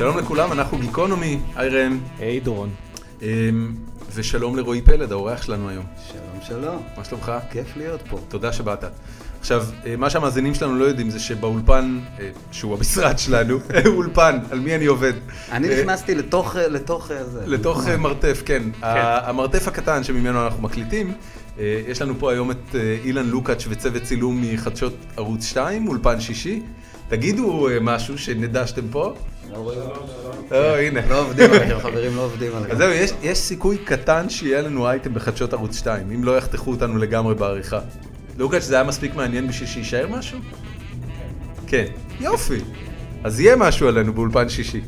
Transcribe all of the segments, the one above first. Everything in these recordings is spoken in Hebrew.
שלום לכולם, אנחנו גיקונומי, היי ראם. היי דורון. ושלום לרועי פלד, האורח שלנו היום. שלום, שלום. מה שלומך? כיף להיות פה. תודה שבאת. עכשיו, מה שהמאזינים שלנו לא יודעים זה שבאולפן, שהוא המשרד שלנו, אולפן, על מי אני עובד. אני נכנסתי לתוך מרתף, כן. המרתף הקטן שממנו אנחנו מקליטים, יש לנו פה היום את אילן לוקאץ' וצוות צילום מחדשות ערוץ 2, אולפן שישי. תגידו משהו שנדע שאתם פה. הנה. לא עובדים עליכם, חברים, לא עובדים עליכם. אז זהו, יש סיכוי קטן שיהיה לנו אייטם בחדשות ערוץ 2, אם לא יחתכו אותנו לגמרי בעריכה. לוקאץ', זה היה מספיק מעניין בשביל שישאר משהו? כן. יופי. אז יהיה משהו עלינו באולפן שישי.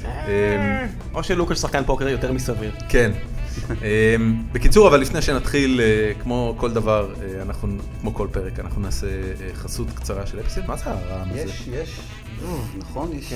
או שלוקאץ' שחקן פוקר יותר מסביר. כן. בקיצור, אבל לפני שנתחיל, כמו כל דבר, כמו כל פרק, אנחנו נעשה חסות קצרה של אפיסוד. מה זה הרעם הזה? יש. נכון, יש.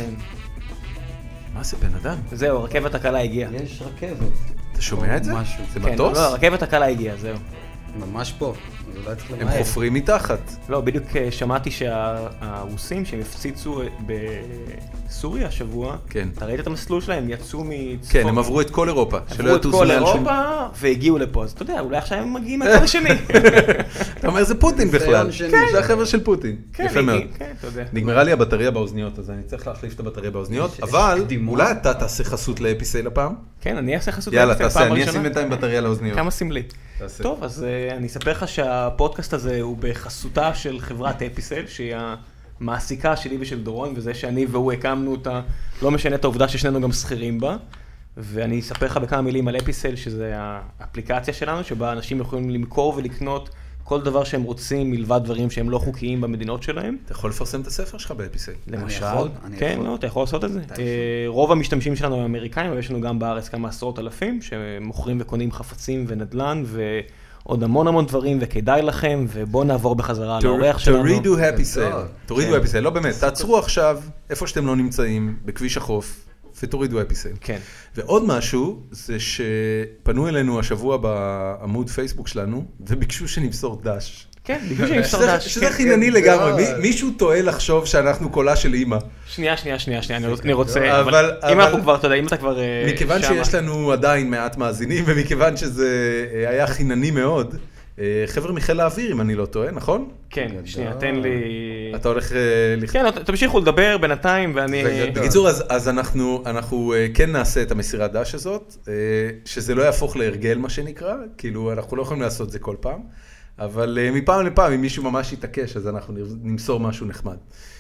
מה זה בן אדם? זהו, הרכבת הקלה הגיעה. יש רכבת. אתה שומע את זה? זה מטוס? לא, הרכבת הקלה הגיעה, זהו. ממש פה. הם חופרים מתחת. לא, בדיוק שמעתי שהרוסים שהם הפציצו בסוריה השבוע, אתה ראית את המסלול שלהם, יצאו מצפון. כן, הם עברו את כל אירופה. עברו את כל אירופה והגיעו לפה, אז אתה יודע, אולי עכשיו הם מגיעים מהצד השני. אתה אומר, זה פוטין בכלל. זה החבר'ה של פוטין. יפה מאוד. נגמרה לי הבטריה באוזניות, אז אני צריך להחליף את הבטריה באוזניות, אבל אולי אתה תעשה חסות לאפיסייל הפעם? כן, אני אעשה חסות לאפיסייל הפעם הראשונה. יאללה, תעשה, אני אשים בינתיים בטריה לאוזניות. כמה סמלי. טוב, אז אני אספר לך שהפודקאסט הזה הוא בחסותה של חברת אפיסייל, שהיא המעסיקה שלי ושל דורון, וזה שאני והוא הקמנו אותה, לא משנה את העובדה ששנינו גם שכירים בה, ואני אספר לך בכמה מילים על אפיסייל, שזה האפליקציה שלנו, שבה אנשים יכולים למכור ולקנות כל דבר שהם רוצים, מלבד דברים שהם לא חוקיים במדינות שלהם. אתה יכול לפרסם את הספר שלך באפיסייל. למשל. כן, לא, אתה יכול לעשות את זה. רוב המשתמשים שלנו הם אמריקאים, אבל יש לנו גם בארץ כמה עשרות אלפים, שמוכרים וקונים חפצים ונדל"ן, ועוד המון דברים, וכדאי לכם, ובואו נעבור בחזרה לאורח שלנו. תורידו אפיסייל. תורידו אפיסייל, לא באמת. תעצרו עכשיו, איפה שאתם לא נמצאים, בכביש החוף. ותורידו אפיסייל. כן. ועוד משהו, זה שפנו אלינו השבוע בעמוד פייסבוק שלנו, וביקשו שנמסור דש. כן, ביקשו שנמסור דש. שזה חינני לגמרי. מישהו טועה לחשוב שאנחנו קולה של אימא. שנייה, אני רוצה, אבל אם אנחנו כבר, אתה יודע, אם אתה כבר שמה. מכיוון שיש לנו עדיין מעט מאזינים, ומכיוון שזה היה חינני מאוד, חבר'ה מחיל האוויר, אם אני לא טועה, נכון? כן, שנייה, תן לי... אתה הולך... כן, תמשיכו לדבר בינתיים, ואני... בקיצור, אז אנחנו כן נעשה את המסירת דש הזאת, שזה לא יהפוך להרגל, מה שנקרא, כאילו, אנחנו לא יכולים לעשות זה כל פעם, אבל מפעם לפעם, אם מישהו ממש יתעקש, אז אנחנו נמסור משהו נחמד.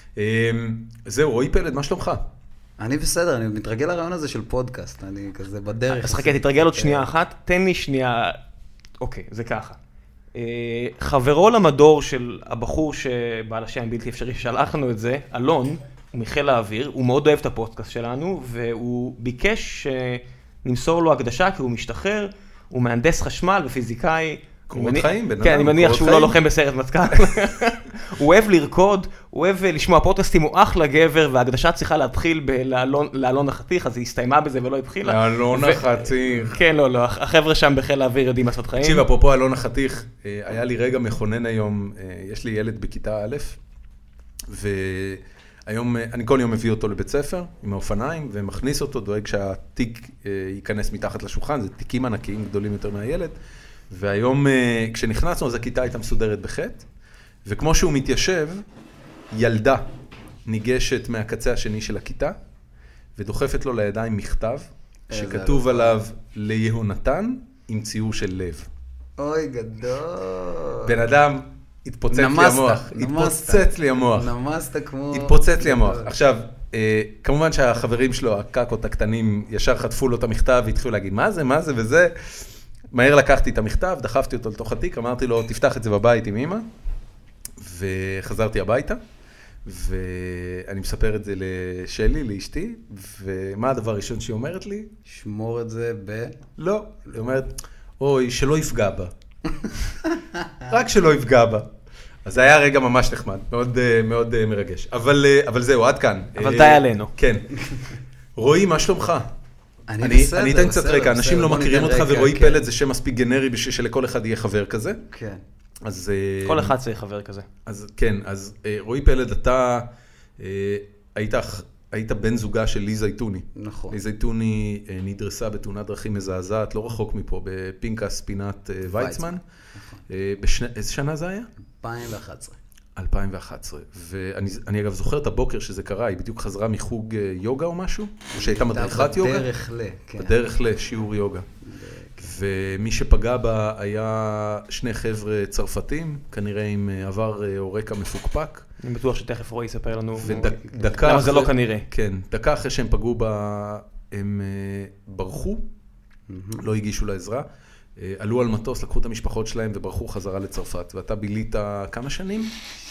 זהו, רועי פלד, מה שלומך? אני בסדר, אני מתרגל לרעיון הזה של פודקאסט, אני כזה בדרך. אז חכה, תתרגל עוד שנייה אחת, תן לי שנייה... אוקיי, זה ככה. חברו למדור של הבחור שבעל השם בלתי אפשרי ששלח לנו את זה, אלון, הוא מחיל האוויר, הוא מאוד אוהב את הפודקאסט שלנו, והוא ביקש שנמסור לו הקדשה כי הוא משתחרר, הוא מהנדס חשמל ופיזיקאי. קורות חיים, בן אדם. כן, אני מניח שהוא לא לוחם בסיירת מטכ"ל. הוא אוהב לרקוד, הוא אוהב לשמוע פודקאסטים, הוא אחלה גבר, וההקדשה צריכה להתחיל לאלון החתיך, אז היא הסתיימה בזה ולא התחילה. לאלון החתיך. כן, לא, החבר'ה שם בחיל האוויר יודעים לעשות חיים. תקשיב, אפרופו אלון החתיך, היה לי רגע מכונן היום, יש לי ילד בכיתה א', והיום, אני כל יום מביא אותו לבית ספר עם האופניים, ומכניס אותו, דואג שהתיק ייכנס מתחת לשולחן, זה תיקים ענקיים גדולים יותר מהילד. והיום כשנכנסנו אז הכיתה הייתה מסודרת בחטא, וכמו שהוא מתיישב, ילדה ניגשת מהקצה השני של הכיתה, ודוחפת לו לידיים מכתב, שכתוב עליו ליהונתן עם ציור של לב. אוי גדול. בן אדם התפוצץ לי המוח. נמסת כמו... התפוצץ לי המוח. עכשיו, כמובן שהחברים שלו, הקקות הקטנים, ישר חטפו לו את המכתב והתחילו להגיד מה זה וזה. מהר לקחתי את המכתב, דחפתי אותו לתוך התיק, אמרתי לו, תפתח את זה בבית עם אמא, וחזרתי הביתה, ואני מספר את זה לשלי, לאשתי, ומה הדבר הראשון שהיא אומרת לי? שמור את זה לא, היא אומרת, אוי, שלא יפגע בה. רק שלא יפגע בה. אז זה היה רגע ממש נחמד, מאוד מרגש. אבל זהו, עד כאן. אבל די עלינו. כן. רועי, מה שלומך? אני אתן קצת רקע, אנשים לא מכירים אותך, ורועי פלד זה שם מספיק גנרי בשביל שלכל אחד יהיה חבר כזה. כן. אז... כל אחד צריך חבר כזה. אז כן, אז רועי פלד, אתה היית היית בן זוגה של לי זייתוני. נכון. לי זייתוני נדרסה בתאונת דרכים מזעזעת, לא רחוק מפה, בפינקס פינת ויצמן. איזה שנה זה היה? 2011. 2011. ואני אגב זוכר את הבוקר שזה קרה, היא בדיוק חזרה מחוג יוגה או משהו? או שהייתה מדריכת יוגה? בדרך לשיעור יוגה. ומי שפגע בה היה שני חבר'ה צרפתים, כנראה עם עבר או רקע מפוקפק. אני בטוח שתכף רועי יספר לנו למה זה לא כנראה. כן, דקה אחרי שהם פגעו בה, הם ברחו, לא הגישו לעזרה, עלו על מטוס, לקחו את המשפחות שלהם וברחו חזרה לצרפת. ואתה בילית כמה שנים?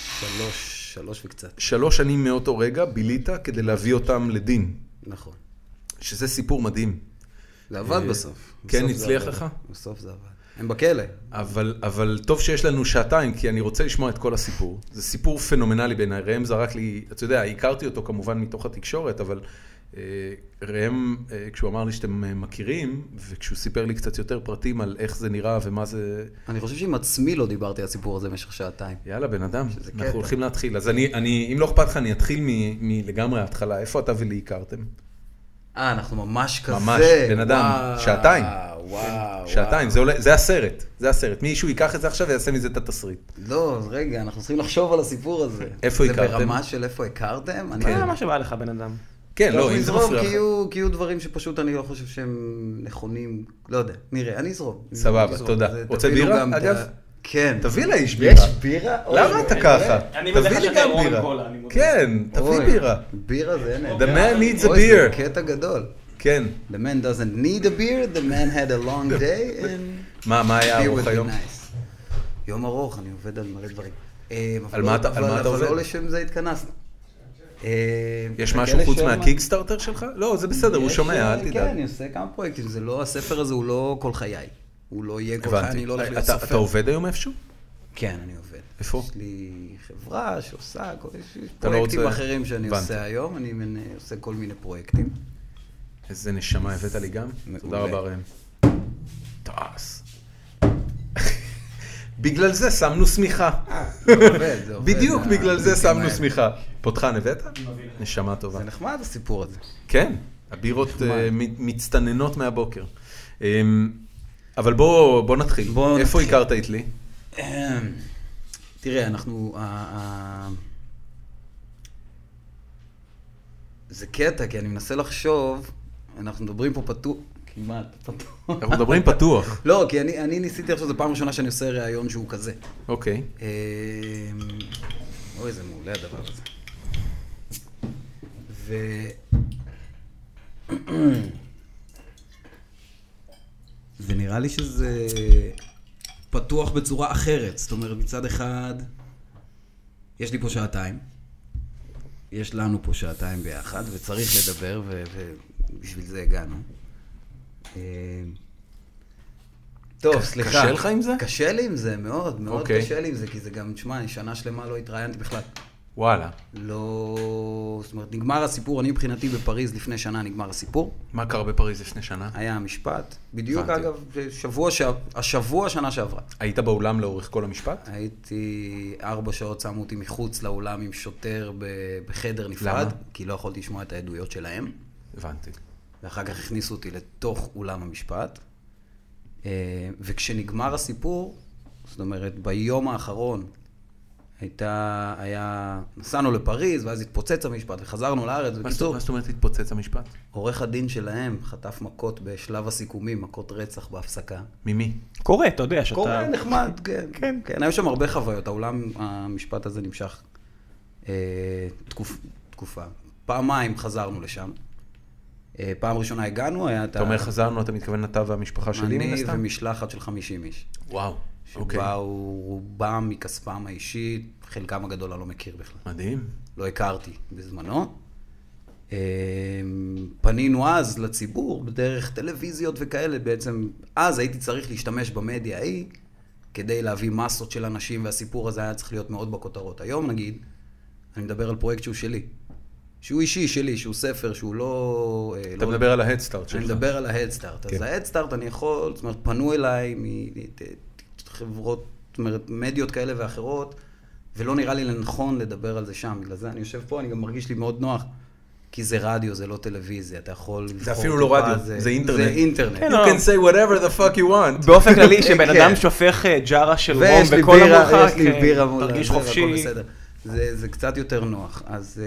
3 וקצת. 3 שנים מאותו רגע בילית כדי להביא אותם לדין. נכון. שזה סיפור מדהים. זה עבד בסוף. כן, הצליח לך? בסוף זה עבד. הם בכלא. אבל טוב שיש לנו שעתיים, כי אני רוצה לשמוע את כל הסיפור. זה סיפור פנומנלי בעיניי. ראם זרק לי, אתה יודע, הכרתי אותו כמובן מתוך התקשורת, אבל ראם, כשהוא אמר לי שאתם מכירים, וכשהוא סיפר לי קצת יותר פרטים על איך זה נראה ומה זה... אני חושב שעם עצמי לא דיברתי על הסיפור הזה במשך שעתיים. יאללה, בן אדם, אנחנו הולכים להתחיל. אז אם לא אכפת לך, אני אתחיל מלגמרי ההתחלה. איפה אתה ולי הכרתם? אנחנו ממש כזה. ממש, בן אדם, שעתיים. וואו. שעתיים, זה הסרט. זה הסרט. מישהו ייקח את זה עכשיו ויעשה מזה את התסריט. לא, רגע, אנחנו צריכים לחשוב על הסיפור הזה. איפה הכרתם? זה ברמה של איפה הכרתם? כן, מה שבא לך, בן אדם. כן, לא, אם זה מפריע לך. כי יהיו דברים שפשוט אני לא חושב שהם נכונים. לא יודע, נראה, אני אזרום. סבבה, תודה. רוצה בירה, אגב? כן. תביא לאיש בירה. יש בירה? למה אתה ככה? תביא לי גם בירה. כן, תביא בירה. בירה זה אין. The man needs a זה beer. קטע גדול. כן. The man doesn't need a beer, the man had a long day, and... מה היה beer ארוך would be היום? nice. יום ארוך, אני עובד על מלא דברים. על מה אתה עובד? אבל לא לשם זה התכנסנו. יש משהו חוץ מהקיקסטארטר שלך? לא, זה בסדר, הוא שומע, אל תדאג. כן, אני עושה כמה פרויקטים, זה לא, הספר הזה הוא לא כל חיי. הוא לא יהיה כל חיי, אני לא הולך להיות סופר. אתה עובד היום איפשהו? כן, אני עובד. איפה? יש לי חברה שעושה, יש פרויקטים אחרים שאני עושה היום, אני עושה כל מיני פרויקטים. איזה נשמה הבאת לי גם? תודה רבה ראם. טעס. בגלל זה שמנו סמיכה. זה עובד. בדיוק בגלל זה שמנו סמיכה. פותחן הבאת? נשמה טובה. זה נחמד הסיפור הזה. כן, הבירות מצטננות מהבוקר. אבל בוא נתחיל. איפה הכרת את לי? תראה, זה קטע, כי אני מנסה לחשוב, אנחנו מדברים פה פתוח, כמעט פתוח. אנחנו מדברים פתוח. לא, כי אני ניסיתי עכשיו, זו פעם ראשונה שאני עושה ראיון שהוא כזה. אוקיי. אוי, זה מעולה הדבר הזה. ונראה לי שזה פתוח בצורה אחרת. זאת אומרת, מצד אחד, יש לי פה שעתיים. יש לנו פה שעתיים ביחד, וצריך לדבר, ובשביל זה הגענו. טוב, סליחה. קשה לך עם זה? קשה לי עם זה, מאוד, מאוד קשה לי עם זה, כי זה גם, תשמע, שנה שלמה לא התראיינתי בכלל. וואלה. לא, זאת אומרת, נגמר הסיפור, אני מבחינתי בפריז לפני שנה נגמר הסיפור. מה קרה בפריז לפני שנה? היה המשפט, בדיוק אגב, השבוע שנה שעברה. היית באולם לאורך כל המשפט? הייתי 4 שעות, שמו אותי מחוץ לאולם עם שוטר בחדר נפרד, כי לא יכולתי לשמוע את העדויות שלהם. הבנתי. ואחר כך הכניסו אותי לתוך אולם המשפט. וכשנגמר הסיפור, זאת אומרת, ביום האחרון, נסענו לפריז, ואז התפוצץ המשפט, וחזרנו לארץ. מה זאת אומרת התפוצץ המשפט? עורך הדין שלהם חטף מכות בשלב הסיכומים, מכות רצח בהפסקה. ממי? קורה, אתה יודע שאתה... קורה, נחמד, כן. כן, היו שם הרבה חוויות, האולם, המשפט הזה נמשך תקופה. פעמיים חזרנו לשם. פעם ראשונה הגענו, היה אתה אומר חזרנו, אתה מתכוון אתה והמשפחה שלי מן הסתם? אני ומשלחת של 50 איש. וואו, אוקיי. שבאו רובם מכספם האישי, חלקם הגדול אני לא מכיר בכלל. מדהים. לא הכרתי בזמנו. פנינו אז לציבור בדרך טלוויזיות וכאלה, בעצם אז הייתי צריך להשתמש במדיה ההיא, כדי להביא מסות של אנשים, והסיפור הזה היה צריך להיות מאוד בכותרות. היום נגיד, אני מדבר על פרויקט שהוא שלי. שהוא אישי שלי, שהוא ספר, שהוא לא... אתה מדבר על ההדסטארט שלך. אני מדבר על ההדסטארט. אז ההדסטארט אני יכול, זאת אומרת, פנו אליי מחברות, זאת אומרת, מדיות כאלה ואחרות, ולא נראה לי לנכון לדבר על זה שם. בגלל זה אני יושב פה, אני גם מרגיש לי מאוד נוח, כי זה רדיו, זה לא טלוויזיה, אתה יכול... זה אפילו לא רדיו, זה אינטרנט. זה אינטרנט. You can say whatever the fuck you want. באופן כללי, שבן אדם שופך ג'ארה של רום וכל המורחק, ויש לי בירה מול... תרגיש חופשי. זה קצת יותר נוח. אז...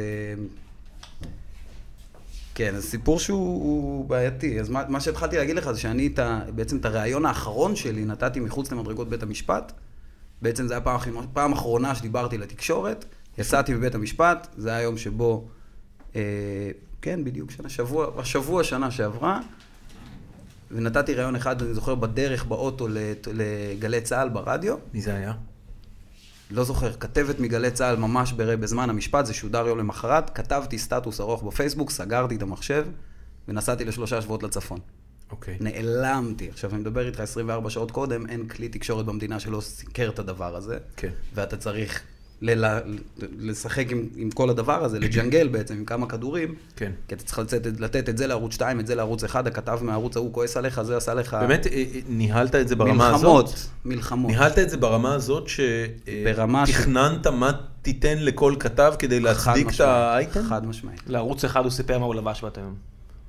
כן, אז סיפור שהוא בעייתי. אז מה שהתחלתי להגיד לך זה שאני בעצם את הרעיון האחרון שלי נתתי מחוץ למדרגות בית המשפט. בעצם זה היה פעם אחרונה שדיברתי לתקשורת, יצאתי בבית המשפט, זה היה היום שבו, כן, בדיוק השבוע שנה שעברה, ונתתי רעיון אחד, אני זוכר, בדרך באוטו לגלי צהל ברדיו. מי זה היה? לא זוכר, כתבת מגלי צהל ממש בזמן המשפט, זה שודר יום למחרת, כתבתי סטטוס ארוך בפייסבוק, סגרתי את המחשב, ונסעתי ל3 שבועות לצפון. אוקיי. נעלמתי. עכשיו, אני מדבר איתך 24 שעות קודם, אין כלי תקשורת במדינה שלא סיקר את הדבר הזה. כן. ואתה צריך לשחק עם כל הדבר הזה, לג'נגל בעצם, עם כמה כדורים. כן. כי אתה צריך לתת את זה לערוץ 2, את זה לערוץ 1, הכתב מהערוץ ההוא כועס עליך, זה עשה לך... באמת, ניהלת את זה ברמה הזאת? מלחמות. ניהלת את זה ברמה הזאת שתכננת מה תיתן לכל כתב כדי להצדיק את האייטם? חד משמעית. לערוץ אחד הוא סיפר מה הוא לבש בת היום.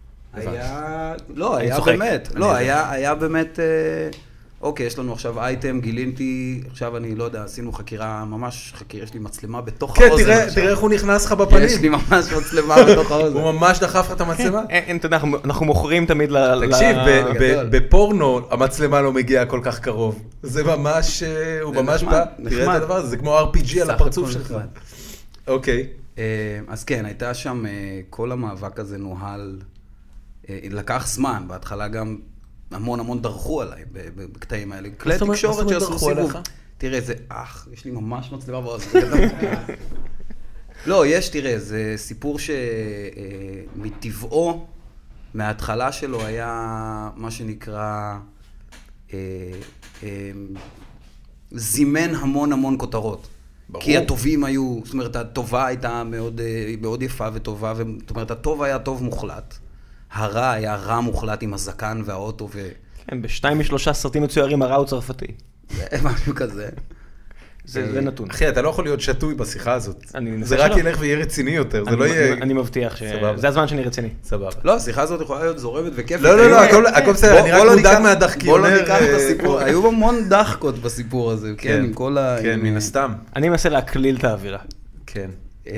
היה באמת, אוקיי, יש לנו עכשיו אייטם, גיליתי, עכשיו אני לא יודע, עשינו חקירה, ממש חקירה, יש לי מצלמה בתוך האוזן. כן, תראה איך הוא נכנס לך בפנים. יש לי ממש מצלמה בתוך האוזן. הוא ממש דחף לך את המצלמה. אנחנו מוכרים תמיד תקשיב, בפורנו המצלמה לא מגיעה כל כך קרוב. זה ממש, הוא ממש בא, תראה את הדבר הזה, זה כמו RPG על הפרצוף שלך. אוקיי. אז כן, הייתה שם, כל המאבק הזה נוהל, לקח זמן, בהתחלה גם המון דרכו עליי בקטעים האלה. כלי תקשורת שעשו סיבוב. תראה, זה יש לי ממש מצלמה באוזן. לא, תראה, זה סיפור שמטבעו, מההתחלה שלו היה מה שנקרא, זימן המון כותרות. ברור. כי הטובים היו, זאת אומרת, הטובה הייתה מאוד יפה וטובה, זאת אומרת, הטוב היה טוב מוחלט. הרע היה רע מוחלט עם הזקן והאוטו כן, ב2 מ3 סרטים מצוירים הרע הוא צרפתי. משהו כזה. זה נתון. אחי, אתה לא יכול להיות שטוי בשיחה הזאת. זה רק ילך ויהיה רציני יותר, זה לא יהיה... אני מבטיח שזה הזמן שאני רציני. סבבה. לא, השיחה הזאת יכולה להיות זורמת וכיפת. לא, הכל בסדר, אני רק מודאג מהדחקיונר. בוא לא ניקח את הסיפור, היו המון דחקות בסיפור הזה, כן, עם כל ה... כן, מן הסתם. אני מנסה להקליל את האווירה. כן.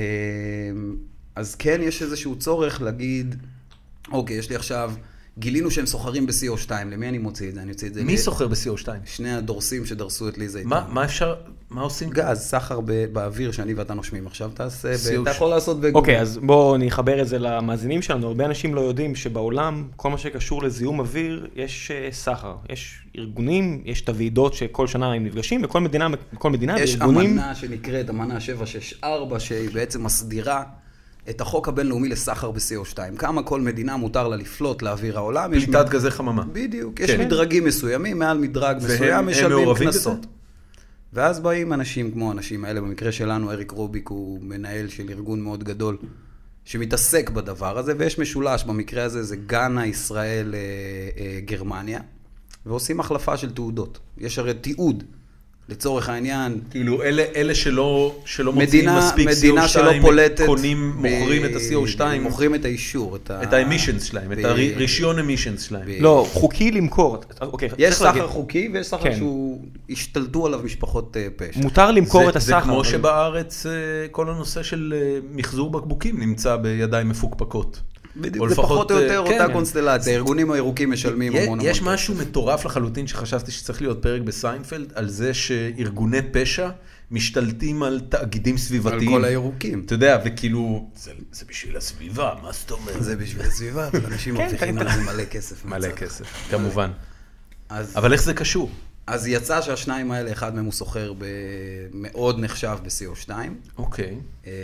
אז כן, יש איזשהו צורך להגיד, אוקיי, יש לי עכשיו, גילינו שהם סוחרים ב-CO2, למי אני מוציא את זה? אני אוציא את זה... מי סוחר ב-CO2? שני הדורסים שדרסו את ליזה איתם. מה אפשר, מה עושים? גז, סחר באוויר שאני ואתה נושמים. עכשיו תעשה, אתה יכול לעשות... אוקיי, אז בואו נחבר את זה למאזינים שלנו. הרבה אנשים לא יודעים שבעולם, כל מה שקשור לזיהום אוויר, יש סחר. יש ארגונים, יש את הוועידות שכל שנה הם נפגשים, וכל מדינה יש וארגונים... אמנה שנקראת, אמנה 764, שהיא בעצם מסדירה את החוק הבינלאומי לסחר ב-CO2. כמה כל מדינה מותר לה לפלוט לאוויר העולם. פליטת גזי חממה. בדיוק. יש מדרגים מסוימים, מעל מדרג מסוים, משלמים כנסות. ואז באים אנשים כמו האנשים האלה, במקרה שלנו, אריק רוביק הוא מנהל של ארגון מאוד גדול, שמתעסק בדבר הזה, ויש משולש, במקרה הזה זה גאנה, ישראל, גרמניה, ועושים החלפה של תעודות. יש הרי תיעוד. לצורך העניין, כאילו אלה שלא מוציאים מספיק CO2, קונים, מוכרים את ה-CO2, מוכרים את האישור, את ה-emissions שלהם, את הרישיון emissions שלהם. לא, חוקי למכור. יש סחר חוקי ויש סחר שהוא השתלטו עליו משפחות פשע. מותר למכור את הסחר. זה כמו שבארץ כל הנושא של מחזור בקבוקים נמצא בידיים מפוקפקות. בדיוק, זה פחות או יותר אותה קונסטלציה, הארגונים הירוקים משלמים המון. יש משהו מטורף לחלוטין שחשבתי שצריך להיות פרק בסיינפלד, על זה שארגוני פשע משתלטים על תאגידים סביבתיים. על כל הירוקים. אתה יודע, וכאילו, זה בשביל הסביבה, מה זאת אומרת? זה בשביל הסביבה, אבל אנשים מרוויחים על זה מלא כסף. מלא כסף, כמובן. אבל איך זה קשור? אז יצא שהשניים האלה, אחד מהם הוא סוחר מאוד נחשב ב-CO2. אוקיי.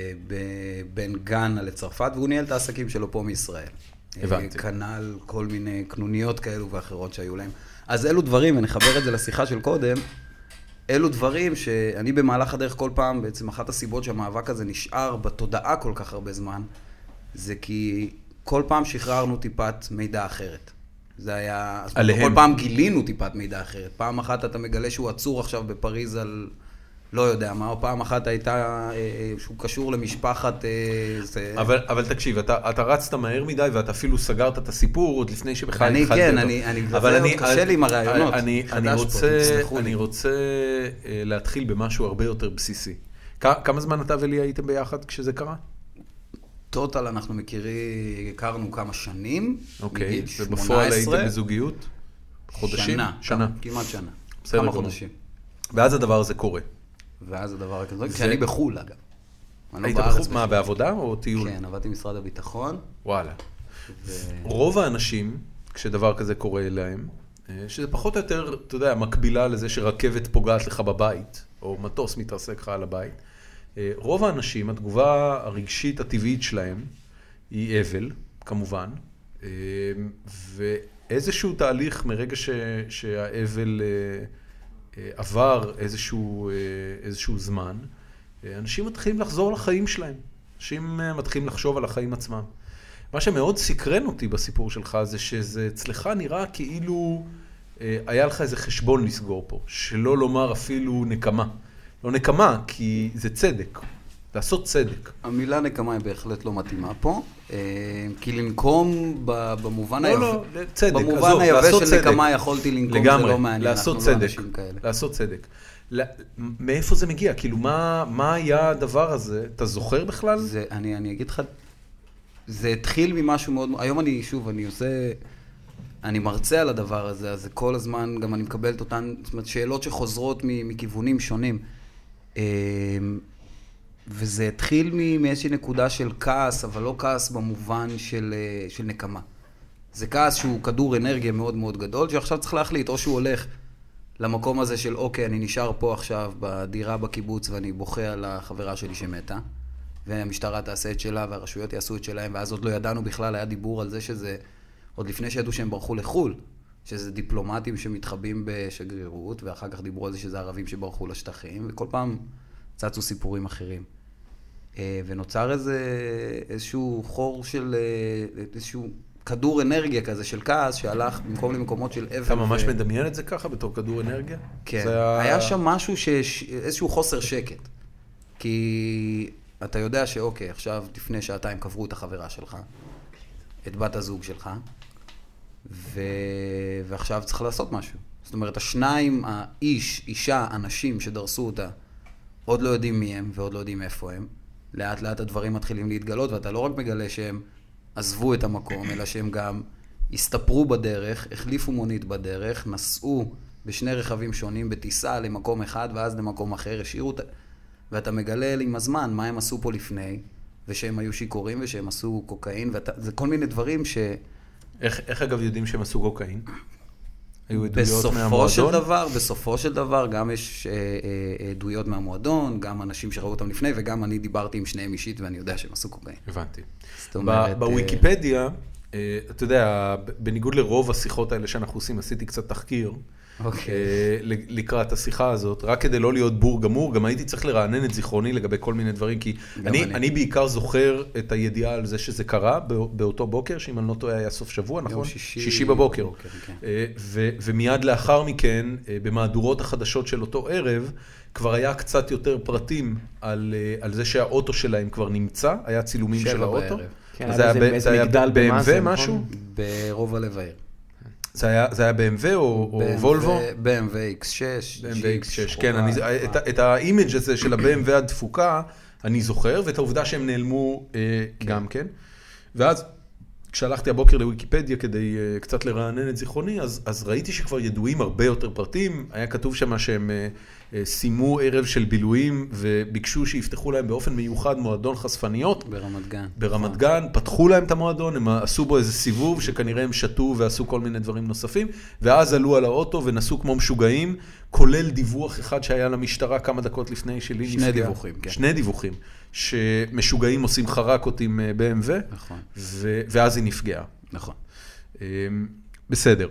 בין גאנה לצרפת, והוא ניהל את העסקים שלו פה מישראל. הבנתי. כנ"ל כל מיני קנוניות כאלו ואחרות שהיו להם. אז אלו דברים, ונחבר את זה לשיחה של קודם, אלו דברים שאני במהלך הדרך כל פעם, בעצם אחת הסיבות שהמאבק הזה נשאר בתודעה כל כך הרבה זמן, זה כי כל פעם שחררנו טיפת מידע אחרת. זה היה... כל פעם גילינו טיפת מידע אחרת. פעם אחת אתה מגלה שהוא עצור עכשיו בפריז על לא יודע מה, או פעם אחת הייתה שהוא קשור למשפחת... אבל תקשיב, אתה רצת מהר מדי ואתה אפילו סגרת את הסיפור עוד לפני שבכלל התחלת. אני כן, אני עוד קשה לי עם הרעיונות. אני רוצה להתחיל במשהו הרבה יותר בסיסי. כמה זמן אתה ולי הייתם ביחד כשזה קרה? טוטל אנחנו הכרנו כמה שנים. אוקיי, ובפועל הייתם בזוגיות? חודשים? שנה. כמעט שנה. כמה חודשים. ואז הדבר הזה קורה. ואז הדבר הזה, כשאני בחול אגב. היית בחול? מה, בעבודה או טיול? כן, עבדתי במשרד הביטחון. וואלה. רוב האנשים, כשדבר כזה קורה להם, שזה פחות או יותר, אתה יודע, מקבילה לזה שרכבת פוגעת לך בבית, או מטוס מתרסק לך על הבית, רוב האנשים, התגובה הרגשית הטבעית שלהם, היא אבל, כמובן, ואיזשהו תהליך מרגע שהאבל עבר איזשהו זמן, אנשים מתחילים לחזור לחיים שלהם. אנשים מתחילים לחשוב על החיים עצמם. מה שמאוד סקרן אותי בסיפור שלך זה שזה אצלך נראה כאילו היה לך איזה חשבון לסגור פה, שלא לומר אפילו נקמה. לא נקמה, כי זה צדק. לעשות צדק. המילה נקמה היא בהחלט לא מתאימה פה, כי לנקום במובן היבש של נקמה יכולתי לנקום, זה לא מעניין, לעשות צדק, לעשות צדק. מאיפה זה מגיע? כאילו, מה היה הדבר הזה? אתה זוכר בכלל? אני אגיד לך, זה התחיל ממשהו מאוד, היום אני מרצה על הדבר הזה, אז כל הזמן גם אני מקבל את אותן, זאת אומרת, שאלות שחוזרות מכיוונים שונים. וזה התחיל מאיזושהי נקודה של כעס, אבל לא כעס במובן של נקמה. זה כעס שהוא כדור אנרגיה מאוד מאוד גדול, שעכשיו צריך להחליט, או שהוא הולך למקום הזה של אוקיי, אני נשאר פה עכשיו בדירה בקיבוץ ואני בוכה על החברה שלי שמתה, והמשטרה תעשה את שלה והרשויות יעשו את שלהם, ואז עוד לא ידענו בכלל, היה דיבור על זה שזה, עוד לפני שידעו שהם ברחו לחול, שזה דיפלומטים שמתחבאים בשגרירות, ואחר כך דיברו על זה שזה ערבים שברחו לשטחים, וכל פעם צצו סיפורים אחרים. ונוצר איזשהו חור של, איזשהו כדור אנרגיה כזה של כעס, שהלך במקום למקומות של אבל. אתה ממש מדמיין את זה ככה בתור כדור אנרגיה? כן. היה שם משהו איזשהו חוסר שקט. כי אתה יודע שאוקיי, עכשיו לפני שעתיים קברו את החברה שלך, את בת הזוג שלך, ועכשיו צריך לעשות משהו. זאת אומרת, השניים, האיש, אישה, אנשים שדרסו אותה, עוד לא יודעים מי הם ועוד לא יודעים איפה הם. לאט לאט הדברים מתחילים להתגלות, ואתה לא רק מגלה שהם עזבו את המקום, אלא שהם גם הסתפרו בדרך, החליפו מונית בדרך, נסעו בשני רכבים שונים בטיסה למקום אחד ואז למקום אחר, השאירו אותה, ואתה מגלה עם הזמן מה הם עשו פה לפני, ושהם היו שיכורים ושהם עשו קוקאין, זה כל מיני דברים ש... איך אגב יודעים שהם עשו קוקאין? היו עדויות מהמועדון? בסופו של דבר גם יש עדויות מהמועדון, גם אנשים שראו אותם לפני, וגם אני דיברתי עם שניהם אישית, ואני יודע שהם עשו קוקאין. הבנתי. בוויקיפדיה, אתה יודע, בניגוד לרוב השיחות האלה שאנחנו עושים, עשיתי קצת תחקיר, לקראת השיחה הזאת, רק כדי לא להיות בור גמור, גם הייתי צריך לרענן את זיכרוני לגבי כל מיני דברים, כי אני בעיקר זוכר את הידיעה על זה שזה קרה באותו בוקר, שאם אני לא טועה היה סוף שבוע, נכון? שישי בבוקר. ומיד לאחר מכן, במהדורות החדשות של אותו ערב, כבר היה קצת יותר פרטים על זה שהאוטו שלהם כבר נמצא, היה צילומים של האוטו. זה היה BMW משהו? ברובע לב העיר. זה היה BMW או וולבו? BMW X6. BMW X6, כן. את האימג' הזה של ה-BMW הדפוקה, אני זוכר, ואת העובדה שהם נעלמו גם כן. ואז, כשהלכתי הבוקר לוויקיפדיה כדי קצת לרענן את זיכרוני, אז ראיתי שכבר ידועים הרבה יותר פרטים. היה כתוב שם שהם סיימו ערב של בילויים, וביקשו שיפתחו להם באופן מיוחד מועדון חשפניות. ברמת גן. ברמת גן, פתחו להם את המועדון, הם עשו בו איזה סיבוב, שכנראה הם שתו ועשו כל מיני דברים נוספים, ואז עלו על האוטו ונסעו כמו משוגעים, כולל דיווח אחד שהיה למשטרה כמה דקות לפני שלי נפגע. שני דיווחים, כן. שני דיווחים, שמשוגעים עושים חרקות עם BMW, נכון. ואז היא נפגעה. נכון. בסדר,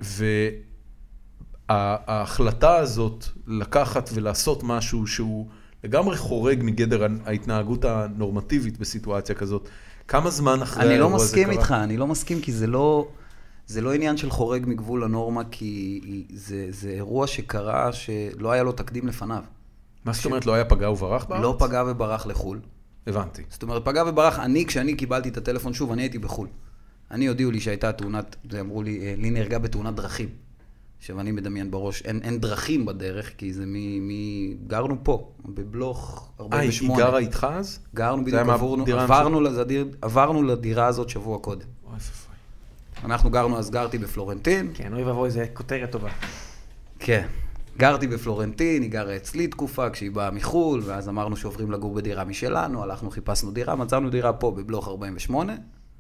ההחלטה הזאת לקחת ולעשות משהו שהוא לגמרי חורג מגדר ההתנהגות הנורמטיבית בסיטואציה כזאת, כמה זמן אחרי אני לא מסכים איתך, אני לא מסכים כי זה לא עניין של חורג מגבול הנורמה, כי זה אירוע שקרה שלא היה לו תקדים לפניו. מה זאת אומרת, לא היה פגע וברח בארץ? לא פגע וברח לחול. הבנתי. זאת אומרת, פגע וברח, כשאני קיבלתי את הטלפון שוב, אני הייתי בחול. אני הודיעו לי שהייתה תאונת, אמרו לי, לי נהרגה בתאונת דרכים. עכשיו אני מדמיין בראש, אין דרכים בדרך, כי זה גרנו פה, בבלוך 48. היא גרה איתך אז? גרנו בדיוק, עברנו לדירה הזאת שבוע קודם. אוי פפוי. אנחנו גרנו, אז גרתי בפלורנטין. כן, אוי ואבוי, זה כותרת טובה. כן. גרתי בפלורנטין, היא גרה אצלי תקופה כשהיא באה מחול, ואז אמרנו שעוברים לגור בדירה משלנו, הלכנו, חיפשנו דירה, מצאנו דירה פה בבלוך 48,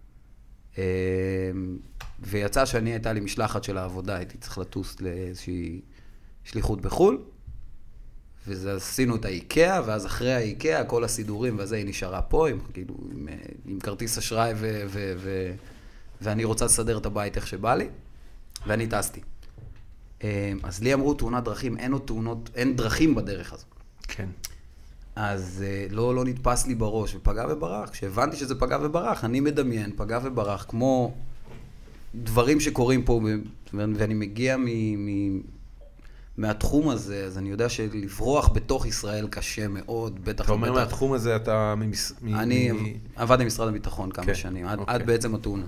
ויצא שאני הייתה לי משלחת של העבודה, הייתי צריך לטוס לאיזושהי שליחות בחול, וזה עשינו את האיקאה, ואז אחרי האיקאה, כל הסידורים, וזה היא נשארה פה, עם כרטיס אשראי, ואני רוצה לסדר את הבית איך שבא לי, ואני טסתי. אז לי אמרו תאונת דרכים, אין דרכים בדרך הזו. כן. אז לא נתפס לי בראש, ופגע וברח. כשהבנתי שזה פגע וברח, אני מדמיין, פגע וברח, כמו דברים שקורים פה, ואני מגיע מהתחום הזה, אז אני יודע שלברוח בתוך ישראל קשה מאוד, בטח... אתה אומר מהתחום הזה, אתה... אני עבדתי במשרד הביטחון כמה שנים, עד בעצם התאונה.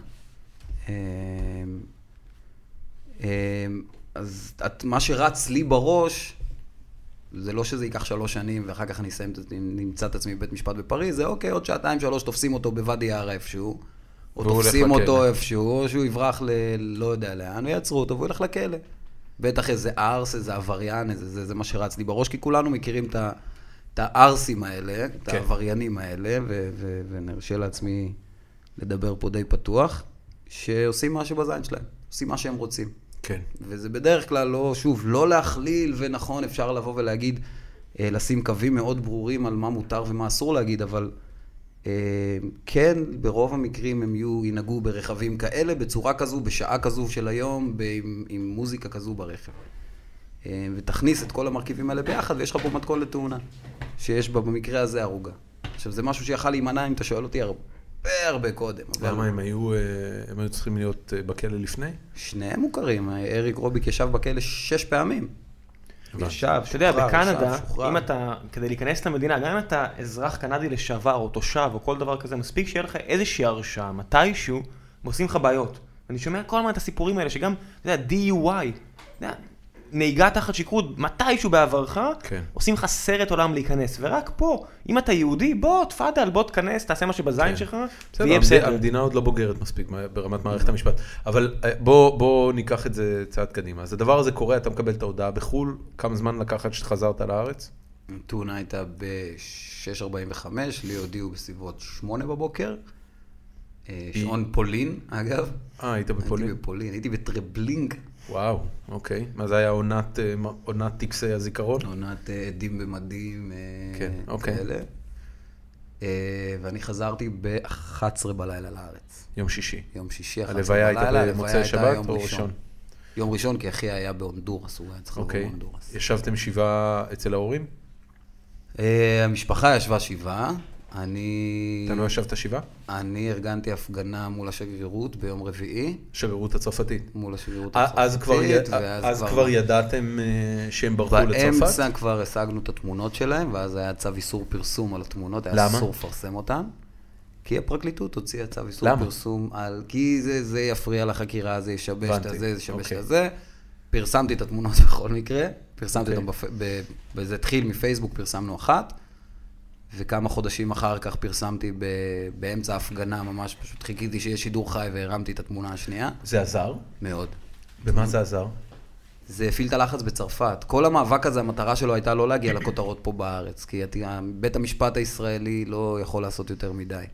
אז מה שרץ לי בראש, זה לא שזה ייקח 3 שנים, ואחר כך אני נמצא את עצמי בבית משפט בפריז, זה אוקיי, עוד 2-3 תופסים אותו בוואדי יערה איפשהו, או תופסים אותו איפשהו, או שהוא יברח לא יודע לאן, ויעצרו אותו, והוא ילך לכלא. בטח איזה ארס, איזה עבריין, זה מה שרץ לי בראש, כי כולנו מכירים את הארסים האלה, את העבריינים האלה, ונרשה לעצמי לדבר פה די פתוח, שעושים מה שבזין שלהם, עושים מה שהם רוצים. כן. וזה בדרך כלל לא, שוב, לא להכליל, ונכון, אפשר לבוא ולהגיד, לשים קווים מאוד ברורים על מה מותר ומה אסור להגיד, אבל כן, ברוב המקרים הם ינהגו ברכבים כאלה, בצורה כזו, בשעה כזו של היום, עם מוזיקה כזו ברכב. ותכניס את כל המרכיבים האלה ביחד, ויש לך פה מתכון לתאונה, שיש בה במקרה הזה הרוגה. עכשיו, זה משהו שיכל להימנע אם אתה שואל אותי הרבה קודם. למה הם היו צריכים להיות בכלא לפני? שניהם מוכרים. אריק רוביק ישב בכלא 6 פעמים. ישב, אתה יודע, בקנדה, אם אתה, כדי להיכנס למדינה, גם אם אתה אזרח קנדי לשעבר, או תושב, או כל דבר כזה, מספיק שיהיה לך איזושהי הרשעה, מתישהו, ועושים לך בעיות. ואני שומע כל הזמן את הסיפורים האלה, שגם, אתה יודע, DUI, אתה יודע, נהיגה תחת שכרות, מתישהו בעברך, עושים לך סרט עולם להיכנס. ורק פה, אם אתה יהודי, בוא, תפדל, בוא תכנס, תעשה מה שבזין שלך, ויהיה בסדר. המדינה עוד לא בוגרת מספיק ברמת מערכת המשפט. אבל בוא ניקח את זה צעד קדימה. אז הדבר הזה קורה, אתה מקבל את ההודעה בחול, כמה זמן לקחת שחזרת לארץ? תאונה הייתה ב-6:45, לי הודיעו בסביבות 8 בבוקר. שעון פולין, אגב. היית בפולין? הייתי בפולין, הייתי בטרבלינג. וואו, אוקיי. מה זה היה עונת טקסי הזיכרון? עונת עדים במדים כאלה. ואני חזרתי ב-11 בלילה לארץ. יום שישי. יום שישי, 11 בלילה. בלילה. הלוויה הייתה במוצאי שבת או ראשון? יום ראשון, כי אחי היה בהונדורס, הוא היה צריך לבוא בהונדורס. ישבתם שבעה אצל ההורים? המשפחה ישבה שבעה. אתה לא ישבת שבעה? אני ארגנתי הפגנה מול השגרירות ביום רביעי. שגרירות הצרפתית? מול השגרירות הצרפתית. אז כבר ידעתם שהם ברחו לצרפת? באמצע כבר השגנו את התמונות שלהם, ואז היה צו איסור פרסום על התמונות. היה אסור לפרסם אותן. כי הפרקליטות הוציאה צו איסור פרסום כי זה יפריע לחקירה, זה ישבש את זה, זה ישבש את זה. פרסמתי את התמונות בכל מקרה. פרסמתי אותם, וזה התחיל מפייסבוק, פרסמנו אחת. וכמה חודשים אחר כך פרסמתי באמצע ההפגנה, ממש פשוט חיכיתי שיש שידור חי והרמתי את התמונה השנייה. זה עזר? מאוד. במה זה עזר? זה הפעיל את הלחץ בצרפת. כל המאבק הזה, המטרה שלו הייתה לא להגיע לכותרות פה בארץ, כי בית המשפט הישראלי לא יכול לעשות יותר מדי.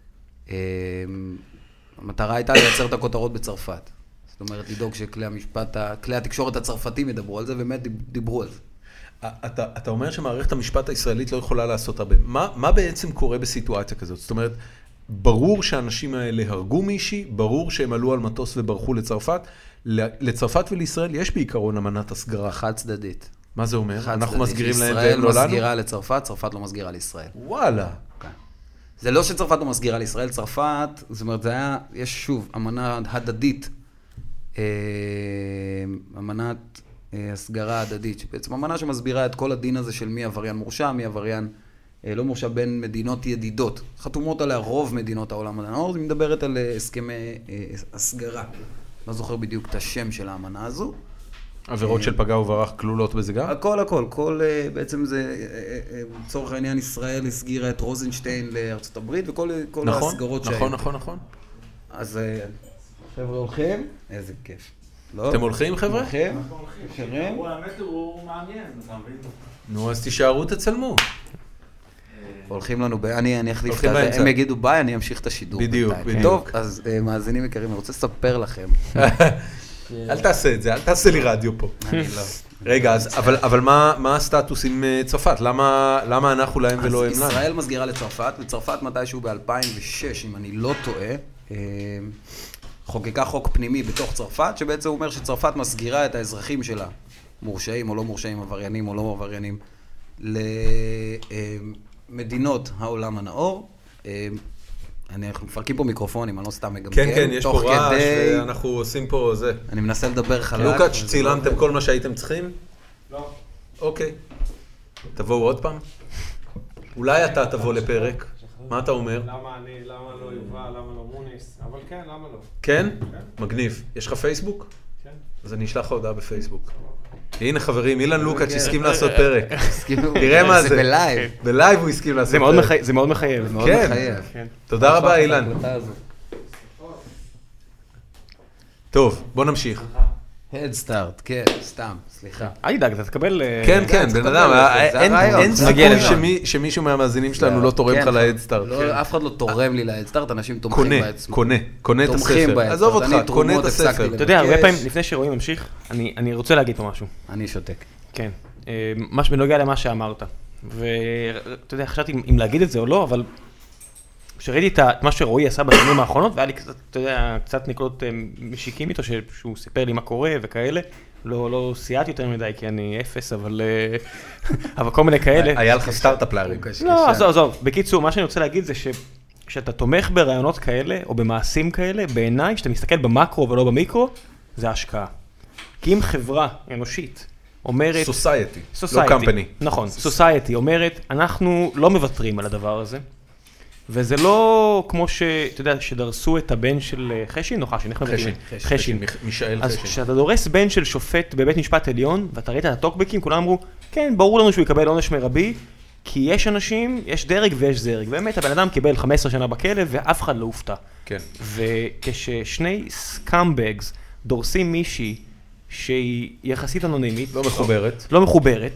המטרה הייתה לייצר את הכותרות בצרפת. זאת אומרת, לדאוג כלי התקשורת הצרפתים ידברו על זה, באמת דיברו על זה. אתה אומר שמערכת המשפט הישראלית לא יכולה לעשות הרבה. מה בעצם קורה בסיטואציה כזאת? זאת אומרת, ברור שהאנשים האלה הרגו מישהי, ברור שהם עלו על מטוס וברחו לצרפת. לצרפת ולישראל יש בעיקרון אמנת הסגרה. חד צדדית. מה זה אומר? אנחנו מסגירים להם והם לא לנו? ישראל מסגירה לצרפת, צרפת לא מסגירה לישראל. וואלה. זה לא שצרפת לא מסגירה לישראל, צרפת, זאת אומרת, יש שוב אמנה הדדית, אמנת הסגרה הדדית, שבעצם אמנה שמסבירה את כל הדין הזה של מי עבריין מורשע, מי עבריין לא מורשע בין מדינות ידידות. חתומות עליה רוב מדינות העולם הנאור, היא מדברת על הסכמי הסגרה. לא זוכר בדיוק את השם של האמנה הזו. עבירות של פגע וברח כלולות בזה גם? הכל, בעצם זה, צורך העניין ישראל הסגירה את רוזנשטיין לארצות הברית, וכל ההסגרות שהיו. נכון. אז חבר'ה הולכים, איזה כיף. אתם הולכים חבר'ה? הולכים? האמת הוא מעניין, אתה מבין? נו, אז תישארו, תצלמו. הולכים לנו, אני אחליף את הולכים זה, באמצע. הם יגידו ביי, אני אמשיך את השידור. בדיוק, בינתיים. בדיוק. טוב, אז מאזינים יקרים, אני רוצה לספר לכם. אל תעשה את זה, אל תעשה לי רדיו פה. אני לא. רגע, אבל מה הסטטוס עם צרפת? למה אנחנו להם ולא הם אז לנו? ישראל מסגירה לצרפת, וצרפת מתישהו ב-2006, אם אני לא טועה, חוקקה חוק פנימי בתוך צרפת, שבעצם אומר שצרפת מסגירה את האזרחים שלה, מורשעים או לא מורשעים, עבריינים או לא עבריינים, למדינות העולם הנאור. אנחנו מפרקים פה מיקרופונים, אני לא סתם מגמגם. כן, יש פה רעש, ואנחנו עושים פה זה. אני מנסה לדבר חלק. לוקאץ', צילמתם כל מה שהייתם צריכים? לא. אוקיי. תבואו עוד פעם? אולי אתה תבוא לפרק. מה אתה אומר? למה אני, למה לא יובל, למה לא מוניס? אבל כן, למה לא? כן? מגניב. יש לך פייסבוק? כן. אז אני אשלח לך הודעה בפייסבוק. הנה חברים, אילן לוקאץ' הסכים לעשות פרק. תראה מה זה. זה בלייב. בלייב הוא הסכים לעשות פרק. זה מאוד מחייב. מאוד כן. מחייב. תודה רבה אילן. טוב, בוא נמשיך. Head Start, כן, סתם, סליחה. אל תדאג, אתה תקבל... כן, בן אדם, זה אין הרעיון. סיכוי שמישהו מהמאזינים שלנו לא תורם לך להדסטארט. אף אחד לא תורם לי להדסטארט, אנשים תומכים בעצם. קונה את תומכים הספר. בהדסטארט. עזוב אותך, אני קונה את תרומות הפסקתי הספר. אתה יודע, הרבה לבקש. פעמים, לפני שרועי ממשיך, אני רוצה להגיד פה משהו. אני שותק. כן. ממש בנוגע למה שאמרת. ואתה יודע, חשבתי אם להגיד את זה או לא, אבל כשראיתי את מה שרועי עשה בשנים האחרונות, והיה לי קצת, אתה יודע, קצת נקודות משיקים איתו, שהוא סיפר לי מה קורה וכאלה. לא סייעתי יותר מדי, כי אני אפס, אבל כל מיני כאלה. היה לך סטארט-אפ להרים. לא, עזוב. בקיצור, מה שאני רוצה להגיד זה שכשאתה תומך ברעיונות כאלה, או במעשים כאלה, בעיניי, כשאתה מסתכל במקרו ולא במיקרו, זה השקעה. כי אם חברה אנושית אומרת... Society, לא company. נכון, Society אומרת, אנחנו לא מוותרים על הדבר הזה, וזה לא כמו שאתה יודע, שדרסו את הבן של חשין, או חשין, איך מדברים? חשין. מישאל אז חשין. כשאתה דורס בן של שופט בבית משפט עליון, ואתה ראית את הטוקבקים, כולם אמרו, כן, ברור לנו שהוא יקבל עונש מרבי, כי יש אנשים, יש דרג ויש זרג. באמת, הבן אדם קיבל 15 שנה בכלא, ואף אחד לא הופתע. כן. וכששני סקאמבגס דורסים מישהי שהיא יחסית אנונימית, לא מחוברת,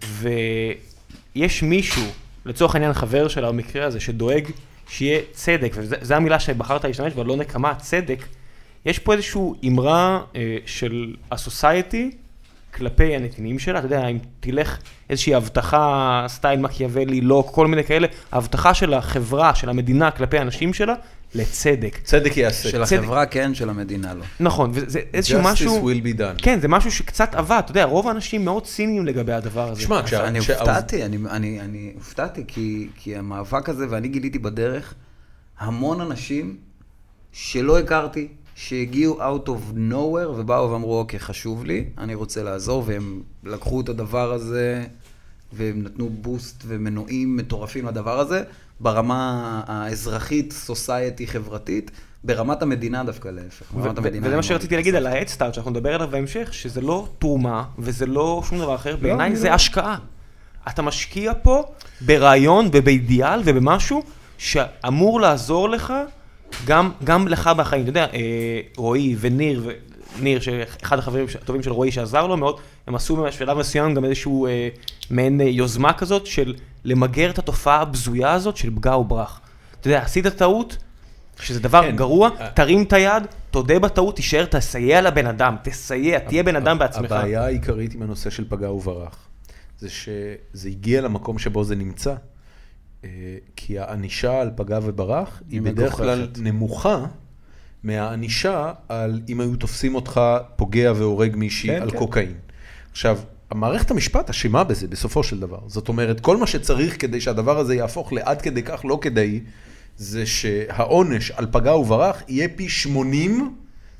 ויש מישהו, לצורך העניין חבר שלה במקרה הזה, שדואג שיהיה צדק, וזו המילה שבחרת להשתמש בה, לא נקמה, צדק, יש פה איזושהי אמרה של הסוסייטי כלפי הנתינים שלה, אתה יודע, אם תלך איזושהי הבטחה, סטייל מקיאוולי, לא, כל מיני כאלה, ההבטחה של החברה, של המדינה כלפי האנשים שלה, לצדק. צדק יעשה. של החברה כן, של המדינה לא. נכון, וזה איזשהו משהו... Justice will be done. כן, זה משהו שקצת עבד, אתה יודע, רוב האנשים מאוד ציניים לגבי הדבר הזה. תשמע, אני הופתעתי, כי המאבק הזה, ואני גיליתי בדרך, המון אנשים שלא הכרתי, שהגיעו out of nowhere, ובאו ואמרו, אוקיי, חשוב לי, אני רוצה לעזור, והם לקחו את הדבר הזה, והם נתנו בוסט ומנועים מטורפים לדבר הזה, ברמה האזרחית, סוסייטי, חברתית, ברמת המדינה דווקא להפך. וזה מה שרציתי להגיד על ההדסטארט, שאנחנו נדבר עליו בהמשך, שזה לא תרומה, וזה לא שום דבר אחר, בעיניי זה השקעה. אתה משקיע פה ברעיון ובאידיאל ובמשהו שאמור לעזור לך, גם לך בחיים. אתה יודע, רועי וניר, שאחד החברים הטובים של רועי שעזר לו מאוד, הם עשו בשלב מסוים גם איזשהו מעין יוזמה כזאת של למגר את התופעה הבזויה הזאת של פגע וברח. אתה יודע, עשית טעות, שזה דבר גרוע, תרים את היד, תודה בטעות, תישאר, תסייע לבן אדם, תסייע, תהיה בן אדם בעצמך. הבעיה העיקרית עם הנושא של פגע וברח, זה שזה הגיע למקום שבו זה נמצא, כי האנישה על פגע וברח היא בדרך כלל נמוכה מהאנישה על אם היו תופסים אותך פוגע והורג מישהי על קוקאין. עכשיו, המערכת המשפט אשמה בזה בסופו של דבר. זאת אומרת, כל מה שצריך כדי שהדבר הזה יהפוך לעד כדי כך לא כדאי, זה שהעונש על פגע וברח יהיה פי 80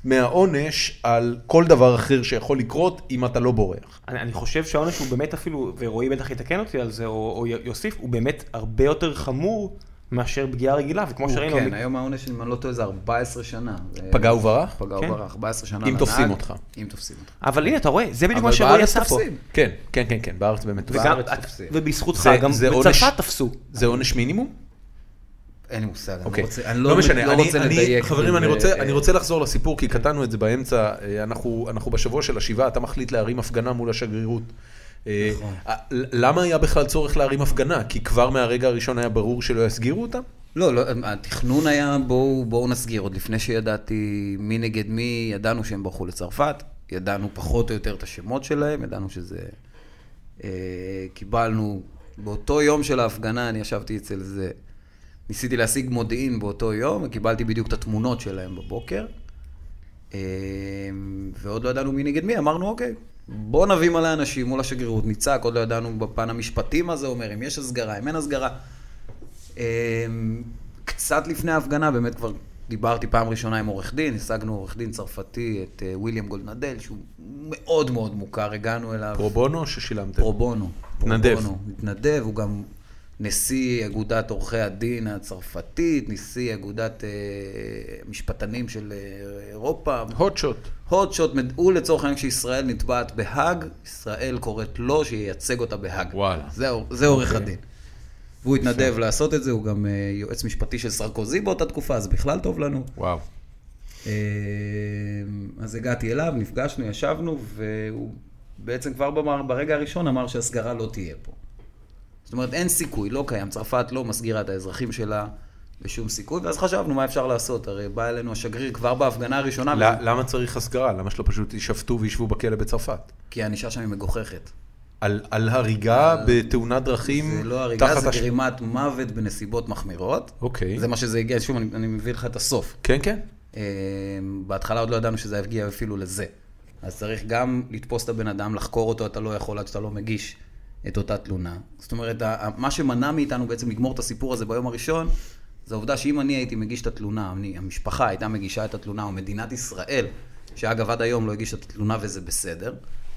מהעונש על כל דבר אחר שיכול לקרות אם אתה לא בורח. אני חושב שהעונש הוא באמת אפילו, ורועי בטח יתקן אותי על זה, או יוסיף, הוא באמת הרבה יותר חמור מאשר פגיעה רגילה, וכמו שראינו... כן, היום העונש, אם אני לא טועה, זה 14 שנה. פגע וברח? פגע וברח, 14 שנה. אם תופסים אותך. אם תופסים אותך. אבל הנה, אתה רואה, זה בדיוק מה שרועי עשה פה. כן, כן, כן, כן, בארץ באמת תופסים. ובזכותך, גם בצרפת תפסו. זה עונש מינימום? אין לי מושג, אני לא רוצה לדייק. חברים, אני רוצה לחזור לסיפור, כי קטענו את זה באמצע. אנחנו בשבוע של השבעה, אתה מחליט להרים הפגנה מול השגרירות. למה היה בכלל צורך להרים הפגנה? כי כבר מהרגע הראשון היה ברור שלא יסגירו אותם? לא, התכנון היה בואו נסגיר. עוד לפני שידעתי מי נגד מי, ידענו שהם ברחו לצרפת, ידענו פחות או יותר את השמות שלהם, ידענו שזה... קיבלנו, באותו יום של ההפגנה, אני ישבתי אצל זה, ניסיתי להשיג מודיעין באותו יום, וקיבלתי בדיוק את התמונות שלהם בבוקר, ועוד לא ידענו מי נגד מי, אמרנו אוקיי, בוא נביא מלא אנשים מול השגרירות, ניצק, עוד לא ידענו בפן המשפטי מה זה אומר, אם יש הסגרה, אם אין הסגרה. קצת לפני ההפגנה, באמת כבר דיברתי פעם ראשונה עם עורך דין, השגנו עורך דין צרפתי, את וויליאם גולדנדל, שהוא מאוד מאוד מוכר, הגענו אליו. פרו בונו ששילמתם? פרו בונו. התנדב. התנדב, הוא גם נשיא אגודת עורכי הדין הצרפתית, נשיא אגודת משפטנים של אירופה. הוטשוט. הוטשוט, הוא לצורך העניין כשישראל נתבעת בהאג, ישראל קוראת לו שייצג אותה בהאג. וואלה. זה עורך הדין. והוא התנדב לעשות את זה, הוא גם יועץ משפטי של סרקוזי באותה תקופה, אז בכלל טוב לנו. וואו. אז הגעתי אליו, נפגשנו, ישבנו, והוא בעצם כבר ברגע הראשון אמר שהסגרה לא תהיה פה. זאת אומרת, אין סיכוי, לא קיים. צרפת לא מסגירה את האזרחים שלה בשום סיכוי, ואז חשבנו מה אפשר לעשות. הרי בא אלינו השגריר כבר בהפגנה הראשונה. למה צריך הסגרה? למה שלא פשוט יישפטו וישבו בכלא בצרפת? כי הענישה שם היא מגוחכת. על הריגה בתאונת דרכים? זה לא הריגה, זה גרימת מוות בנסיבות מחמירות. אוקיי. זה מה שזה הגיע, שוב, אני מביא לך את הסוף. כן, כן. בהתחלה עוד לא ידענו שזה הגיע אפילו לזה. אז צריך גם לתפוס את הבן אדם, לחקור אותו, אתה לא יכול עד שאתה לא מגיש את אותה תלונה. זאת אומרת, מה שמנע מאיתנו בעצם לגמור את הסיפור הזה ביום הראשון, זה העובדה שאם אני הייתי מגיש את התלונה, המשפחה הייתה מגישה את התלונה, או מדינת ישראל, שאגב עד היום לא הגישה את התלונה וזה בסדר,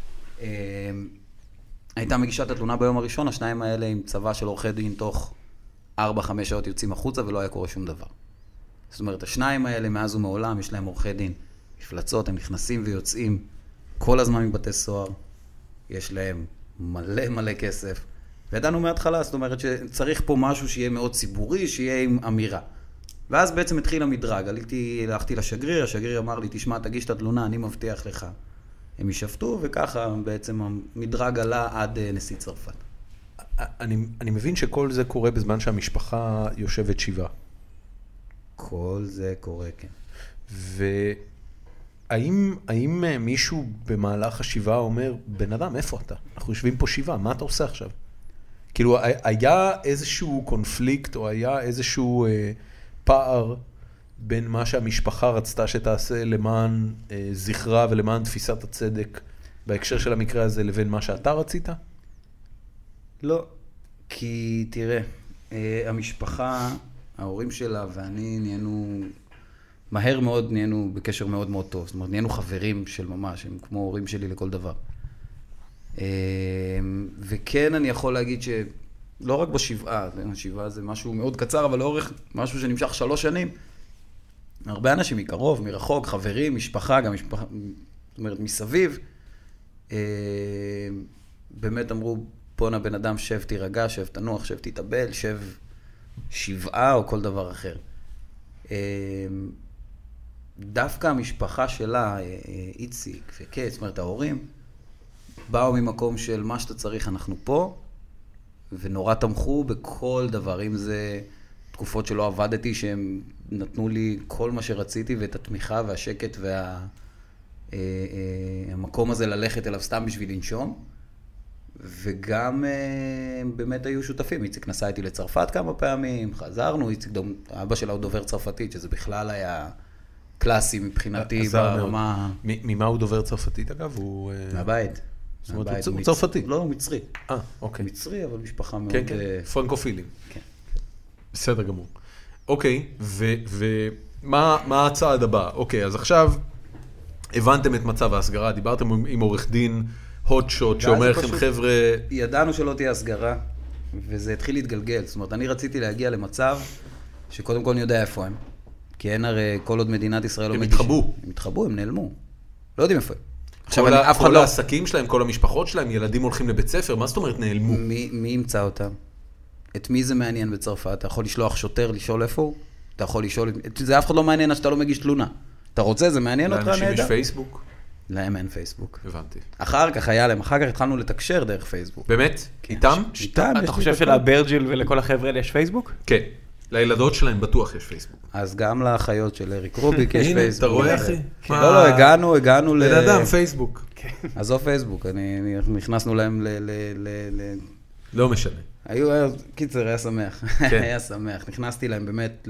הייתה מגישה את התלונה ביום הראשון, השניים האלה עם צבא של עורכי דין תוך 4-5 שעות יוצאים החוצה ולא היה קורה שום דבר. זאת אומרת, השניים האלה מאז ומעולם יש להם עורכי דין, מפלצות, הם נכנסים ויוצאים כל הזמן מבתי סוהר, יש להם מלא מלא כסף, וידענו מההתחלה, זאת אומרת שצריך פה משהו שיהיה מאוד ציבורי, שיהיה עם אמירה. ואז בעצם התחיל המדרג, הלכתי לשגריר, השגריר אמר לי, תשמע, תגיש את התלונה, אני מבטיח לך. הם ישפטו, וככה בעצם המדרג עלה עד נשיא צרפת. אני מבין שכל זה קורה בזמן שהמשפחה יושבת שבעה. כל זה קורה, כן. האם מישהו במהלך השבעה אומר, בן אדם, איפה אתה? אנחנו יושבים פה שבעה, מה אתה עושה עכשיו? כאילו, היה איזשהו קונפליקט, או היה איזשהו פער בין מה שהמשפחה רצתה שתעשה למען זכרה ולמען תפיסת הצדק בהקשר של המקרה הזה, לבין מה שאתה רצית? לא, כי תראה, המשפחה, ההורים שלה ואני נהיינו, מהר מאוד נהיינו בקשר מאוד מאוד טוב. זאת אומרת, נהיינו חברים של ממש, הם כמו הורים שלי לכל דבר. וכן אני יכול להגיד שלא רק בשבעה, השבעה זה משהו מאוד קצר, אבל לאורך משהו שנמשך 3 שנים, הרבה אנשים מקרוב, מרחוק, חברים, משפחה, גם משפחה, זאת אומרת, מסביב, באמת אמרו, בוא בן אדם, שב תירגע, שב תנוח, שב תתאבל, שב שבעה או כל דבר אחר. דווקא המשפחה שלה, איציק וקט, זאת אומרת, ההורים, באו ממקום של מה שאתה צריך, אנחנו פה, ונורא תמכו בכל דבר, אם זה תקופות שלא עבדתי, שהם נתנו לי כל מה שרציתי, ואת התמיכה והשקט והמקום הזה ללכת אליו סתם בשביל לנשום, וגם באמת היו שותפים. איציק נסע איתי לצרפת כמה פעמים, חזרנו, איציק, אבא שלה הוא דובר צרפתית, שזה בכלל היה קלאסי מבחינתי ברמה... ממה הוא דובר צרפתית אגב? מהבית. זאת אומרת, הוא צרפתי? לא, הוא מצרי. אוקיי. מצרי, אבל משפחה מאוד... כן, כן, פרנקופילים. כן. בסדר גמור. אוקיי, ומה הצעד הבא? אוקיי, אז עכשיו הבנתם את מצב ההסגרה, דיברתם עם עורך דין hot shot שאומר לכם חבר'ה... ידענו שלא תהיה הסגרה, וזה התחיל להתגלגל. זאת אומרת, אני רציתי להגיע למצב שקודם כל אני יודע איפה הם. כי אין הרי כל עוד מדינת ישראל לא הם מגישים. התחבאו. הם התחבאו, הם נעלמו. לא יודעים איפה הם. כל העסקים שלהם, כל המשפחות שלהם, ילדים הולכים לבית ספר, מה זאת אומרת נעלמו? מי ימצא אותם? את מי זה מעניין בצרפת? אתה יכול לשלוח שוטר לשאול איפה הוא? אתה יכול לשאול... זה אף אחד לא מעניין שאתה לא מגיש תלונה. אתה רוצה, זה מעניין אותך נהדר? לאנשים יש פייסבוק? להם אין פייסבוק. הבנתי. אחר כך היה להם, אחר כך התחלנו לתקשר דרך פייסבוק. באמת? איתם? איתם, אתה חושב שלברג'יל ולכל החבר'ה האלה יש פייסבוק? כן. לילדות שלהם בטוח יש פייסבוק. אז גם לאחיות של אריק רוביק יש פייסבוק. הנה, אתה רואה אחי? לא, הגענו ל... בן אדם, פייסבוק. עזוב פייסבוק, נכנסנו להם לא משנה. קיצר, היה שמח. היה שמח. נכנסתי להם באמת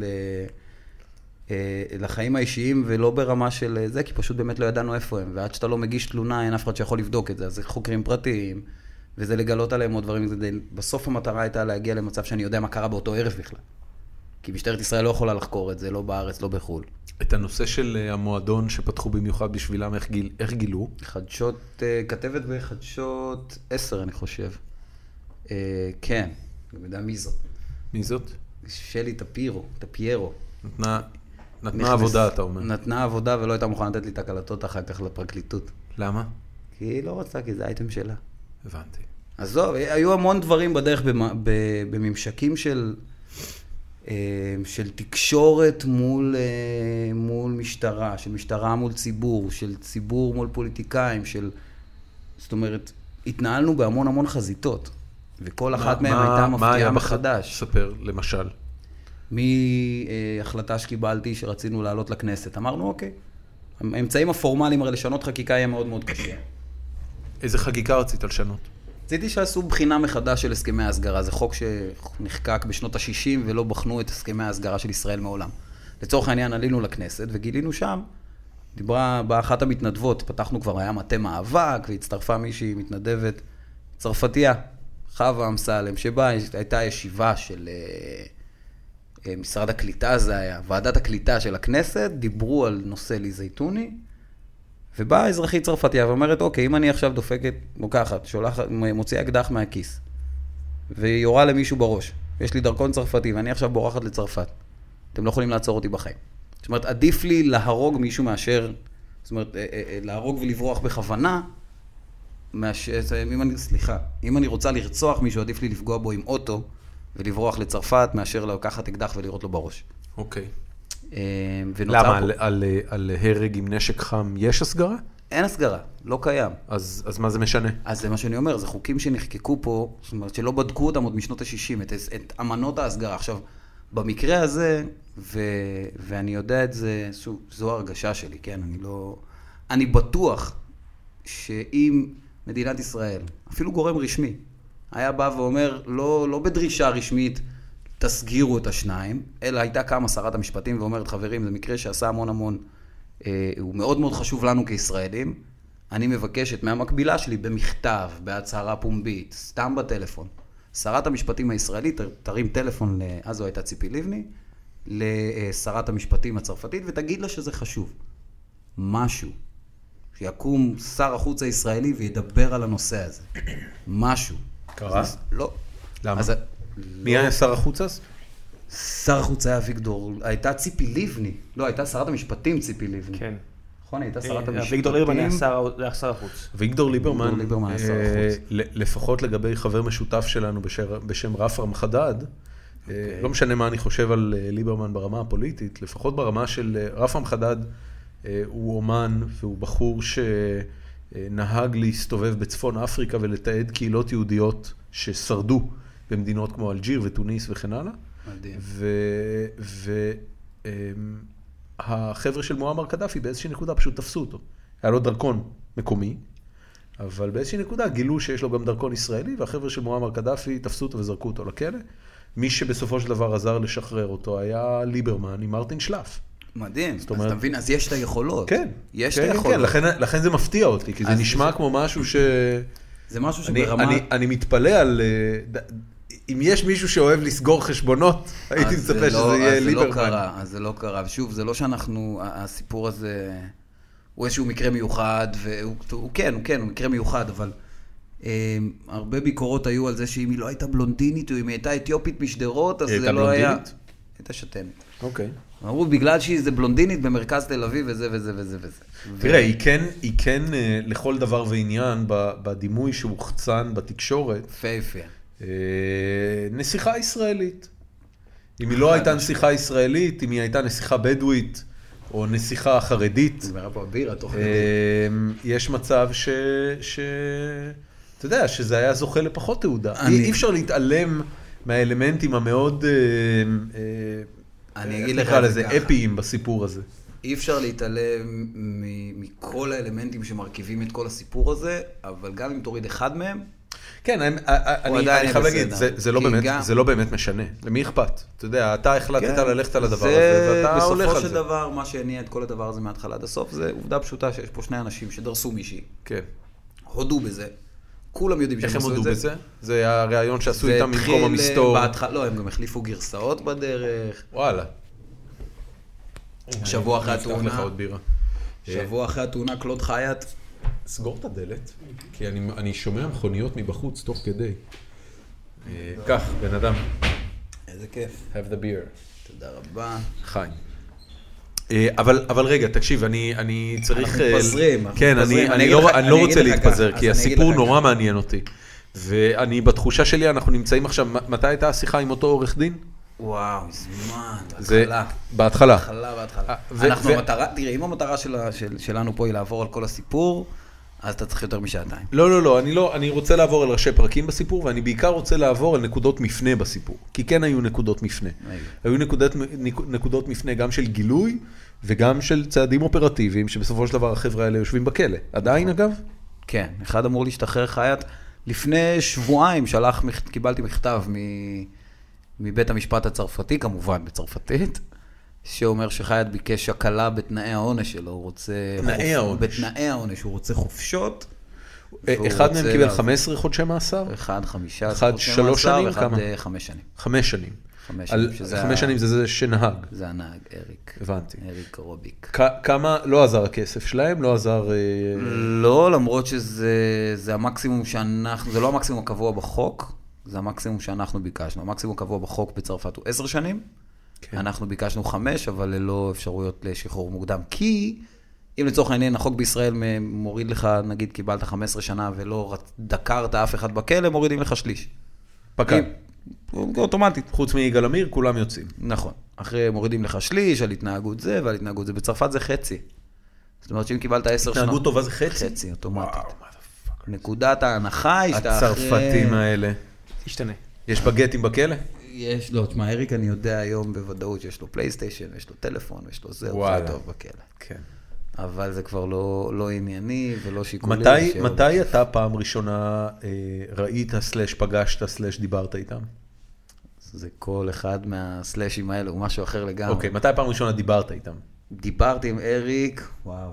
לחיים האישיים, ולא ברמה של זה, כי פשוט באמת לא ידענו איפה הם. ועד שאתה לא מגיש תלונה, אין אף אחד שיכול לבדוק את זה. אז זה חוקרים פרטיים, וזה לגלות עליהם עוד דברים. בסוף המטרה הייתה להגיע למצב שאני יודע מה קרה באותו ערב בכלל. כי משטרת ישראל לא יכולה לחקור את זה, לא בארץ, לא בחול. את הנושא של המועדון שפתחו במיוחד בשבילם, איך גילו? חדשות, כתבת בחדשות 10, אני חושב. כן, אני יודע מי זאת. מי זאת? שלי טפיירו. נתנה עבודה, אתה אומר. נתנה עבודה ולא הייתה מוכנה לתת לי את הקלטות אחר כך לפרקליטות. למה? כי היא לא רצה, כי זה אייטם שלה. הבנתי. עזוב, היו המון דברים בדרך בממשקים של תקשורת מול משטרה, של משטרה מול ציבור, של ציבור מול פוליטיקאים, זאת אומרת, התנהלנו בהמון חזיתות, וכל אחת מהם הייתה מפתיעה מחדש. ספר, למשל. מהחלטה שקיבלתי שרצינו לעלות לכנסת, אמרנו אוקיי, האמצעים הפורמליים הרי לשנות חקיקה יהיה מאוד מאוד קשה. איזה חקיקה רצית לשנות? רציתי שעשו בחינה מחדש של הסכמי ההסגרה, זה חוק שנחקק בשנות ה-60 ולא בחנו את הסכמי ההסגרה של ישראל מעולם. לצורך העניין עלינו לכנסת וגילינו שם, דיברה באחת המתנדבות, פתחנו כבר, היה מטה מאבק והצטרפה מישהי מתנדבת צרפתייה, חווה אמסלם, שבה הייתה ישיבה של משרד הקליטה, זה היה ועדת הקליטה של הכנסת, דיברו על נושא לי זייתוני, ובאה אזרחית צרפתיה ואומרת, אוקיי, אם אני עכשיו דופקת, לוקחת, מוציאה אקדח מהכיס, ויורה למישהו בראש, יש לי דרכון צרפתי, ואני עכשיו בורחת לצרפת, אתם לא יכולים לעצור אותי בחיים. זאת אומרת, עדיף לי להרוג מישהו מאשר, זאת אומרת, להרוג ולברוח בכוונה, אם אני רוצה לרצוח מישהו, עדיף לי לפגוע בו עם אוטו, ולברוח לצרפת, מאשר לקחת אקדח ולירות לו בראש. אוקיי. למה? על הרג עם נשק חם יש הסגרה? אין הסגרה, לא קיים. אז מה זה משנה? אז זה מה שאני אומר, זה חוקים שנחקקו פה, זאת אומרת שלא בדקו אותם עוד משנות ה-60, את אמנות ההסגרה. עכשיו, במקרה הזה, ואני יודע את זה, זו הרגשה שלי, כן? אני בטוח שאם מדינת ישראל, אפילו גורם רשמי, היה בא ואומר, לא בדרישה רשמית, תסגירו את השניים, אלא הייתה קמה שרת המשפטים ואומרת, חברים, זה מקרה שעשה המון, הוא מאוד מאוד חשוב לנו כישראלים, אני מבקשת מהמקבילה שלי במכתב, בהצהרה פומבית, סתם בטלפון, שרת המשפטים הישראלית תרים טלפון, אז זו הייתה ציפי לבני, לשרת המשפטים הצרפתית, ותגיד לה שזה חשוב. משהו. שיקום שר החוץ הישראלי וידבר על הנושא הזה. משהו. קרה? לא. למה? מי היה שר החוץ אז? שר החוץ היה אביגדור, הייתה ציפי לבני. לא, הייתה שרת המשפטים ציפי לבני. כן. נכון, הייתה שרת המשפטים. אביגדור ליברמן היה שר החוץ. אביגדור ליברמן היה שר החוץ. לפחות לגבי חבר משותף שלנו בשם רפרם חדד, לא משנה מה אני חושב על ליברמן ברמה הפוליטית, לפחות ברמה של רפרם חדד, הוא אומן והוא בחור שנהג להסתובב בצפון אפריקה ולתעד קהילות יהודיות ששרדו במדינות כמו אלג'יר וטוניס וכן הלאה. מדהים. והחבר'ה של מועמר קדאפי באיזושהי נקודה פשוט תפסו אותו. היה לו דרכון מקומי, אבל באיזושהי נקודה גילו שיש לו גם דרכון ישראלי, והחבר'ה של מועמר קדאפי תפסו אותו וזרקו אותו לכלא. מי שבסופו של דבר עזר לשחרר אותו היה ליברמן עם מרטין שלף. מדהים, אז אתה מבין, אז יש את היכולות. כן. יש את היכולות. לכן זה מפתיע אותי, כי זה נשמע כמו משהו זה משהו שברמה... אני מתפלא על... אם יש מישהו שאוהב לסגור חשבונות, הייתי מצפה שזה יהיה ליברמן. אז זה לא קרה. ושוב, זה לא שאנחנו, הסיפור הזה, הוא איזשהו מקרה מיוחד, והוא כן, הוא מקרה מיוחד, אבל הרבה ביקורות היו על זה שאם היא לא הייתה בלונדינית, או אם היא הייתה אתיופית משדרות, אז זה לא היה... הייתה שתנת. אוקיי. אמרו, בגלל שהיא זה בלונדינית במרכז תל אביב, וזה וזה וזה וזה. תראה, היא כן לכל דבר ועניין, בדימוי שהוחצן בתקשורת, פייפה. נסיכה ישראלית. אם היא לא הייתה נסיכה ישראלית, אם היא הייתה נסיכה בדואית, או נסיכה חרדית, נגמרה פה הבירה תוך כדי. יש מצב אתה יודע, שזה היה זוכה לפחות תעודה. אי אפשר להתעלם מהאלמנטים המאוד, אני אגיד לך את זה ככה. אפיים בסיפור הזה. אי אפשר להתעלם מכל האלמנטים שמרכיבים את כל הסיפור הזה, אבל גם אם תוריד אחד מהם, כן, אני חייב להגיד, זה לא באמת משנה. למי אכפת? אתה יודע, אתה החלטת ללכת על הדבר הזה, ואתה הולך על זה. בסופו של דבר, מה שהניע את כל הדבר הזה מההתחלה עד הסוף, זה עובדה פשוטה שיש פה שני אנשים שדרסו מישהי. כן. הודו בזה. כולם יודעים שהם עשו את זה. איך הם הודו בזה? זה הרעיון שעשו איתם במקום המסתור. לא, הם גם החליפו גרסאות בדרך. וואלה. שבוע אחרי נפתח לך עוד בירה. שבוע אחרי התאונה, קלוד חייט. סגור את הדלת, כי אני שומע מכוניות מבחוץ תוך כדי. כך, בן אדם. איזה כיף. Have the beer. תודה רבה. חיים. אבל רגע, תקשיב, אני צריך... אנחנו מתפזרים. כן, אני לא רוצה להתפזר, כי הסיפור נורא מעניין אותי. ואני בתחושה שלי, אנחנו נמצאים עכשיו, מתי הייתה השיחה עם אותו עורך דין? וואו, זמן, בהתחלה. בהתחלה. אנחנו המטרה, תראה, אם המטרה שלנו פה היא לעבור על כל הסיפור, אז אתה צריך יותר משעתיים. לא, אני רוצה לעבור על ראשי פרקים בסיפור, ואני בעיקר רוצה לעבור על נקודות מפנה בסיפור. כי כן היו נקודות מפנה. היו נקודות מפנה גם של גילוי, וגם של צעדים אופרטיביים, שבסופו של דבר החבר'ה האלה יושבים בכלא. עדיין אגב? כן, אחד אמור להשתחרר חייט. לפני שבועיים קיבלתי מכתב מבית המשפט הצרפתי, כמובן בצרפתית, שאומר שחייט ביקש הקלה בתנאי העונש שלו, הוא רוצה... בתנאי העונש, הוא רוצה חופשות. אחד מהם קיבל 15 חודשי מאסר? אחד 15 אחד 3 שנים? ואחד 5 שנים. 5 שנים. 5 שנים זה שנהג. זה הנהג, אריק. הבנתי. אריק רוביק. כמה לא עזר הכסף שלהם? לא עזר... לא, למרות שזה המקסימום שאנחנו... זה לא המקסימום הקבוע בחוק, זה המקסימום שאנחנו ביקשנו. המקסימום הקבוע בחוק בצרפת הוא 10 שנים. אנחנו ביקשנו 5, אבל ללא אפשרויות לשחרור מוקדם. כי אם לצורך העניין החוק בישראל מוריד לך, נגיד קיבלת 15 שנה ולא דקרת אף אחד בכלא, מורידים לך שליש. פקד. אוטומטית. חוץ מיגאל עמיר, כולם יוצאים. נכון. אחרי מורידים לך שליש על התנהגות זה ועל התנהגות זה. בצרפת זה חצי. זאת אומרת שאם קיבלת 10 שנה... התנהגות טובה זה חצי? חצי, אוטומטית. נקודת ההנחה היא שאתה אחרי... הצרפתים האלה. ישתנה. יש בגטים בכלא? יש, לא, תשמע, אריק אני יודע היום בוודאות שיש לו פלייסטיישן, יש לו טלפון, יש לו זה, הוא חי טוב בכלא. כן. אבל זה כבר לא ענייני ולא שיקולי. מתי אתה פעם ראשונה ראית סלש פגשת סלש דיברת איתם? זה כל אחד מהסלשים האלה, הוא משהו אחר לגמרי. אוקיי, מתי פעם ראשונה דיברת איתם? דיברתי עם אריק, וואו,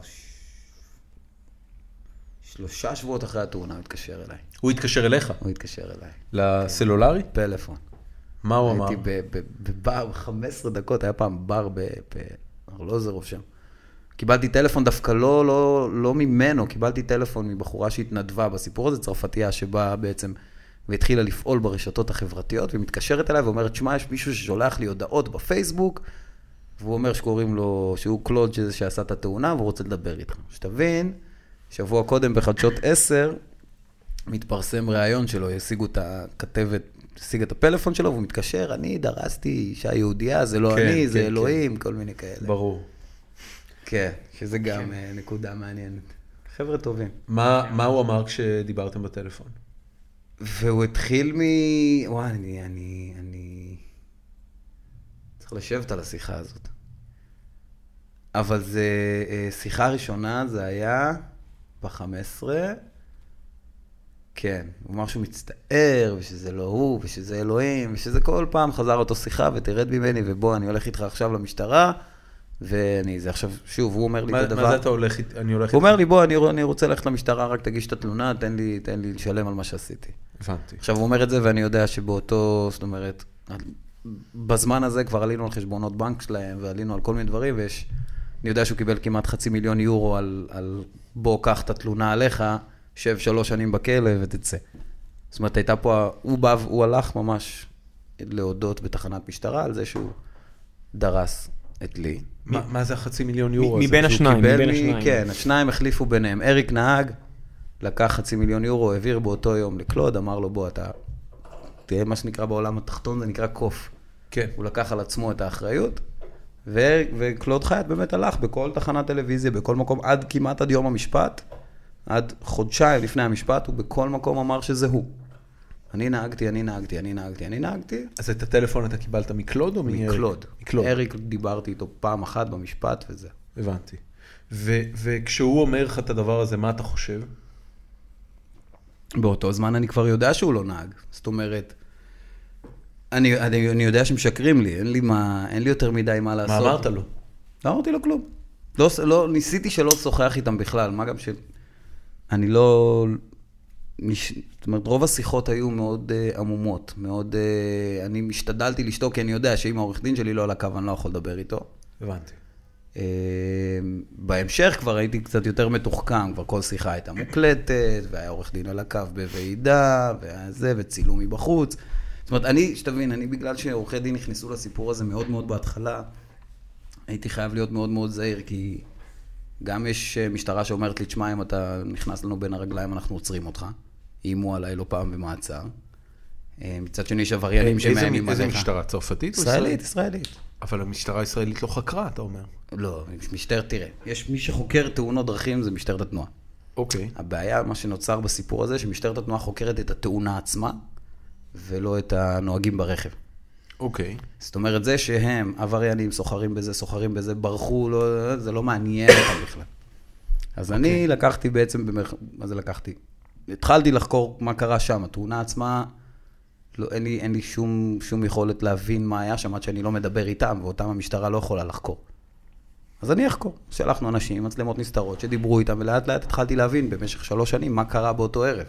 3 שבועות אחרי התאונה הוא התקשר אליי. הוא התקשר אליך? הוא התקשר אליי. לסלולרי? פלאפון. מה הוא אמר? הייתי בבר 15 דקות, היה פעם בר בארלוזרוב שם. קיבלתי טלפון דווקא לא ממנו, קיבלתי טלפון מבחורה שהתנדבה בסיפור הזה, צרפתייה שבאה בעצם והתחילה לפעול ברשתות החברתיות, ומתקשרת אליי ואומרת, שמה, יש מישהו ששולח לי הודעות בפייסבוק, והוא אומר שקוראים לו, שהוא קלוד שזה שעשה את התאונה, והוא רוצה לדבר איתך. שתבין, שבוע קודם בחדשות 10, מתפרסם ראיון שלו, השיגו את הכתבת, השיג את הפלאפון שלו, והוא מתקשר, אני דרסתי אישה יהודייה, זה לא אני, זה אלוהים, כל מיני כאלה. ברור. כן, שזה גם נקודה מעניינת. חבר'ה טובים. מה הוא אמר כשדיברתם בטלפון? והוא התחיל וואי, אני צריך לשבת על השיחה הזאת. אבל זה, שיחה ראשונה זה היה ב-15, כן, הוא אמר שהוא מצטער, ושזה לא הוא, ושזה אלוהים, ושזה כל פעם חזר אותו שיחה, ותרד ממני, ובוא, אני הולך איתך עכשיו למשטרה, זה עכשיו, שוב, הוא אומר לי את הדבר. מה זה אתה הולך איתך? הוא אומר לי, בוא, אני רוצה ללכת למשטרה, רק תגיש את התלונה, תן לי לשלם על מה שעשיתי. הבנתי. עכשיו, הוא אומר את זה, ואני יודע שבאותו, זאת אומרת, בזמן הזה כבר עלינו על חשבונות בנק שלהם, ועלינו על כל מיני דברים, ויש אני יודע שהוא קיבל כמעט 500,000 יורו על בוא, קח את התלונה עליך, שב 3 שנים בכלא ותצא. זאת אומרת, הייתה פה, הוא הלך ממש להודות בתחנת משטרה על זה שהוא דרס את לי. מה זה 500,000 יורו? מבין השניים, כן, השניים החליפו ביניהם. אריק נהג, לקח 500,000 יורו, העביר באותו יום לקלוד, אמר לו, בוא, אתה תהיה מה שנקרא בעולם התחתון, זה נקרא קוף. כן. הוא לקח על עצמו את האחריות, וקלוד חייט באמת הלך בכל תחנת טלוויזיה, בכל מקום, כמעט עד יום המשפט, עד חודשיים לפני המשפט, הוא בכל מקום אמר שזה הוא. אני נהגתי. אז את הטלפון אתה קיבלת מקלוד או מאריק? מקלוד. אריק דיברתי איתו פעם אחת במשפט וזה. הבנתי. וכשהוא אומר לך את הדבר הזה, מה אתה חושב? באותו זמן אני כבר יודע שהוא לא נהג. זאת אומרת, אני יודע שמשקרים לי, אין לי יותר מדי מה לעשות. מה אמרת לו? לא אמרתי לו כלום. ניסיתי שלא לשוחח איתם בכלל, מה גם שאני לא... זאת אומרת, רוב השיחות היו מאוד עמומות, מאוד... אני משתדלתי לשתוק, כי אני יודע שאם העורך דין שלי לא על הקו, אני לא יכול לדבר איתו. הבנתי. בהמשך כבר הייתי קצת יותר מתוחכם, כבר כל שיחה הייתה מוקלטת, והיה עורך דין על הקו בוועידה, וזה, וצילום מבחוץ. זאת אומרת, שתבין, אני בגלל שעורכי דין נכנסו לסיפור הזה מאוד מאוד בהתחלה, הייתי חייב להיות מאוד מאוד זהיר, כי גם יש משטרה שאומרת לי, תשמע, אם אתה נכנס לנו בין הרגליים, אנחנו עוצרים אותך. איימו עליי לא פעם במעצר. מצד שני, יש עבריינים שמאיימים עליך. איזה משטרה? צרפתית או ישראלית? ישראלית. אבל המשטרה הישראלית לא חקרה, אתה אומר. לא, תראה, יש מי שחוקר תאונות דרכים, זה משטרת התנועה. אוקיי. הבעיה, מה שנוצר בסיפור הזה, שמשטרת התנועה חוקרת את התאונה עצמה, ולא את הנוהגים ברכב. אוקיי. זאת אומרת, זה שהם עבריינים, סוחרים בזה, ברחו, זה לא מעניין אותם בכלל. אז אני לקחתי בעצם, מה זה לקחתי? התחלתי לחקור מה קרה שם, התאונה עצמה, אין לי שום יכולת להבין מה היה שם, עד שאני לא מדבר איתם, ואותם המשטרה לא יכולה לחקור. אז אני אחקור. שלחנו אנשים, מצלמות נסתרות, שדיברו איתם, ולאט לאט התחלתי להבין במשך 3 שנים מה קרה באותו ערב.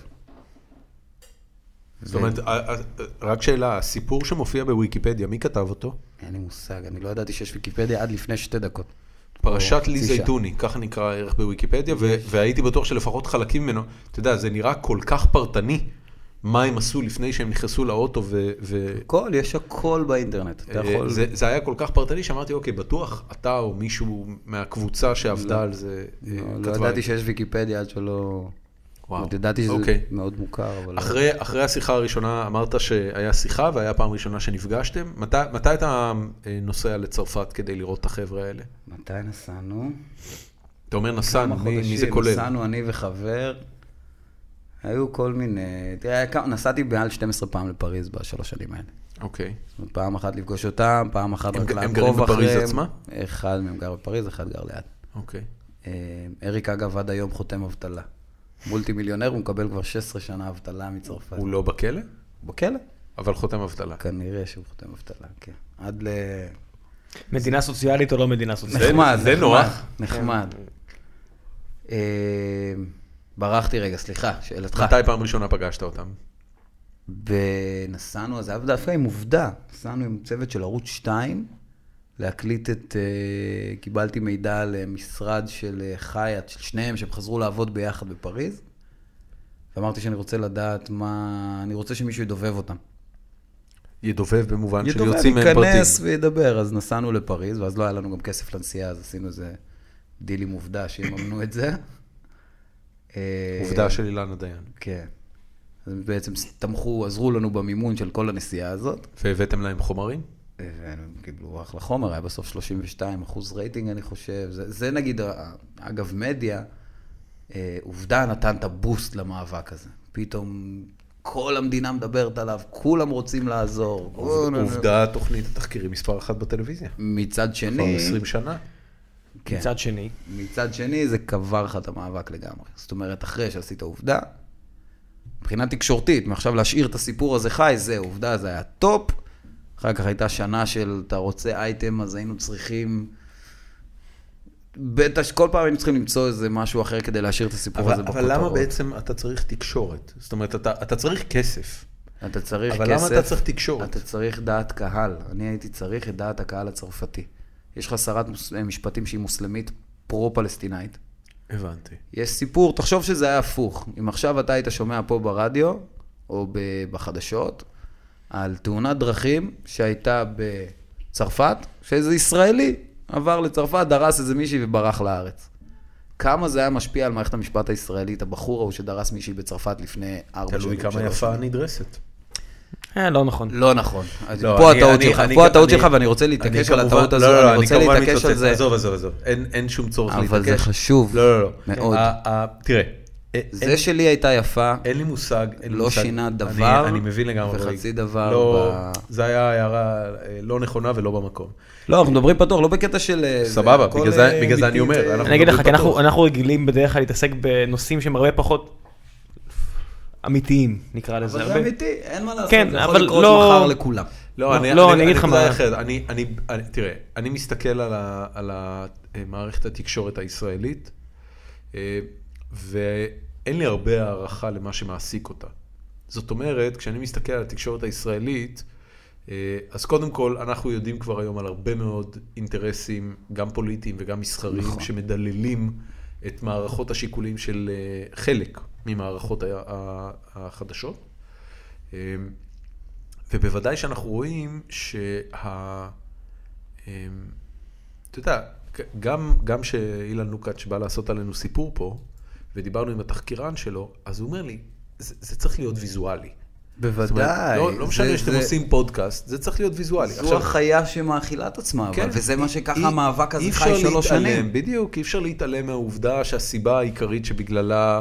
זאת אומרת, רק שאלה, הסיפור שמופיע בוויקיפדיה, מי כתב אותו? אין לי מושג, אני לא ידעתי שיש ויקיפדיה עד לפני 2 דקות. פרשת לי זייתוני, ככה נקרא הערך בוויקיפדיה, והייתי בטוח שלפחות חלקים ממנו, אתה יודע, זה נראה כל כך פרטני, מה הם עשו לפני שהם נכנסו לאוטו יש הכל באינטרנט. זה היה כל כך פרטני שאמרתי, אוקיי, בטוח אתה או מישהו מהקבוצה שעבדה על זה. לא ידעתי שיש ויקיפדיה עד שלא... ידעתי שזה מאוד מוכר. אחרי השיחה הראשונה אמרת שהיה שיחה והיה פעם ראשונה שנפגשתם. מתי אתה נוסע לצרפת כדי לראות את החבר'ה האלה? מתי נסענו? אתה אומר נסענו, מי זה כולל? נסענו אני וחבר. היו כל מיני... תראה, נסעתי מעל 12 פעם לפריז ב3 שנים האלה. אוקיי. פעם אחת לפגוש אותם, פעם אחת רק לעקוב אחריהם. הם גרים בפריז עצמה? אחד מהם גר בפריז, אחד גר ליד. אוקיי. אריק אגב עד היום חותם אבטלה. מולטי מיליונר, הוא מקבל כבר 16 שנה אבטלה מצרפת. הוא לא בכלא? בכלא. אבל חותם אבטלה. כנראה שהוא חותם אבטלה, כן. עד מדינה סוציאלית או לא מדינה סוציאלית? נחמד, זה נוח. נחמד. ברחתי רגע, סליחה, שאלתך. מתי פעם ראשונה פגשת אותם? נסענו, אז זה היה דווקא עם עובדה. נסענו עם צוות של ערוץ 2, להקליט קיבלתי מידע על משרד של חייט, של שניהם, שהם חזרו לעבוד ביחד בפריז. ואמרתי שאני רוצה לדעת אני רוצה שמישהו ידובב אותם. ידובב במובן של יוצאים מהם פרטים. ידובב, ייכנס וידבר. אז נסענו לפריז, ואז לא היה לנו גם כסף לנסיעה, אז עשינו איזה דיל עם עובדה שיממנו את זה. עובדה של אילנה דיין. כן. אז בעצם עזרו לנו במימון של כל הנסיעה הזאת. והבאתם להם חומרים? והם קיבלו אחלה חומר, היה בסוף 32% רייטינג, אני חושב. זה נגיד, אגב, מדיה, עובדה נתן את הבוסט למאבק הזה. פתאום כל המדינה מדברת עליו, כולם רוצים לעזור. עובדה תוכנית התחקירים מספר 1 בטלוויזיה. מצד שני... כבר 20 שנה. כן. מצד שני זה קבר לך את המאבק לגמרי. זאת אומרת, אחרי שעשית עובדה, מבחינה תקשורתית, מעכשיו להשאיר את הסיפור הזה חי, זה עובדה, זה היה טופ. אחר כך הייתה שנה של, אתה רוצה אייטם, אז היינו צריכים, כל פעם היינו צריכים למצוא איזה משהו אחר כדי להשאיר את הסיפור הזה בכותרות. אבל למה בעצם אתה צריך תקשורת? זאת אומרת, אתה צריך כסף. אתה צריך אבל כסף. למה אתה צריך תקשורת? אתה צריך דעת קהל. אני הייתי צריך את דעת הקהל הצרפתי. יש לך שרת משפטים שהיא מוסלמית פרו-פלסטינאית. הבנתי. יש סיפור, תחשוב שזה היה הפוך. אם עכשיו אתה היית שומע פה ברדיו, או בחדשות, על תאונת דרכים שהייתה בצרפת, שאיזה ישראלי עבר לצרפת, דרס איזה מישהי וברח לארץ. כמה זה היה משפיע על מערכת המשפט הישראלית, הבחור ההוא שדרס מישהי בצרפת לפני 4 תלוי כמה יפה נדרסת. לא נכון. לא נכון. פה הטעות שלך, פה הטעות שלך, ואני רוצה להתעקש על הטעות הזו, אני רוצה להתעקש על זה. עזוב. אין שום צורך להתעקש. אבל זה חשוב. לא. מאוד. תראה. זה שלי הייתה יפה. אין לי מושג. לא שינה דבר. אני מבין לגמרי. וחצי דבר. זה היה הערה לא נכונה ולא במקום. לא, אנחנו מדברים פתוח, לא בקטע של... סבבה, בגלל זה אני אומר. אני אגיד לך, כי אנחנו רגילים בדרך כלל להתעסק בנושאים שהם הרבה פחות אמיתיים, נקרא לזה. אבל זה אמיתי, אין מה לעשות. כן, זה יכול אבל לקרות לא... מחר לכולם. לא, אני אגיד לך מה. תראה, אני מסתכל על מערכת התקשורת הישראלית, ואין לי הרבה הערכה למה שמעסיק אותה. זאת אומרת, כשאני מסתכל על התקשורת הישראלית, אז קודם כל, אנחנו יודעים כבר היום על הרבה מאוד אינטרסים, גם פוליטיים וגם מסחריים, שמדללים את מערכות השיקולים של חלק ממערכות החדשות. ובוודאי שאנחנו רואים אתה יודע, גם שאילן לוקאץ' בא לעשות עלינו סיפור פה, ודיברנו עם התחקירן שלו, אז הוא אומר לי, זה צריך להיות ויזואלי. בוודאי. לא משנה שאתם עושים פודקאסט, זה צריך להיות ויזואלי. זו החיה שמאכילה את עצמה, וזה מה שככה המאבק הזה חי 3 שנים. בדיוק, אי אפשר להתעלם מהעובדה שהסיבה העיקרית שבגללה,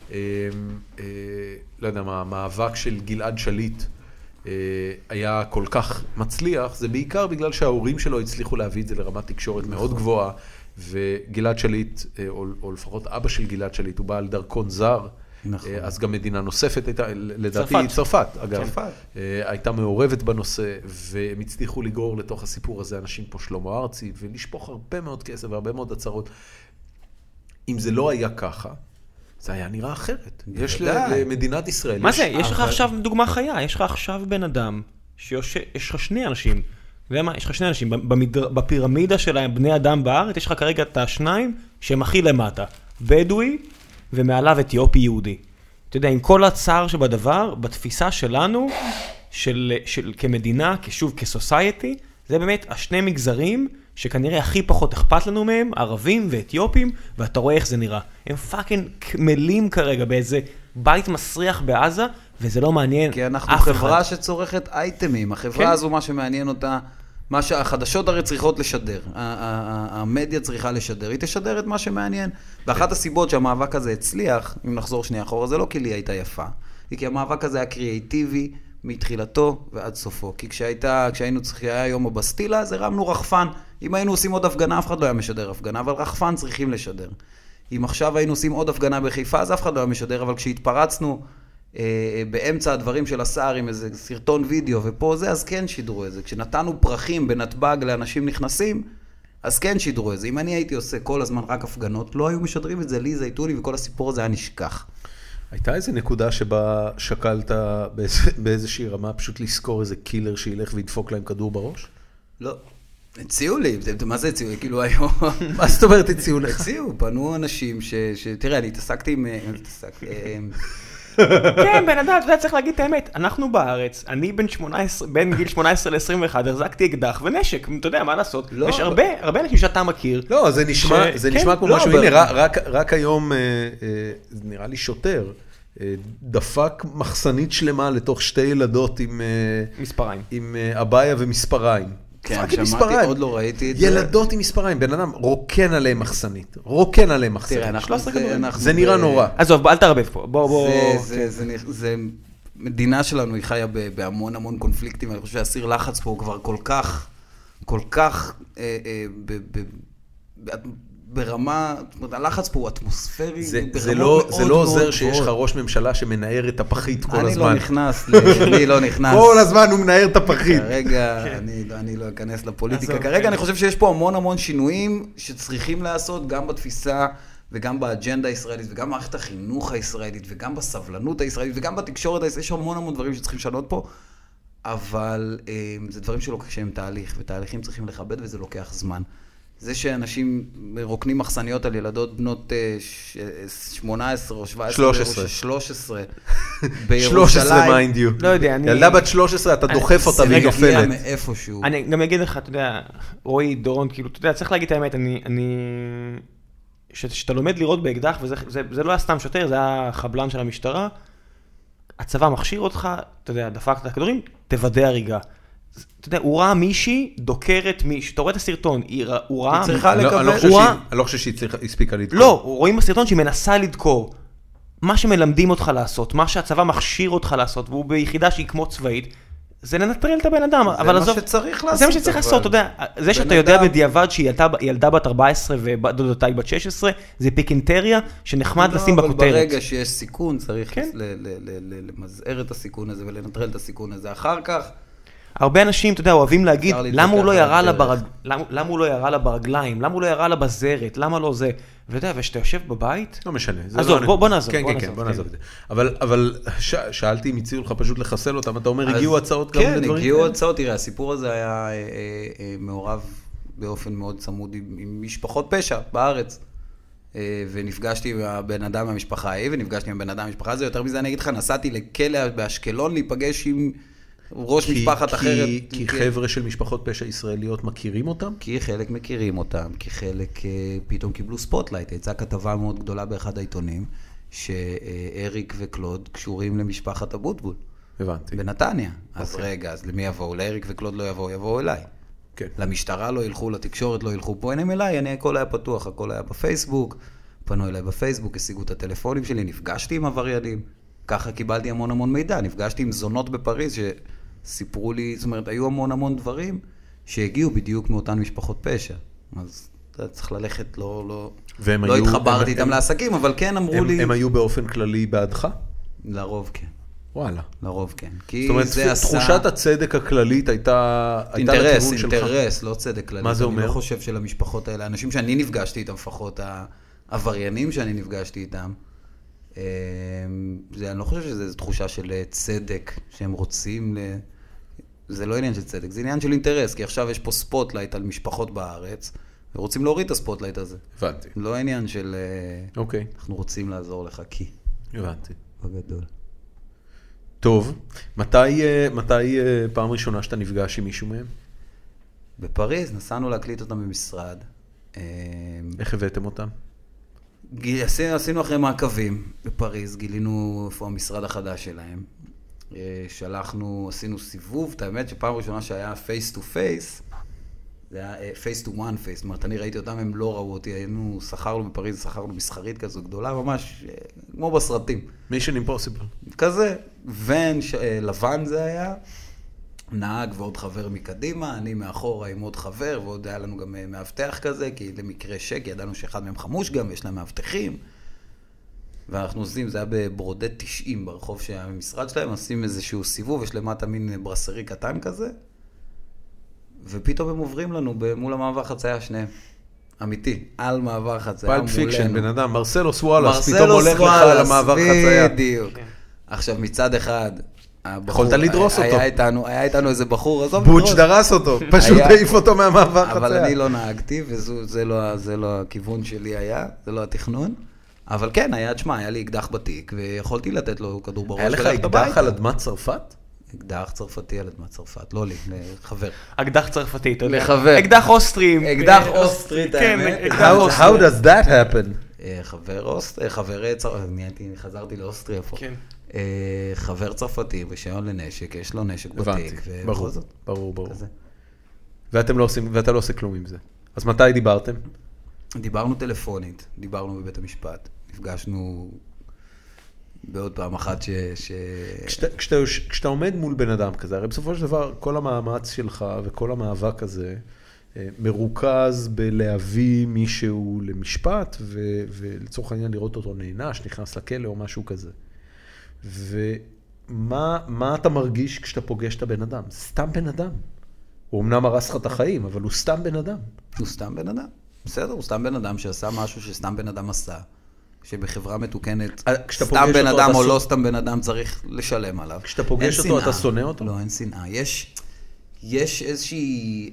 לא יודע מה, המאבק של גלעד שליט היה כל כך מצליח, זה בעיקר בגלל שההורים שלו הצליחו להביא את זה לרמת תקשורת מאוד גבוהה, וגלעד שליט, או לפחות אבא של גלעד שליט, הוא בעל דרכון זר, אז גם מדינה נוספת הייתה, לדעתי צרפת, אגב, הייתה מעורבת בנושא, והם הצליחו לגרור לתוך הסיפור הזה אנשים פה שלמה ארצי, ולשפוך הרבה מאוד כסף והרבה מאוד הצהרות. אם זה לא היה ככה, זה היה נראה אחרת. יש למדינת ישראל... מה זה? יש לך עכשיו דוגמה חיה, יש לך עכשיו בן אדם, יש לך 2 אנשים, יש לך 2 אנשים, בפירמידה של בני אדם בארץ, יש לך כרגע את ה2 שהם הכי למטה, בדואי, ומעליו אתיופי יהודי. אתה יודע, עם כל הצער שבדבר, בתפיסה שלנו, כמדינה, שוב, כסוסייטי, זה באמת 2 מגזרים שכנראה הכי פחות אכפת לנו מהם, ערבים ואתיופים, ואתה רואה איך זה נראה. הם פאקינג קמלים כרגע באיזה בית מסריח בעזה, וזה לא מעניין אף אחד. כי אנחנו חברה שצורכת אייטמים, החברה הזו מה שמעניין אותה, מה שהחדשות הרי צריכות לשדר, המדיה צריכה לשדר, היא תשדר את מה שמעניין. ואחת הסיבות שהמאבק הזה הצליח, אם נחזור שנייה אחורה, זה לא כי לי הייתה יפה, כי המאבק הזה היה קריאיטיבי מתחילתו ועד סופו. כי כשהיינו צריכים, היה יום הבסטילה, אז הרמנו רחפן. אם היינו עושים עוד הפגנה, אף אחד לא היה משדר הפגנה, אבל רחפן צריכים לשדר. אם עכשיו היינו עושים עוד הפגנה בחיפה, אז אף אחד לא היה משדר, אבל כשהתפרצנו באמצע הדברים של השר עם איזה סרטון וידאו ופה זה, אז כן שידרו את זה. כשנתנו פרחים בנתב"ג לאנשים נכנסים, אז כן שידרו את זה. אם אני הייתי עושה כל הזמן רק הפגנות, לא היו משדרים את זה, לי זייתוני, וכל הסיפור הזה היה נשכח. הייתה איזו נקודה שבה שקלת באיזושהי רמה פשוט לזכור איזה קילר שילך וידפוק להם כדור בראש? לא. הציעו לי, מה זה הציעו לי? כאילו היום... מה זאת אומרת הציעו לך? הציעו, פנו אנשים תראה, אני התעסקתי עם... כן, בן אדם, אתה יודע, צריך להגיד את האמת. אנחנו בארץ, אני בין גיל 18 ל-21, החזקתי אקדח ונשק. אתה יודע, מה לעשות? יש הרבה אנשים שאתה מכיר. לא, זה נשמע כמו משהו. הנה, רק היום, נראה לי שוטר, דפק מחסנית שלמה לתוך 2 ילדות עם... מספריים. עם הבעיה ומספריים. כן, שמעתי, עוד לא ראיתי את זה. ילדות עם מספריים, בן אדם רוקן עליהם מחסנית. רוקן עליהם מחסנית. תראה, זה נראה נורא. עזוב, אל תערבב פה. זה מדינה שלנו, היא חיה בהמון קונפליקטים, אני חושב שהסיר לחץ פה הוא כבר כל כך ברמה, הלחץ פה הוא אטמוספרי. זה לא עוזר שיש לך ראש ממשלה שמנער את הפחית כל הזמן. אני לא נכנס. כל הזמן הוא מנער את הפחית. כרגע, אני לא אכנס לפוליטיקה. כרגע אני חושב שיש פה המון שינויים שצריכים לעשות גם בתפיסה וגם באג'נדה הישראלית וגם במערכת החינוך הישראלית וגם בסבלנות הישראלית וגם בתקשורת הישראלית. יש המון דברים שצריכים לשנות פה. אבל זה דברים שהם תהליך, ותהליכים צריכים לכבד וזה לוקח זמן. זה שאנשים רוקנים מחסניות על ילדות בנות 18 או 17, 13 בירושלים. 13 מיינד יו. לא יודע, אני... ילדה בת 13, אתה דוחף אותה והיא נופלת. זה מגיע מאיפשהו. אני גם אגיד לך, אתה יודע, רועי, דורון, כאילו, אתה יודע, צריך להגיד את האמת, שאתה לומד לראות באקדח, וזה לא היה סתם שוטר, זה היה חבלן של המשטרה, הצבא מכשיר אותך, אתה יודע, דפק את הכדורים, תוודא הריגה. אתה יודע, הוא ראה מישהי דוקרת מישהי, אתה רואה את הסרטון, הוא ראה... היא צריכה לקבל... אני לא חושב שהיא הספיקה לדקור. לא, רואים בסרטון שהיא מנסה לדקור. מה שמלמדים אותך לעשות, מה שהצבא מכשיר אותך לעשות, והוא ביחידה שהיא כמו צבאית, זה לנטרל את הבן אדם. זה מה שצריך לעשות. זה מה שצריך לעשות, אתה יודע. זה שאתה יודע בדיעבד שהיא ילדה בת 14 ודודתה בת 16, זה פיקינטריה שנחמד לשים בכותרת. אבל ברגע שיש סיכון, צריך למזער את הסיכון הזה ולנטרל את הסיכון הזה. אחר כך... הרבה אנשים, אתה יודע, אוהבים להגיד, למה הוא לא ירה לה ברגליים, למה הוא לא ירה לה בזרת, למה לא זה. ואתה יודע, ושאתה יושב בבית... לא משנה. עזוב, בוא נעזוב. כן, בוא נעזוב את זה. אבל שאלתי אם הציעו לך פשוט לחסל אותם, אתה אומר, הגיעו הצעות גם לדברים? כן, הגיעו הצעות, תראה, הסיפור הזה היה מעורב באופן מאוד צמוד עם משפחות פשע בארץ. ונפגשתי עם הבן אדם מהמשפחה ההיא, ונפגשתי עם הבן אדם מהמשפחה הזה, יותר מזה אני אגיד לך, נסעתי לכלא באשקלון להיפגש עם ראש משפחת אחרת. כי חבר'ה של משפחות פשע ישראליות מכירים אותם? כי חלק מכירים אותם, כי חלק פתאום קיבלו ספוטלייט. יצאה כתבה מאוד גדולה באחד העיתונים, שאריק וקלוד קשורים למשפחת אבוטבול. הבנתי. בנתניה. אז רגע, אז למי יבואו? לאריק וקלוד לא יבואו, יבואו אליי. כן. למשטרה לא ילכו, לתקשורת לא ילכו, פה אינם אליי, הכל היה פתוח, הכל היה בפייסבוק, פנו אליי בפייסבוק, השיגו את הטלפונים שלי, נפגשתי עם עבריינים, ככה קיבלתי המון מידע, נפגשתי עם זונות בפריז שסיפרו לי, זאת אומרת, היו המון דברים שהגיעו בדיוק מאותן משפחות פשע, אז אתה צריך ללכת, לא התחברתי איתם לעסקים, אבל כן אמרו לי... הם היו באופן כללי בעדך? לרוב כן. וואלה. לרוב כן. זאת אומרת, תחושת הצדק הכללית הייתה לכיוון שלך. אינטרס, לא צדק כללית. מה זה אומר? אני לא חושב שלמשפחות האלה, אנשים שאני נפגשתי איתם, לפחות העבריינים שאני נפגשתי איתם, אני לא חושב שזו תחושה של צדק, שהם רוצים זה לא עניין של צדק, זה עניין של אינטרס, כי עכשיו יש פה ספוטלייט על משפחות בארץ, ורוצים להוריד את הספוטלייט הזה. הבנתי. לא עניין של... אוקיי. אנחנו רוצים לעזור לך, כי... הבנתי. בגדול. טוב, מתי פעם ראשונה שאתה נפגש עם מישהו מהם? בפריז, נסענו להקליט אותם במשרד. איך הבאתם אותם? עשינו אחרי מעקבים בפריז, גילינו איפה המשרד החדש שלהם. עשינו סיבוב, את האמת שפעם ראשונה שהיה face to face, זה היה face to one face, זאת אומרת, אני ראיתי אותם, הם לא ראו אותי, שכרנו בפריז, שכרנו מסחרית כזו גדולה, ממש כמו בסרטים. Mission Impossible. כזה, ון לבן זה היה, נהג ועוד חבר מקדימה, אני מאחורה עם עוד חבר, ועוד היה לנו גם מאבטח כזה, כי למקרה שק, ידענו שאחד מהם חמוש גם, ויש להם מאבטחים, ואנחנו עושים, זה היה בברודט 90 ברחוב שהמשרד שלהם, עושים איזשהו סיבוב, יש למטה מין ברסרי קטן כזה, ופתאום הם עוברים לנו מול המעבר חצייה שניהם. אמיתי, על מעבר חצייה מולנו. פלפ פיקשן, בן אדם, מרסלוס וואלאס, פתאום הולך לך על המעבר חצייה. בדיוק. עכשיו, מצד אחד, יכולת לדרוס אותו. היה איתנו איזה בחור, עזוב בוץ' דרס אותו, פשוט העיף אותו מהמעבר חצייה. אבל אני לא נהגתי, וזה לא הכיוון שלי היה, זה לא התכנון. אבל כן, היה לי אקדח בתיק, ויכולתי לתת לו כדור בראש. היה לך אקדח על אדמת צרפת? אקדח צרפתי על אדמת צרפת, לא לי, לחבר. אקדח צרפתי, אתה יודע. לחבר. אקדח אוסטרי. אקדח אוסטרי, האמת. How does that happen? חזרתי לאוסטריה פה. חבר צרפתי, רישיון לנשק, יש לו נשק בתיק. ברור. ואתה לא עושה כלום עם זה. אז מתי דיברתם? דיברנו טלפונית, דיברנו בבית המשפט, נפגשנו בעוד פעם אחת כשאתה עומד מול בן אדם כזה, הרי בסופו של דבר כל המאמץ שלך וכל המאבק הזה מרוכז בלהביא מישהו למשפט ולצורך העניין לראות אותו נענש, נכנס לכלא או משהו כזה. ומה אתה מרגיש כשאתה פוגש את הבן אדם? סתם בן אדם. הוא אמנם הרס לך את החיים, אבל הוא סתם בן אדם. הוא סתם בן אדם. בסדר, הוא סתם בן אדם שעשה משהו שסתם בן אדם עשה, שבחברה מתוקנת, כשאתה סתם פוגש בן אותו, אדם אתה או שונא- לא סתם בן אדם צריך לשלם עליו. כשאתה פוגש אין אותו, שנאה. אתה שונא אותו? לא, אין שנאה. יש איזושהי...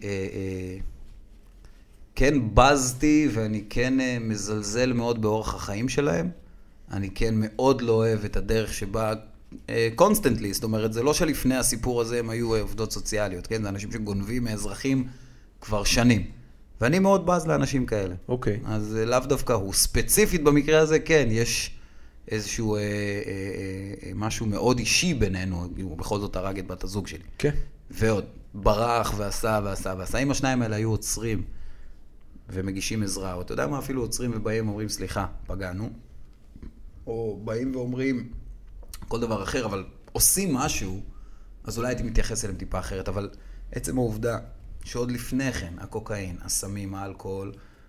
כן בזתי ואני כן מזלזל מאוד באורח החיים שלהם. אני כן מאוד לא אוהב את הדרך שבה... קונסטנטלי, זאת אומרת, זה לא שלפני הסיפור הזה הם היו עובדות סוציאליות, כן? זה אנשים שגונבים מאזרחים כבר שנים. ואני מאוד בז לאנשים כאלה. אוקיי. אז לאו דווקא הוא. ספציפית במקרה הזה, כן, יש איזשהו משהו מאוד אישי בינינו, הוא בכל זאת הרג את בת הזוג שלי. כן. ועוד, ברח ועשה ועשה ועשה. אם השניים האלה היו עוצרים ומגישים עזרה, או אתה יודע מה, אפילו עוצרים ובאים ואומרים, סליחה, פגענו. או באים ואומרים כל דבר אחר, אבל עושים משהו, אז אולי הייתי מתייחס אליהם טיפה אחרת, אבל עצם העובדה שעוד לפני כן, הקוקאין, הסמים, האלכוהול,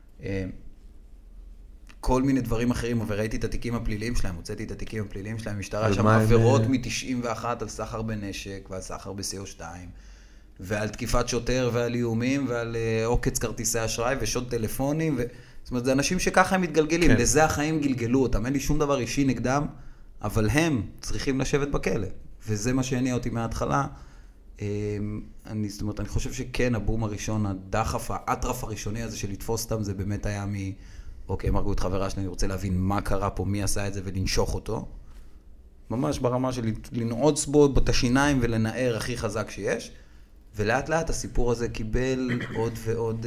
כל מיני דברים אחרים, וראיתי את התיקים הפליליים שלהם, הוצאתי את התיקים הפליליים שלהם, משטרה שם עבירות מ-91 על סחר בנשק ועל סחר ב-CO2, ועל תקיפת שוטר ועל איומים ועל עוקץ כרטיסי אשראי ושוד טלפונים, זאת אומרת, זה אנשים שככה הם מתגלגלים, כן. לזה החיים גלגלו אותם, אין לי שום דבר אישי נגדם, אבל הם צריכים לשבת בכלא, וזה מה שהניע אותי מההתחלה. זאת אומרת, אני חושב שכן, הבום הראשון, הדחף, האטרף הראשוני הזה של לתפוס אותם, זה באמת היה אוקיי, הם הרגו את חברה שלי, אני רוצה להבין מה קרה פה, מי עשה את זה ולנשוך אותו. ממש ברמה של לנעוץ בו את השיניים ולנער הכי חזק שיש. ולאט לאט הסיפור הזה קיבל עוד ועוד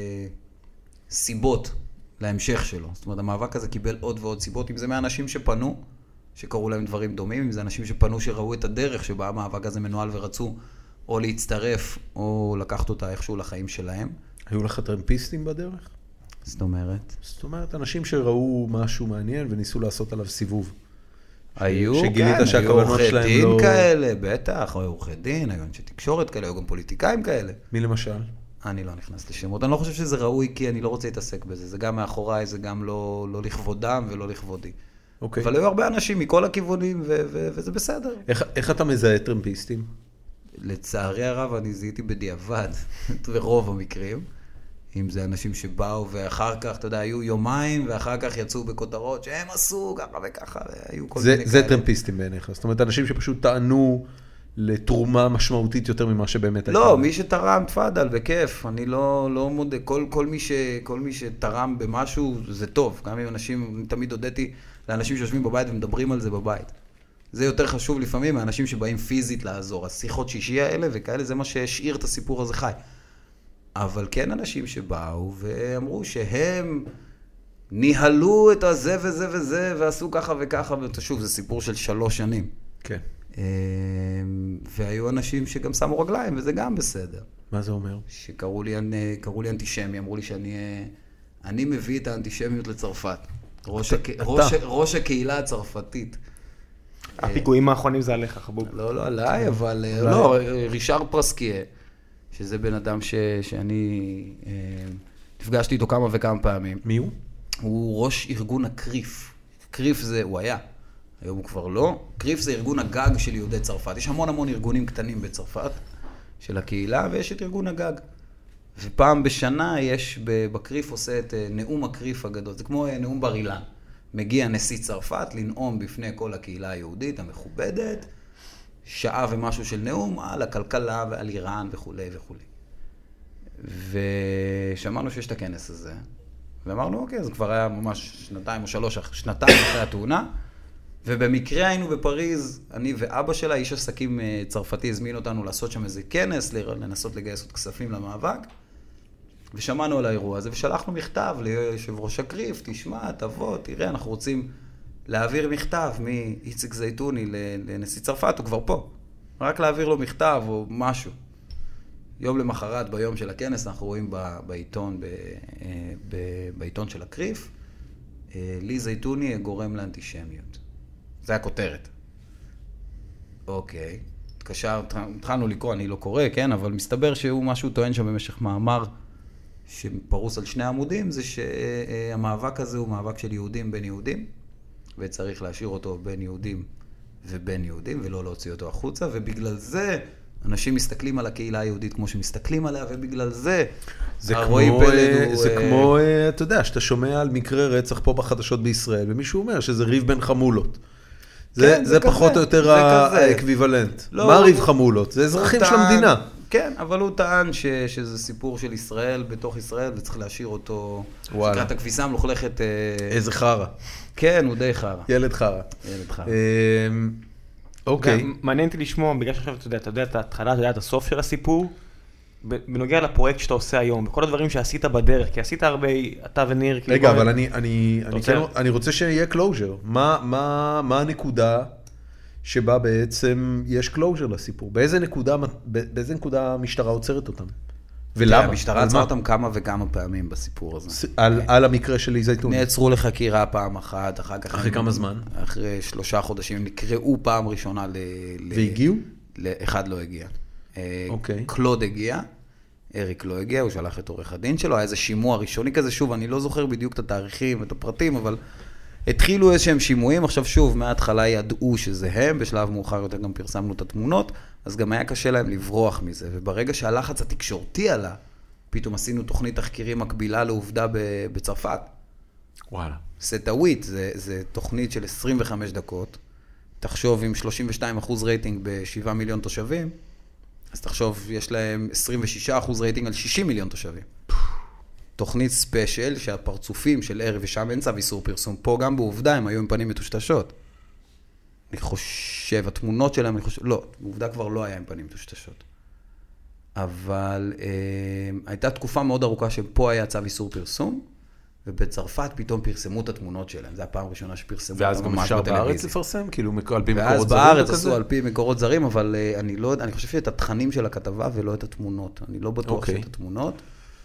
סיבות להמשך שלו. זאת אומרת, המאבק הזה קיבל עוד ועוד סיבות, אם זה מהאנשים שפנו, שקראו להם דברים דומים, אם זה אנשים שפנו שראו את הדרך שבה המאבק הזה מנוהל ורצו או להצטרף או לקחת אותה איכשהו לחיים שלהם. היו לך טרמפיסטים בדרך? זאת אומרת? זאת אומרת, אנשים שראו משהו מעניין וניסו לעשות עליו סיבוב. היו, שגילית כן, שהכוונות היו שלהם עורכי דין לא- כאלה, בטח, היו עורכי דין, היו אנשי תקשורת כאלה, היו גם פוליטיקאים כאלה. מי למשל? אני לא נכנס לשמות, אני לא חושב שזה ראוי כי אני לא רוצה להתעסק בזה, זה גם מאחוריי, זה גם לא לכבודם ולא לכבודי. אוקיי. אבל היו הרבה אנשים מכל הכיוונים וזה בסדר. איך אתה מזהה טרמפיסטים? לצערי הרב אני זיהיתי בדיעבד, ברוב המקרים. אם זה אנשים שבאו ואחר כך, אתה יודע, היו יומיים ואחר כך יצאו בכותרות שהם עשו ככה וככה, והיו כל מיני כאלה. זה טרמפיסטים בעיניך. זאת אומרת, אנשים שפשוט טענו לתרומה משמעותית יותר ממה שבאמת הייתה. לא, מי שתרם תפדל, בכיף. אני לא מודה. כל מי שתרם במשהו זה טוב. גם אם אנשים, אני תמיד הודיתי לאנשים שיושבים בבית ומדברים על זה בבית. זה יותר חשוב לפעמים מהאנשים שבאים פיזית לעזור. השיחות שישי האלה וכאלה, זה מה שהשאיר את הסיפור הזה חי. אבל כן אנשים שבאו ואמרו שהם ניהלו את הזה וזה וזה ועשו ככה וככה, ושוב, זה סיפור של 3 שנים. כן. והיו אנשים שגם שמו רגליים, וזה גם בסדר. מה זה אומר? שקראו לי אנטישמי, אמרו לי אני מביא את האנטישמיות לצרפת. ראש הקהילה הצרפתית. הפיגועים האחרונים זה עליך, חבוב. לא עליי, אבל לא, רישאר פרסקיה, שזה בן אדם שאני נפגשתי איתו כמה וכמה פעמים. מי הוא? הוא ראש ארגון הקריף. קריף זה, הוא היה. היום הוא כבר לא. קריף זה ארגון הגג של יהודי צרפת. יש המון ארגונים קטנים בצרפת של הקהילה, ויש את ארגון הגג. ופעם בשנה יש, בקריף עושה את נאום הקריף הגדול. זה כמו נאום בר אילן. מגיע נשיא צרפת לנאום בפני כל הקהילה היהודית המכובדת, שעה ומשהו של נאום על הכלכלה ועל איראן וכו' וכו'. ושמענו שיש את הכנס הזה, ואמרנו, אוקיי, זה כבר היה ממש 2 או 3, שנתיים אחרי התאונה, ובמקרה היינו בפריז, אני ואבא שלה, איש עסקים צרפתי, הזמין אותנו לעשות שם איזה כנס, לנסות לגייס עוד כספים למאבק, ושמענו על האירוע הזה, ושלחנו מכתב ליושב ראש הקריף, תשמע, תבוא, תראה, אנחנו רוצים להעביר מכתב מאיציק זייתוני לנשיא צרפת, הוא כבר פה. רק להעביר לו מכתב או משהו. יום למחרת, ביום של הכנס, אנחנו רואים בעיתון של הקריף, לי זייתוני גורם לאנטישמיות. זה הכותרת. אוקיי. התחלנו לקרוא, אני לא קורא, כן, אבל מסתבר שהוא משהו טוען שם במשך מאמר שפרוס על 2 עמודים, זה שהמאבק הזה הוא מאבק של יהודים בין יהודים, וצריך להשאיר אותו בין יהודים ובין יהודים, ולא להוציא אותו החוצה, ובגלל זה אנשים מסתכלים על הקהילה היהודית כמו שמסתכלים עליה, ובגלל זה זה הרועי כמו, פלד הוא... זה כמו, אתה יודע, שאתה שומע על מקרה רצח פה בחדשות בישראל, ומישהו אומר שזה ריב בין חמולות. זה פחות או יותר האקוויוולנט. מה ריב חמולות? זה אזרחים של המדינה. כן, אבל הוא טען שזה סיפור של ישראל בתוך ישראל, וצריך להשאיר אותו... שקראת הכביסה המלוכלכת... איזה חרה. כן, הוא די חרה. ילד חרה. ילד חרה. אוקיי. מעניין אותי לשמוע, בגלל שעכשיו אתה יודע את ההתחלה, אתה יודע את הסוף של הסיפור, בנוגע לפרויקט שאתה עושה היום, וכל הדברים שעשית בדרך, כי עשית הרבה, אתה וניר... רגע, אבל אני רוצה שיהיה קלוז'ר. מה הנקודה שבה בעצם יש קלוז'ר לסיפור? באיזה נקודה המשטרה עוצרת אותם? ולמה? המשטרה עצרה אותם כמה וכמה פעמים בסיפור הזה. על המקרה של לי זייתוני. נעצרו לחקירה פעם אחת, אחר כך... אחרי כמה זמן? אחרי 3 חודשים, נקראו פעם ראשונה והגיעו? אחד לא הגיע. אוקיי. קלוד הגיע, אריק לא הגיע, הוא שלח את עורך הדין שלו, היה איזה שימוע ראשוני כזה, שוב, אני לא זוכר בדיוק את התאריכים ואת הפרטים, אבל התחילו איזשהם שימועים, עכשיו שוב, מההתחלה ידעו שזה הם, בשלב מאוחר יותר גם פרסמנו את התמונות, אז גם היה קשה להם לברוח מזה, וברגע שהלחץ התקשורתי עלה, פתאום עשינו תוכנית תחקירים מקבילה לעובדה בצרפת. וואלה. סטאווית, זה תוכנית של 25 דקות, תחשוב עם 32% רייטינג ב7 מיליון תושבים, אז תחשוב, יש להם 26% רייטינג על 60 מיליון תושבים. תוכנית ספיישל שהפרצופים של ערב ושם אין צו איסור פרסום, פה גם בעובדה הם היו עם פנים מטושטשות. אני חושב, התמונות שלהם, לא, בעובדה כבר לא היה עם פנים מטושטשות. אבל הייתה תקופה מאוד ארוכה שפה היה צו איסור פרסום, ובצרפת פתאום פרסמו את התמונות שלהם. זו הפעם הראשונה שפרסמו ואז גם אפשר בארץ לפרסם? כאילו על פי מקורות זרים? ואז בארץ עשו על פי מקורות זרים, אבל אני חושב שאת התכנים של הכתבה ולא את התמונות. אני לא בטוח שאת התמונות.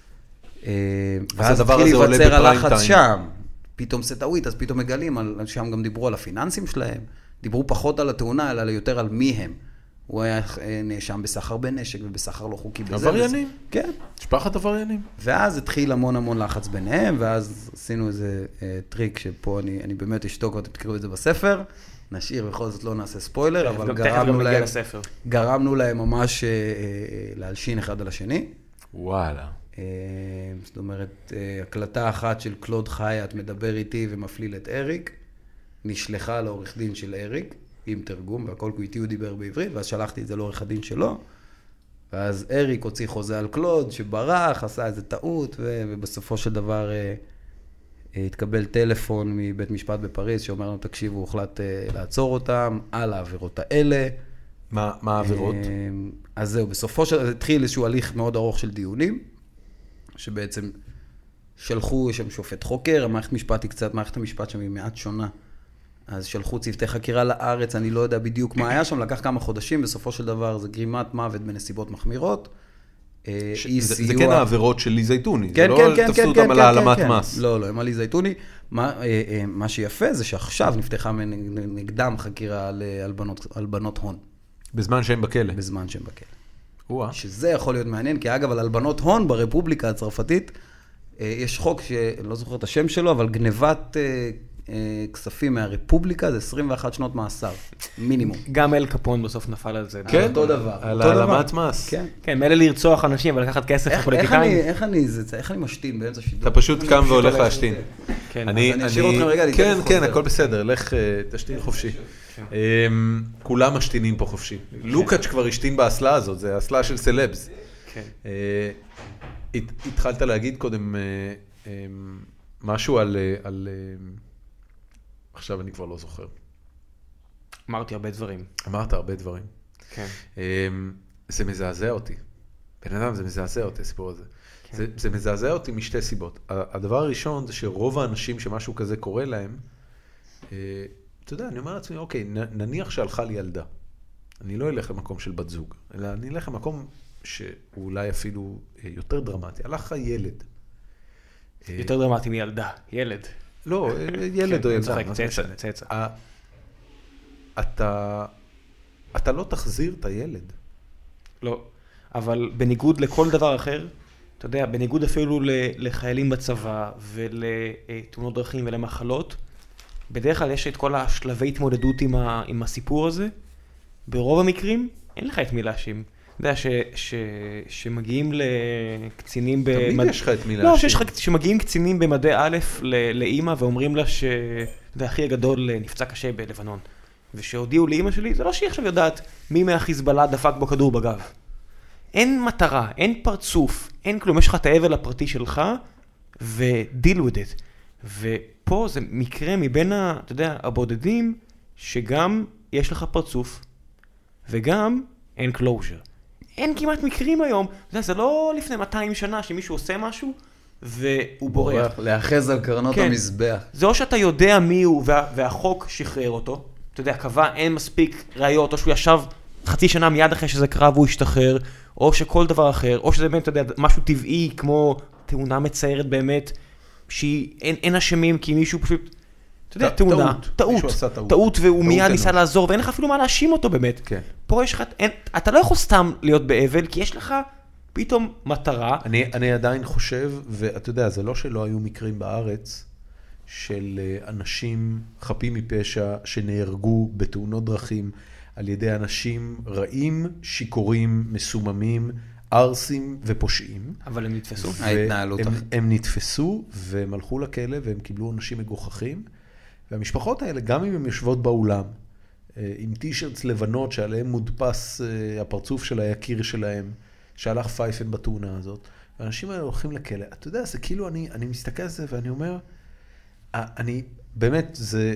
ואז התחיל להיווצר הלחץ שם. פתאום סטאווית, אז פתאום מגלים, שם גם דיברו על הפיננסים שלהם, דיברו פחות על התאונה, אלא יותר על מי הם. הוא היה נאשם בסחר בנשק ובסחר לא חוקי. עבריינים? כן. משפחת עבריינים. ואז התחיל המון לחץ ביניהם, ואז עשינו איזה טריק שפה אני באמת אשתוק ואתם תקראו את זה בספר, נשאיר בכל זאת לא נעשה ספוילר, אבל גרמנו להם ממש להלשין אחד על השני. וואלה. זאת אומרת, הקלטה אחת של קלוד חייט מדבר איתי ומפליל את אריק, נשלחה לעורך דין של אריק, עם תרגום, והכל איתי הוא דיבר בעברית, ואז שלחתי את זה לעורך הדין שלו, ואז אריק הוציא חוזה על קלוד, שברח, עשה איזה טעות, ובסופו של דבר התקבל טלפון מבית משפט בפריז, שאומר לנו, תקשיבו, הוחלט לעצור אותם, על העבירות האלה. מה העבירות? אז זהו, בסופו של דבר התחיל איזשהו הליך מאוד ארוך של דיונים, שבעצם שלחו שם שופט חוקר, מערכת המשפט שם היא מעט שונה, אז שלחו צוותי חקירה לארץ, אני לא יודע בדיוק מה היה שם, לקח כמה חודשים, בסופו של דבר זה גרימת מוות בנסיבות מחמירות. זה כן העבירות של לי זייתוני, כן, זה לא תפסו אותם על העלמת מס. לא, הם על לי זייתוני. מה שיפה זה שעכשיו נפתחה נגדם חקירה על בנות הון. בזמן שהם בכלא. בזמן שהם בכלא. שזה יכול להיות מעניין, כי אגב, על הלבנות הון ברפובליקה הצרפתית, יש חוק שאני לא זוכר את השם שלו, אבל גנבת כספים מהרפובליקה, זה 21 שנות מאסר, מינימום. גם אל קפון בסוף נפל על זה. כן, אותו דבר. על העלמת מס. כן, מילא לרצוח אנשים ולקחת כסף לפוליטיקאים. איך אני משתין באמצע שידור? אתה פשוט קם והולך להשתין. אני אשאיר אתכם רגע להתאר כן, חוזר. כן, הכל בסדר, לך תשתין חופשי. כולם משתינים פה חופשי. לוקאץ' כבר השתין באסלה הזאת, זה האסלה של סלבס. התחלת להגיד קודם משהו על... עכשיו אני כבר לא זוכר. אמרתי הרבה דברים. אמרת הרבה דברים. כן. זה מזעזע אותי. בן אדם, זה מזעזע אותי, הסיפור הזה. זה מזעזע אותי משתי סיבות. הדבר הראשון זה שרוב האנשים שמשהו כזה קורה להם, אתה יודע, אני אומר לעצמי, אוקיי, נניח שהלכה לי ילדה. אני לא אלך למקום של בת זוג, אלא אני אלך למקום שהוא אולי אפילו יותר דרמטי. הלך ילד. יותר דרמטי מילדה, ילד. לא, ילד או ילדה. צאצא. אתה לא תחזיר את הילד. לא, אבל בניגוד לכל דבר אחר, אתה יודע, בניגוד אפילו לחיילים בצבא ולתאונות דרכים ולמחלות, בדרך כלל יש את כל השלבי התמודדות עם הסיפור הזה. ברוב המקרים אין לך את מי להאשים. יודע, שמגיעים לקצינים תמיד יש לך את מי לא, להאשים. שמגיעים קצינים במדי א' לאמא ואומרים לה אחי הגדול נפצע קשה בלבנון. ושהודיעו לאמא שלי, זה לא שהיא עכשיו יודעת מי מהחיזבאללה דפק בו כדור בגב. אין מטרה, אין פרצוף, אין כלום. יש לך את האבל הפרטי שלך, ו-deal with it. ופה זה מקרה מבין, אתה יודע, הבודדים, שגם יש לך פרצוף, וגם אין closure. אין כמעט מקרים היום. זה לא לפני 200 שנה שמישהו עושה משהו, והוא בורח. להאחז על קרנות כן. המזבח. זה או שאתה יודע מי הוא, והחוק שחרר אותו. אתה יודע, קבע, אין מספיק ראיות, או שהוא ישב חצי שנה מיד אחרי שזה קרה והוא השתחרר, או שכל דבר אחר, או שזה באמת, אתה יודע, משהו טבעי, כמו תאונה מצערת באמת, שאין אשמים, כי מישהו פשוט, אתה יודע, תאונה, טעות, והוא מיד ניסה לעזור, ואין לך אפילו מה להאשים אותו באמת. כן. פה יש לך, אתה לא יכול סתם להיות באבל, כי יש לך פתאום מטרה. אני עדיין חושב, ואתה יודע, זה לא שלא היו מקרים בארץ, של אנשים חפים מפשע שנהרגו בתאונות דרכים על ידי אנשים רעים, שיכורים, מסוממים, ארסים ופושעים. אבל הם נתפסו. ההתנהלות. הם נתפסו והם הלכו לכלא והם קיבלו עונשים מגוחכים. והמשפחות האלה, גם אם הן יושבות באולם, עם טישרטס לבנות שעליהם מודפס הפרצוף של היקיר שלהם, שהלך פייפן בתאונה הזאת, והאנשים האלה הולכים לכלא. אתה יודע, זה כאילו אני מסתכל על זה ואני אומר, אני, באמת, זה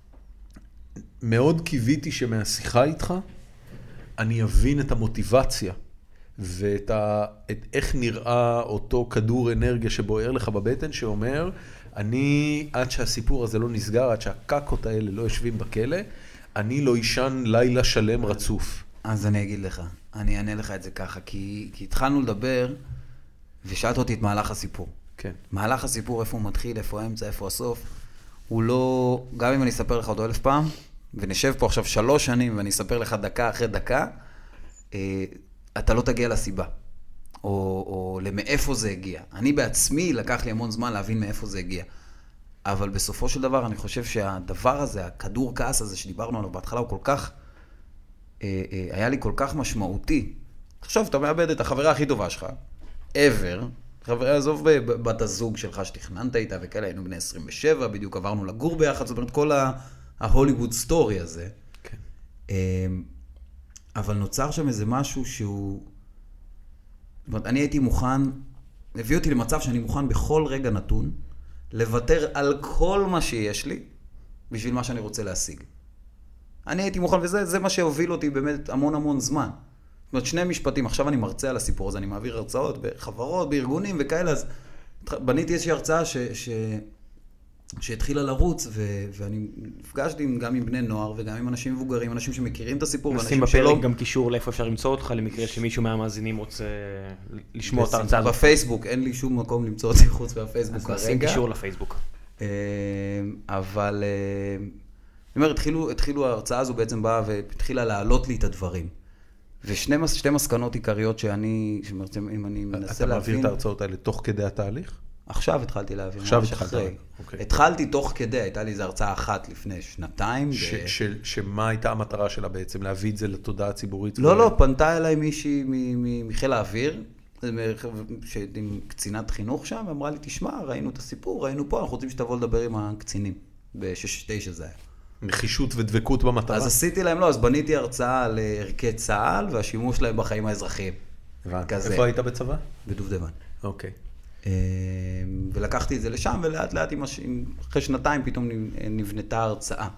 מאוד קיוויתי שמהשיחה איתך, אני אבין את המוטיבציה, ואת איך נראה אותו כדור אנרגיה שבוער לך בבטן, שאומר, אני, עד שהסיפור הזה לא נסגר, עד שהקקות האלה לא יושבים בכלא, אני לא אישן לילה שלם רצוף. אז אני אגיד לך, אני אענה לך את זה ככה, כי התחלנו לדבר, ושאלת אותי את מהלך הסיפור. כן. מהלך הסיפור, איפה הוא מתחיל, איפה האמצע, איפה הסוף, הוא לא, גם אם אני אספר לך אותו 1000 פעם, ונשב פה עכשיו 3 שנים, ואני אספר לך דקה אחרי דקה, אתה לא תגיע לסיבה, או למאיפה זה הגיע. אני בעצמי לקח לי המון זמן להבין מאיפה זה הגיע. אבל בסופו של דבר, אני חושב שהדבר הזה, הכדור כעס הזה שדיברנו עליו בהתחלה, הוא כל כך, היה לי כל כך משמעותי. עכשיו, אתה מאבד את החברה הכי טובה שלך, ever, חבר'ה, עזוב בת הזוג שלך שתכננת איתה וכאלה, היינו בני 27, בדיוק עברנו לגור ביחד, זאת אומרת, כל ההוליווד סטורי הזה. כן. אבל נוצר שם איזה משהו שהוא, זאת אומרת, אני הייתי מוכן, הביא אותי למצב שאני מוכן בכל רגע נתון, לוותר על כל מה שיש לי, בשביל מה שאני רוצה להשיג. אני הייתי מוכן, וזה מה שהוביל אותי באמת המון המון זמן. זאת אומרת, 2 משפטים, עכשיו אני מרצה על הסיפור הזה, אני מעביר הרצאות בחברות, בארגונים וכאלה, אז בניתי איזושהי הרצאה שהתחילה לרוץ, ואני נפגשתי גם עם בני נוער וגם עם אנשים מבוגרים, אנשים שמכירים את הסיפור, נשים בפרק גם קישור לאיפה אפשר למצוא אותך, למקרה שמישהו מהמאזינים רוצה לשמוע את ההרצאה הזאת. בפייסבוק, אין לי שום מקום למצוא אותי חוץ מהפייסבוק כרגע. אז נשים קישור לפייסבוק. אבל, אני אומר, התחילו ההרצאה הזו בעצם באה והתחילה להעלות לי את הדברים. ושתי מסקנות עיקריות שאני, אם אני מנסה להבין... אתה מעביר את ההרצאות האלה תוך כדי התהליך? עכשיו התחלתי להבין. עכשיו התחלתי. התחלתי תוך כדי, הייתה לי איזו הרצאה אחת לפני 2 שנתיים. שמה הייתה המטרה שלה בעצם? להביא את זה לתודעה הציבורית? לא, פנתה אליי מישהי מחיל האוויר, עם קצינת חינוך שם, ואמרה לי, תשמע, ראינו את הסיפור, ראינו פה, אנחנו רוצים שתבוא לדבר עם הקצינים. ב-6-9 זה היה. נחישות ודבקות במטרה? אז עשיתי להם, לא, אז בניתי הרצאה על ערכי צה"ל, והשימוש להם בחיים האזרחיים. איפה היית בצבא? בדובדבן. אוקיי. ולקחתי את זה לשם, ולאט לאט, אחרי 2 פתאום נבנתה הרצאה.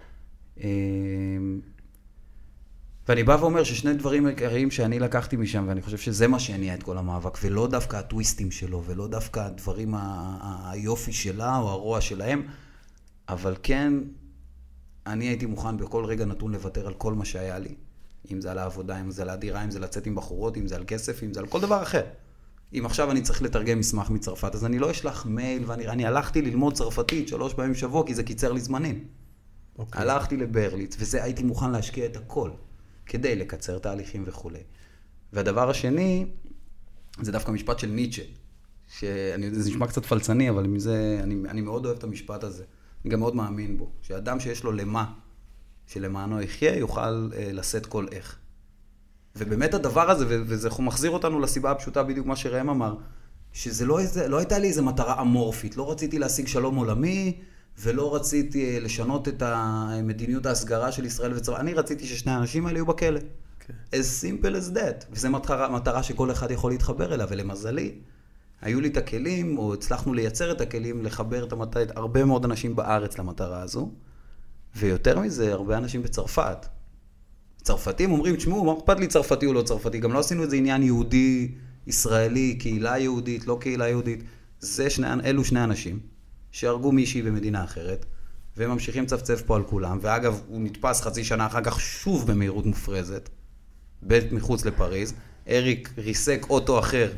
ואני בא ואומר ששני דברים עיקריים שאני לקחתי משם, ואני חושב שזה מה שהניע את כל המאבק, ולא דווקא הטוויסטים שלו, ולא דווקא הדברים היופי שלה או הרוע שלהם, אבל כן, אני הייתי מוכן בכל רגע נתון לוותר על כל מה שהיה לי. אם זה על העבודה, אם זה על הדירה, אם זה לצאת עם בחורות, אם זה על כסף, אם זה על כל דבר אחר. אם עכשיו אני צריך לתרגם מסמך מצרפת, אז אני לא אשלח מייל, ואני הלכתי ללמוד צרפתית 3 פעמים בשבוע, כי זה קיצר לי זמנים. הלכתי לברליץ, וזה הייתי מוכן להשקיע את הכל, כדי לקצר תהליכים וכו'. והדבר השני, זה דווקא משפט של ניטשה, זה נשמע קצת פלצני, אבל מזה, אני מאוד אוהב את המשפט הזה. אני גם מאוד מאמין בו, שאדם שיש לו למה, שלמענו יחיה, יוכל לשאת כל איך. ובאמת הדבר הזה, וזה מחזיר אותנו לסיבה הפשוטה בדיוק מה שראם אמר, שזה לא הייתה לי איזו מטרה אמורפית, לא רציתי להשיג שלום עולמי, ולא רציתי לשנות את המדיניות ההסגרה של ישראל וצבא, אני רציתי ששני האנשים האלה יהיו בכלא. As simple as that. וזו מטרה שכל אחד יכול להתחבר אליה, ולמזלי, היו לי את הכלים, או הצלחנו לייצר את הכלים, לחבר את הרבה מאוד אנשים בארץ למטרה הזו, ויותר מזה, הרבה אנשים בצרפת. צרפתים אומרים, תשמעו, מה אכפת לי צרפתי או לא צרפתי? גם לא עשינו את זה עניין יהודי, ישראלי, קהילה יהודית, לא קהילה יהודית. אלו שני אנשים שהרגו מישהי במדינה אחרת, והם ממשיכים לצפצף פה על כולם, ואגב, הוא נתפס חצי שנה אחר כך שוב במהירות מופרזת, מחוץ לפריז. אריק ריסק אוטו אחר,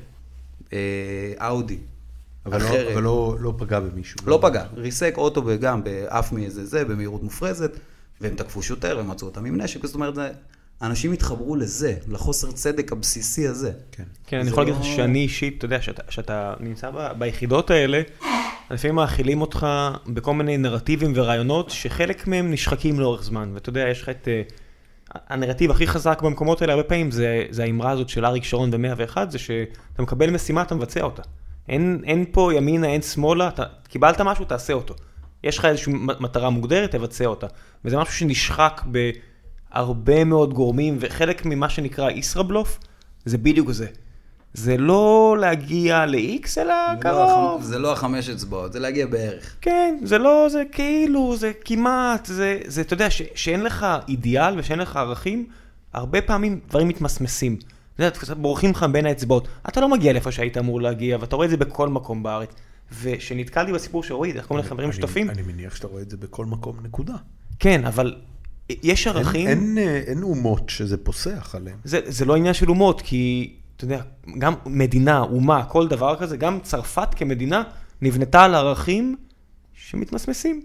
אאודי. אבל לא פגע במישהו. לא פגע, ריסק אוטו גם באף מאיזה זה, במהירות מופרזת, והם תקפו שוטר ומצאו אותם עם נשק, זאת אומרת, אנשים התחברו לזה, לחוסר צדק הבסיסי הזה. כן, אני יכול להגיד לך שאני אישית, אתה יודע, שאתה נמצא ביחידות האלה, לפעמים מאכילים אותך בכל מיני נרטיבים ורעיונות, שחלק מהם נשחקים לאורך זמן, ואתה יודע, יש לך את הנרטיב הכי חזק במקומות האלה, הרבה פעמים זה האמרה הזאת של אריק שרון ב-101, זה שאתה מקבל משימה, אתה מבצע אותה. אין פה ימינה, אין שמאלה, אתה קיבלת משהו, תעשה אותו. יש לך איזושהי מטרה מוגדרת, תבצע אותה. וזה משהו שנשחק בהרבה מאוד גורמים, וחלק ממה שנקרא ישראבלוף, זה בדיוק זה. זה לא להגיע ל-X, אלא קרוב. זה לא 5 אצבעות, זה להגיע בערך. כן, זה לא, זה כאילו, זה כמעט, זה, אתה יודע, שאין לך אידיאל ושאין לך ערכים, הרבה פעמים דברים מתמסמסים. אתה יודע, בורחים לך בין האצבעות. אתה לא מגיע לאיפה שהיית אמור להגיע, ואתה רואה את זה בכל מקום בארץ. ושנתקלתי בסיפור שרואי, איך קוראים לחברים שותפים? אני מניח שאתה רואה את זה בכל מקום, נקודה. כן, אבל יש ערכים... אין אומות שזה פוסח עליהם. זה לא עניין של אומות, כי, אתה יודע, גם מדינה, אומה, כל דבר כזה, גם צרפת כמדינה, נבנתה על ערכים שמתמסמסים.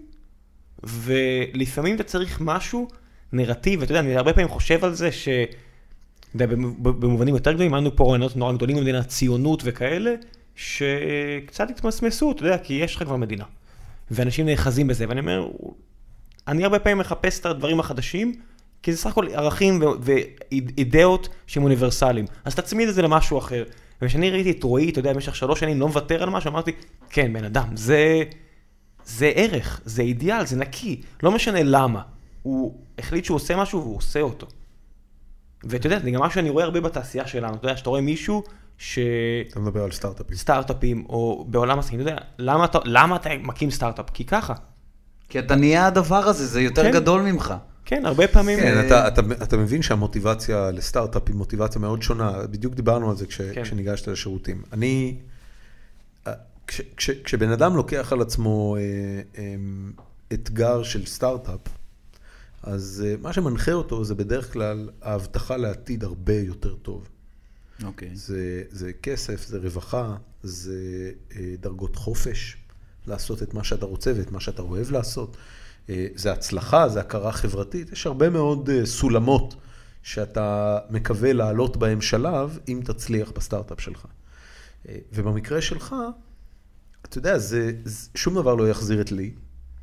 ולפעמים אתה צריך משהו, נרטיב, ואתה יודע, אני הרבה פעמים חושב על זה ש... אתה יודע, במובנים יותר גדולים, היינו פה רעיונות נורא גדולים במדינה, ציונות וכאלה, שקצת התמסמסו, אתה יודע, כי יש לך כבר מדינה. ואנשים נאחזים בזה, ואני אומר, אני הרבה פעמים מחפש את הדברים החדשים, כי זה סך הכל ערכים ואידאות שהם אוניברסליים. אז תצמיד את זה למשהו אחר. וכשאני ראיתי את רועי, אתה יודע, במשך 3 שנים לא מוותר על משהו, אמרתי, כן, בן אדם, זה ערך, זה אידיאל, זה נקי. לא משנה למה. הוא החליט שהוא עושה משהו והוא עושה אותו. ואתה יודע, זה גם משהו שאני רואה הרבה בתעשייה שלנו. אתה יודע, שאתה רואה מישהו אתה מדבר על סטארט-אפים. סטארט-אפים, או בעולם עסקים. אתה יודע, למה אתה מקים סטארט-אפ? כי ככה. כי אתה נהיה הדבר הזה, זה יותר גדול ממך. כן, הרבה פעמים... כן, אתה מבין שהמוטיבציה לסטארט-אפ היא מוטיבציה מאוד שונה. בדיוק דיברנו על זה כשניגשת לשירותים. כשבן אדם לוקח על עצמו אתגר של סטארט-אפ, אז מה שמנחה אותו זה בדרך כלל ההבטחה לעתיד הרבה יותר טוב. אוקיי. זה כסף, זה רווחה, זה דרגות חופש, לעשות את מה שאתה רוצה ואת מה שאתה אוהב לעשות. זה הצלחה, זה הכרה חברתית. יש הרבה מאוד סולמות שאתה מקווה לעלות בהם שלב, אם תצליח בסטארט-אפ שלך. ובמקרה שלך, אתה יודע, שום דבר לא יחזיר את לי.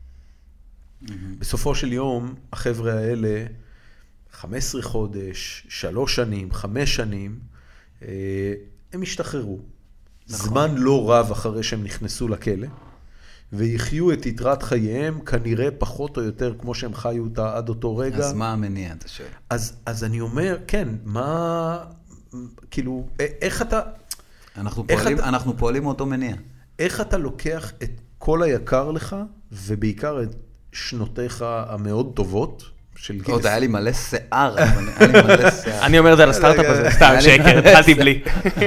בסופו של יום, החבר'ה האלה, 15 חודש, 3 שנים, 5 שנים, הם השתחררו. זמן לא רב אחרי שהם נכנסו לכלא, ויחיו את יתרת חייהם, כנראה פחות או יותר כמו שהם חיו אותה עד אותו רגע. אז מה המניע, אתה שואל? אז אני אומר, כן, מה, כאילו, איך אתה... אנחנו פועלים מאותו מניע. איך אתה לוקח את כל היקר לך, ובעיקר את שנותיך המאוד טובות, של גיל... עוד היה לי מלא שיער, היה לי מלא שיער. אני אומר את זה על הסטארט-אפ הזה, סתם שקר, התחלתי בלי.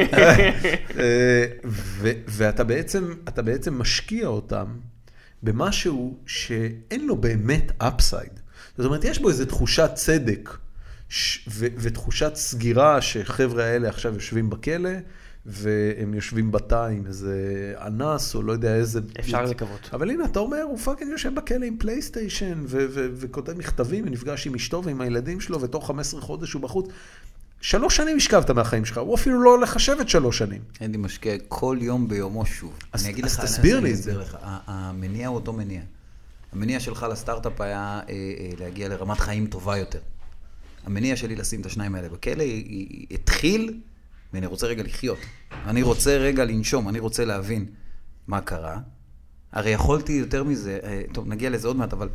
ואתה בעצם משקיע אותם במשהו שאין לו באמת אפסייד. זאת אומרת, יש בו איזו תחושת צדק ותחושת סגירה שחבר'ה האלה עכשיו יושבים בכלא, והם יושבים בתא עם איזה אנס, או לא יודע איזה... אפשר לקוות. אבל הנה, אתה אומר, הוא פאקינג יושב בכלא עם פלייסטיישן, וכותב מכתבים, ונפגש עם אשתו ועם הילדים שלו, ותוך 15 חודש הוא בחוץ. 3 שנים השכבת מהחיים שלך, הוא אפילו לא לחשב את 3 שנים. אין לי משקיע כל יום ביומו שוב. אז תסביר לי את זה. המניע הוא אותו מניע. המניע שלך לסטארט-אפ היה להגיע לרמת חיים טובה יותר. המניע שלי לשים את השניים האלה בכלא, היא התחיל, ואני רוצה רגע לחיות. אני רוצה רגע לנשום, אני רוצה להבין מה קרה. הרי יכולתי יותר מזה, טוב, נגיע לזה עוד מעט, אבל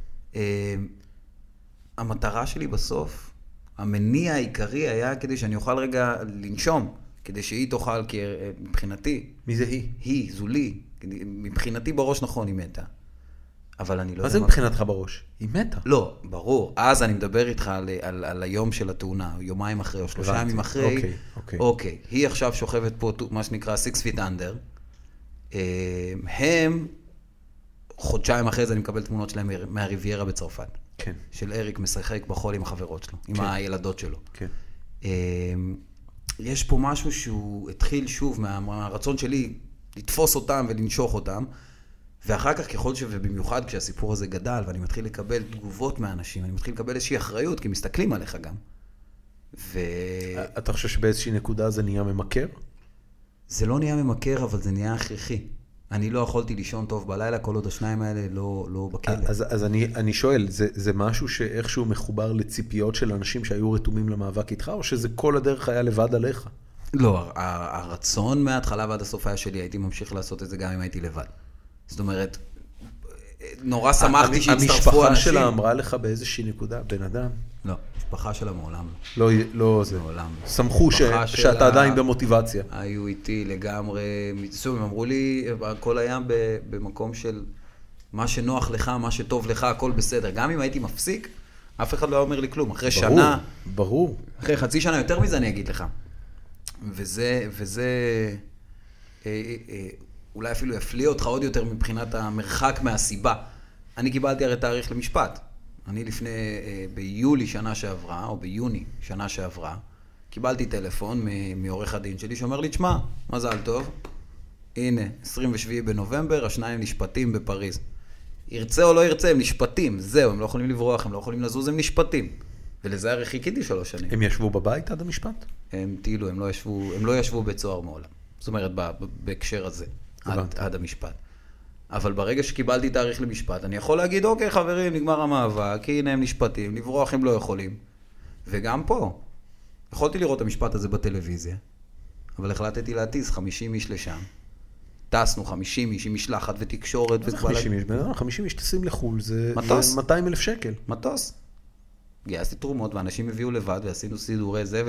המטרה שלי בסוף, המניע העיקרי היה כדי שאני אוכל רגע לנשום, כדי שהיא תוכל, כי מבחינתי... מי זה היא? היא, זו לי. מבחינתי בראש נכון, היא מתה. אבל אני לא יודע... מה זה מבחינתך בראש? היא מתה. לא, ברור. אז אני מדבר איתך על היום של התאונה, יומיים אחרי או 3 ימים אחרי. אוקיי. היא עכשיו שוכבת פה, מה שנקרא 6 feet under. הם, חודשיים אחרי זה אני מקבל תמונות שלהם מהריביירה בצרפת. כן. של אריק משחק בחול עם החברות שלו, עם הילדות שלו. כן. יש פה משהו שהוא התחיל שוב מהרצון שלי לתפוס אותם ולנשוך אותם, ואחר כך ככל ובמיוחד כשהסיפור הזה גדל, ואני מתחיל לקבל תגובות מהאנשים, אני מתחיל לקבל איזושהי אחריות, כי מסתכלים עליך גם. אתה חושב שבאיזושהי נקודה זה נהיה ממכר? זה לא נהיה ממכר, אבל זה נהיה הכרחי. אני לא יכולתי לישון טוב בלילה, כל עוד השניים האלה לא בכלא. אז אני שואל, זה משהו שאיכשהו מחובר לציפיות של אנשים שהיו רתומים למאבק איתך, או שזה כל הדרך היה לבד עליך? לא, הרצון מההתחלה ועד הסוף היה שלי, הייתי ממשיך לעשות את זה גם אם הייתי לבד. זאת אומרת, נורא שמחתי שהצטרפו אנשים. המשפחה שלה אמרה לך באיזושהי נקודה, בן אדם? לא, המשפחה שלה מעולם. לא זה. מעולם. שמחו שאתה עדיין במוטיבציה. היו איתי לגמרי, הם אמרו לי, הכל היה במקום של מה שנוח לך, מה שטוב לך, הכל בסדר. גם אם הייתי מפסיק, אף אחד לא אומר לי כלום. אחרי שנה, ברור. אחרי חצי שנה יותר מזה אני אגיד לך. וזה אולי אפילו יפליא אותך עוד יותר מבחינת המרחק מהסיבה. אני קיבלתי הרי תאריך למשפט. אני לפני, ביולי שנה שעברה, או ביוני שנה שעברה, קיבלתי טלפון מעורך הדין שלי שאומר לי, תשמע, מזל טוב, הנה, 27 בנובמבר, השניים נשפטים בפריז. ירצה או לא ירצה, הם נשפטים, זהו, הם לא יכולים לברוח, הם לא יכולים לזוז, הם נשפטים. ולזה הרי חיכיתי 3 שנים. הם ישבו בבית עד המשפט? הם טיילו, הם לא ישבו בית סוהר מעולם. זאת אומרת, בהקשר הזה, עד המשפט. אבל ברגע שקיבלתי תאריך למשפט, אני יכול להגיד, אוקיי, חברים, נגמר המאבק, הנה הם נשפטים, לברוח הם לא יכולים. וגם פה, יכולתי לראות את המשפט הזה בטלוויזיה, אבל החלטתי להטיס 50 איש לשם. טסנו 50 איש עם משלחת ותקשורת. מה זה 50 איש? 50 איש טסים לחול, זה מטוס. 200,000 שקל. מטוס. גייסתי תרומות, ואנשים הביאו לבד, ועשינו סידורי זה,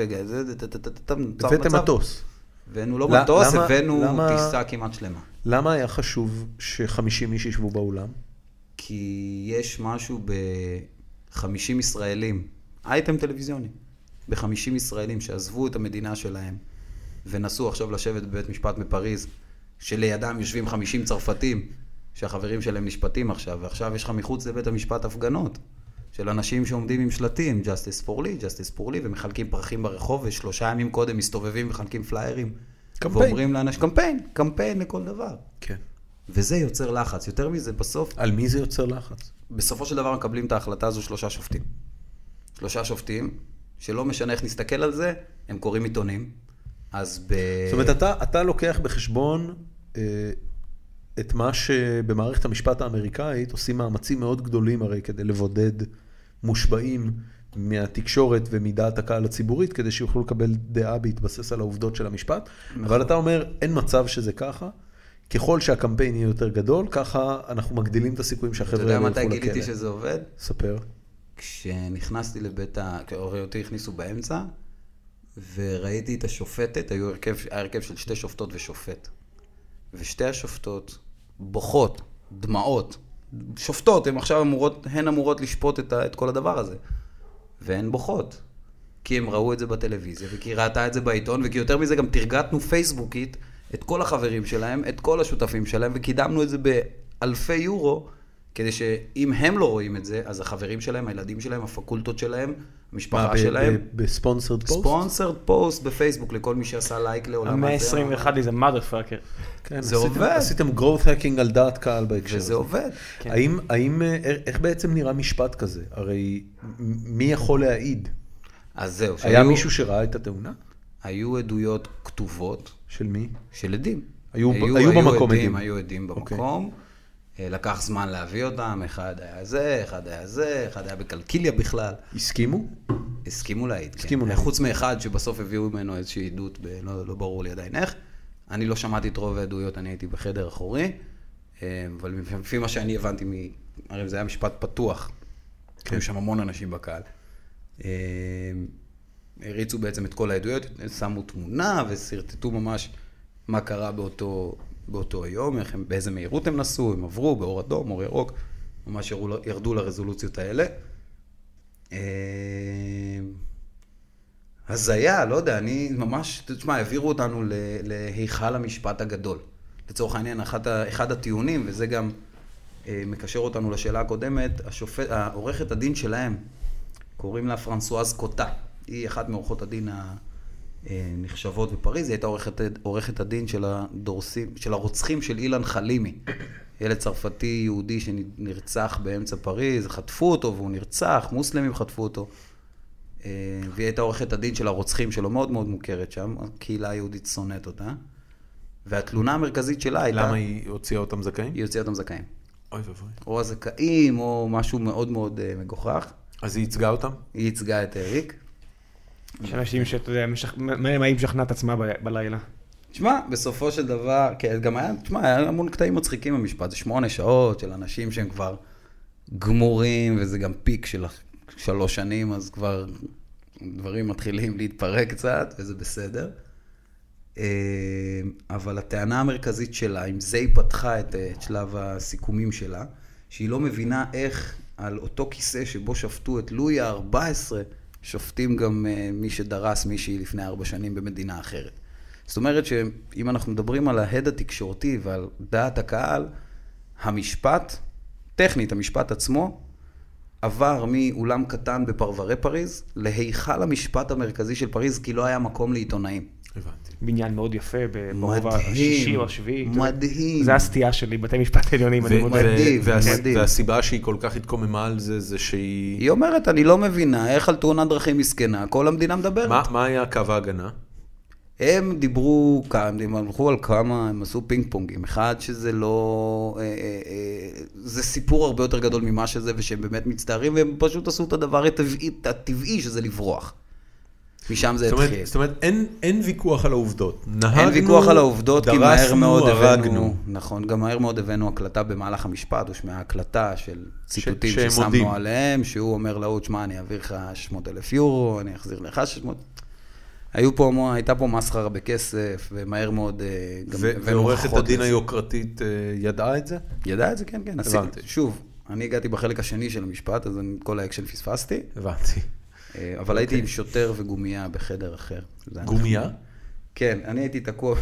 הבאתם מטוס. הבאנו לא מטוס, הבאנו טיסה כמעט שלמה. למה היה חשוב ש50 איש ישבו באולם? כי יש משהו ב50 ישראלים, אייטם טלוויזיוני, ב50 ישראלים שעזבו את המדינה שלהם, ונסו עכשיו לשבת בבית משפט בפריז, שלידם יושבים 50 צרפתים, שהחברים שלהם נשפטים עכשיו, ועכשיו יש לך מחוץ לבית המשפט הפגנות, של אנשים שעומדים עם שלטים, Justice for לי, Justice for לי, ומחלקים פרחים ברחוב, ו3 ימים קודם מסתובבים ומחלקים פליירים. קמפיין. ואומרים לאנשים, קמפיין לכל דבר. כן. וזה יוצר לחץ. יותר מזה, בסוף... על מי זה יוצר לחץ? בסופו של דבר מקבלים את ההחלטה הזו 3 שופטים. 3 שופטים, שלא משנה איך נסתכל על זה, הם קוראים עיתונים. אז זאת אומרת, אתה לוקח בחשבון את מה שבמערכת המשפט האמריקאית עושים מאמצים מאוד גדולים הרי כדי לבודד מושבעים מהתקשורת ומדעת הקהל הציבורית, כדי שיוכלו לקבל דעה בהתבסס על העובדות של המשפט. אבל אתה אומר, אין מצב שזה ככה. ככל שהקמפיין יהיה יותר גדול, ככה אנחנו מגדילים את הסיכויים שהחבר'ה ילכו לכלא. אתה יודע מתי גיליתי שזה עובד? ספר. כשנכנסתי לבית הורי אותי הכניסו באמצע, וראיתי את השופטת, היה הרכב של 2 שופטות ושופט. ושתי השופטות בוכות, דמעות, שופטות, הן אמורות לשפוט את כל הדבר הזה. והן בוכות, כי הם ראו את זה בטלוויזיה, וכי ראתה את זה בעיתון, וכי יותר מזה גם תרגטנו פייסבוקית את כל החברים שלהם, את כל השותפים שלהם, וקידמנו את זה באלפי יורו, כדי שאם הם לא רואים את זה, אז החברים שלהם, הילדים שלהם, הפקולטות שלהם, המשפחה שלהם. בספונסרד פוסט? ספונסרד פוסט בפייסבוק, לכל מי שעשה לייק לעולם הזה. 121 is a motherfucker. כן, זה עובד. עשיתם growth hacking על דעת קהל בהקשר. וזה עובד. איך בעצם נראה משפט כזה? הרי מי יכול להעיד? אז זהו. היה מישהו שראה את התאונה? היו עדויות כתובות. של מי? של עדים. היו במקום עדים. היו עדים במקום. לקח זמן להביא אותם, אחד היה זה, אחד היה בקלקיליה בכלל. הסכימו? הסכימו להעיד. הסכימו להעיד. חוץ מאחד שבסוף הביאו ממנו איזושהי עדות, לא ברור לי עדיין איך. אני לא שמעתי את רוב העדויות, אני הייתי בחדר אחורי, אבל לפי מה שאני הבנתי, הרי זה היה משפט פתוח, היו שם המון אנשים בקהל. הריצו בעצם את כל העדויות, שמו תמונה וסרטטו ממש מה קרה באותו היום, באיזה מהירות הם נסעו, הם עברו באור אדום, אור ירוק, ממש ירדו לרזולוציות האלה. הזיה, לא יודע, אני ממש, תשמע, העבירו אותנו להיכל המשפט הגדול. לצורך העניין, אחד הטיעונים, וזה גם מקשר אותנו לשאלה הקודמת, עורכת הדין שלהם, קוראים לה פרנסואז קוטה. היא אחת מעורכות הדין הנחשבות בפריז, היא הייתה עורכת הדין של הרוצחים של אילן חלימי. ילד צרפתי יהודי שנרצח באמצע פריז, חטפו אותו והוא נרצח, מוסלמים חטפו אותו. והיא הייתה עורכת הדין של הרוצחים שלו, מאוד מאוד מוכרת שם, הקהילה היהודית שונאת אותה. והתלונה המרכזית שלה הייתה... למה היא הוציאה אותם זכאים? היא הוציאה אותם זכאים. אוי ובוי. או הזכאים, או משהו מאוד מאוד מגוחך. אז היא ייצגה אותם? היא ייצגה את אריק. יש אנשים שאתה יודע, מה היא משכנעת עצמה בלילה? תשמע, בסופו של דבר, גם היה המון קטעים מצחיקים במשפט, זה 8 שעות של אנשים שהם כבר גמורים, וזה גם פיק של 3 שנים, אז כבר דברים מתחילים להתפרק קצת, וזה בסדר. אבל הטענה המרכזית שלה, עם זה היא פתחה את שלב הסיכומים שלה, שהיא לא מבינה איך על אותו כיסא שבו שפטו את לואי ה-14, שופטים גם מי שדרס מישהי לפני 4 שנים במדינה אחרת. זאת אומרת שאם אנחנו מדברים על ההד התקשורתי ועל דעת הקהל, המשפט, טכנית המשפט עצמו, עבר מאולם קטן בפרברי פריז, להיכל המשפט המרכזי של פריז, כי לא היה מקום לעיתונאים. הבנתי. בניין מאוד יפה, ברוב השישי או השביעי. מדהים. זה הסטייה שלי, בתי משפט עליונים. מדהים. והסיבה שהיא כל כך התקוממה על זה, זה שהיא... היא אומרת, אני לא מבינה, איך על תאונת דרכים מסכנה, כל המדינה מדברת. מה היה קו ההגנה? הם דיברו, הם הלכו על כמה, הם עשו פינג פונגים. אחד שזה לא... זה סיפור הרבה יותר גדול ממה שזה, ושהם באמת מצטערים, והם פשוט עשו את הדבר הטבעי, שזה לברוח. משם זה התחיל. זאת אומרת, אין ויכוח על העובדות. אין ויכוח על העובדות, כי מהר מאוד הרגנו. נכון, גם מהר מאוד הבאנו הקלטה במהלך המשפט, הושמעה הקלטה של ציטוטים ששמנו עליהם, שהוא אומר להוא, שמע, אני אעביר לך 600,000 יורו, אני אחזיר לך 600. הייתה פה מסחרה בכסף, ומהר מאוד... ועורכת הדין היוקרתית ידעה את זה? ידעה את זה, כן, כן. הבנתי. שוב, אני הגעתי בחלק השני של המשפט, אז כל האקשן פספסתי. הבנתי. אבל הייתי עם שוטר וגומיה בחדר אחר. גומיה? כן, אני הייתי תקוע.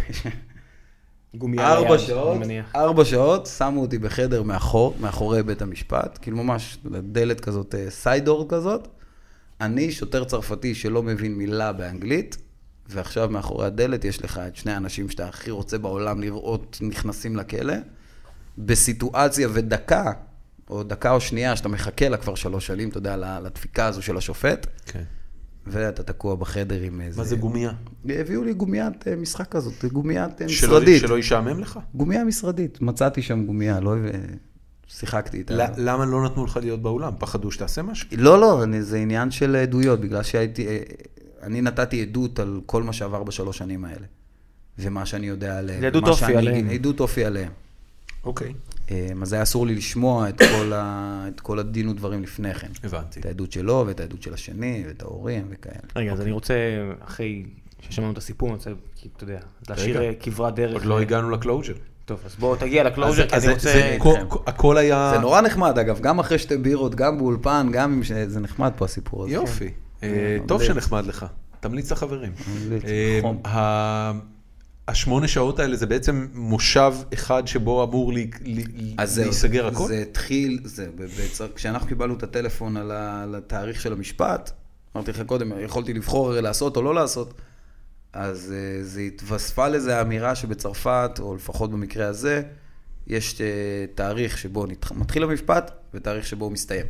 גומיה ליד, אני מניח. 4 שעות, שמו אותי בחדר מאחורי בית המשפט, כאילו ממש דלת כזאת, סיידור כזאת. אני שוטר צרפתי שלא מבין מילה באנגלית, ועכשיו מאחורי הדלת יש לך את 2 האנשים שאתה הכי רוצה בעולם לראות נכנסים לכלא, בסיטואציה ודקה, או דקה או שנייה, שאתה מחכה לה כבר 3 שנים, אתה יודע, לדפיקה הזו של השופט, כן. ואתה תקוע בחדר עם איזה... מה זה גומיה? הביאו לי גומיית משחק כזאת, גומיית משרדית. שלא ישעמם לך? גומיה משרדית, מצאתי שם גומיה, לא שיחקתי איתה. למה לא נתנו לך להיות באולם? פחדו שתעשה משהו? לא, זה עניין של עדויות, בגלל אני נתתי עדות על כל מה שעבר ב3 שנים האלה, ומה שאני יודע עליהם. זה עדות אופי עליהם. עדות אופי עליהם. אוקיי. אז היה אסור לי לשמוע את כל הדין ודברים לפני כן. הבנתי. את העדות שלו, ואת העדות של השני, ואת ההורים וכאלה. רגע, אז אני רוצה, אחרי ששמענו את הסיפור, אני רוצה, אתה יודע, להשאיר כברת דרך. עוד לא הגענו לקלוז'ר. טוב, אז בואו תגיע לקלוז'ר, כי אני רוצה... הכל היה... זה נורא נחמד, אגב, גם אחרי 2 בירות, גם באולפן, גם אם זה נחמד פה הסיפור הזה. יופי. טוב שנחמד לך. תמליץ לחברים. 8 שעות האלה זה בעצם מושב אחד שבו אמור להיסגר הכל? זה התחיל, כשאנחנו קיבלנו את הטלפון על התאריך של המשפט, אמרתי לך קודם, יכולתי לבחור לעשות או לא לעשות, אז זה התווספה לזה האמירה שבצרפת, או לפחות במקרה הזה, יש תאריך שבו מתחיל המשפט, ותאריך שבו הוא מסתיים.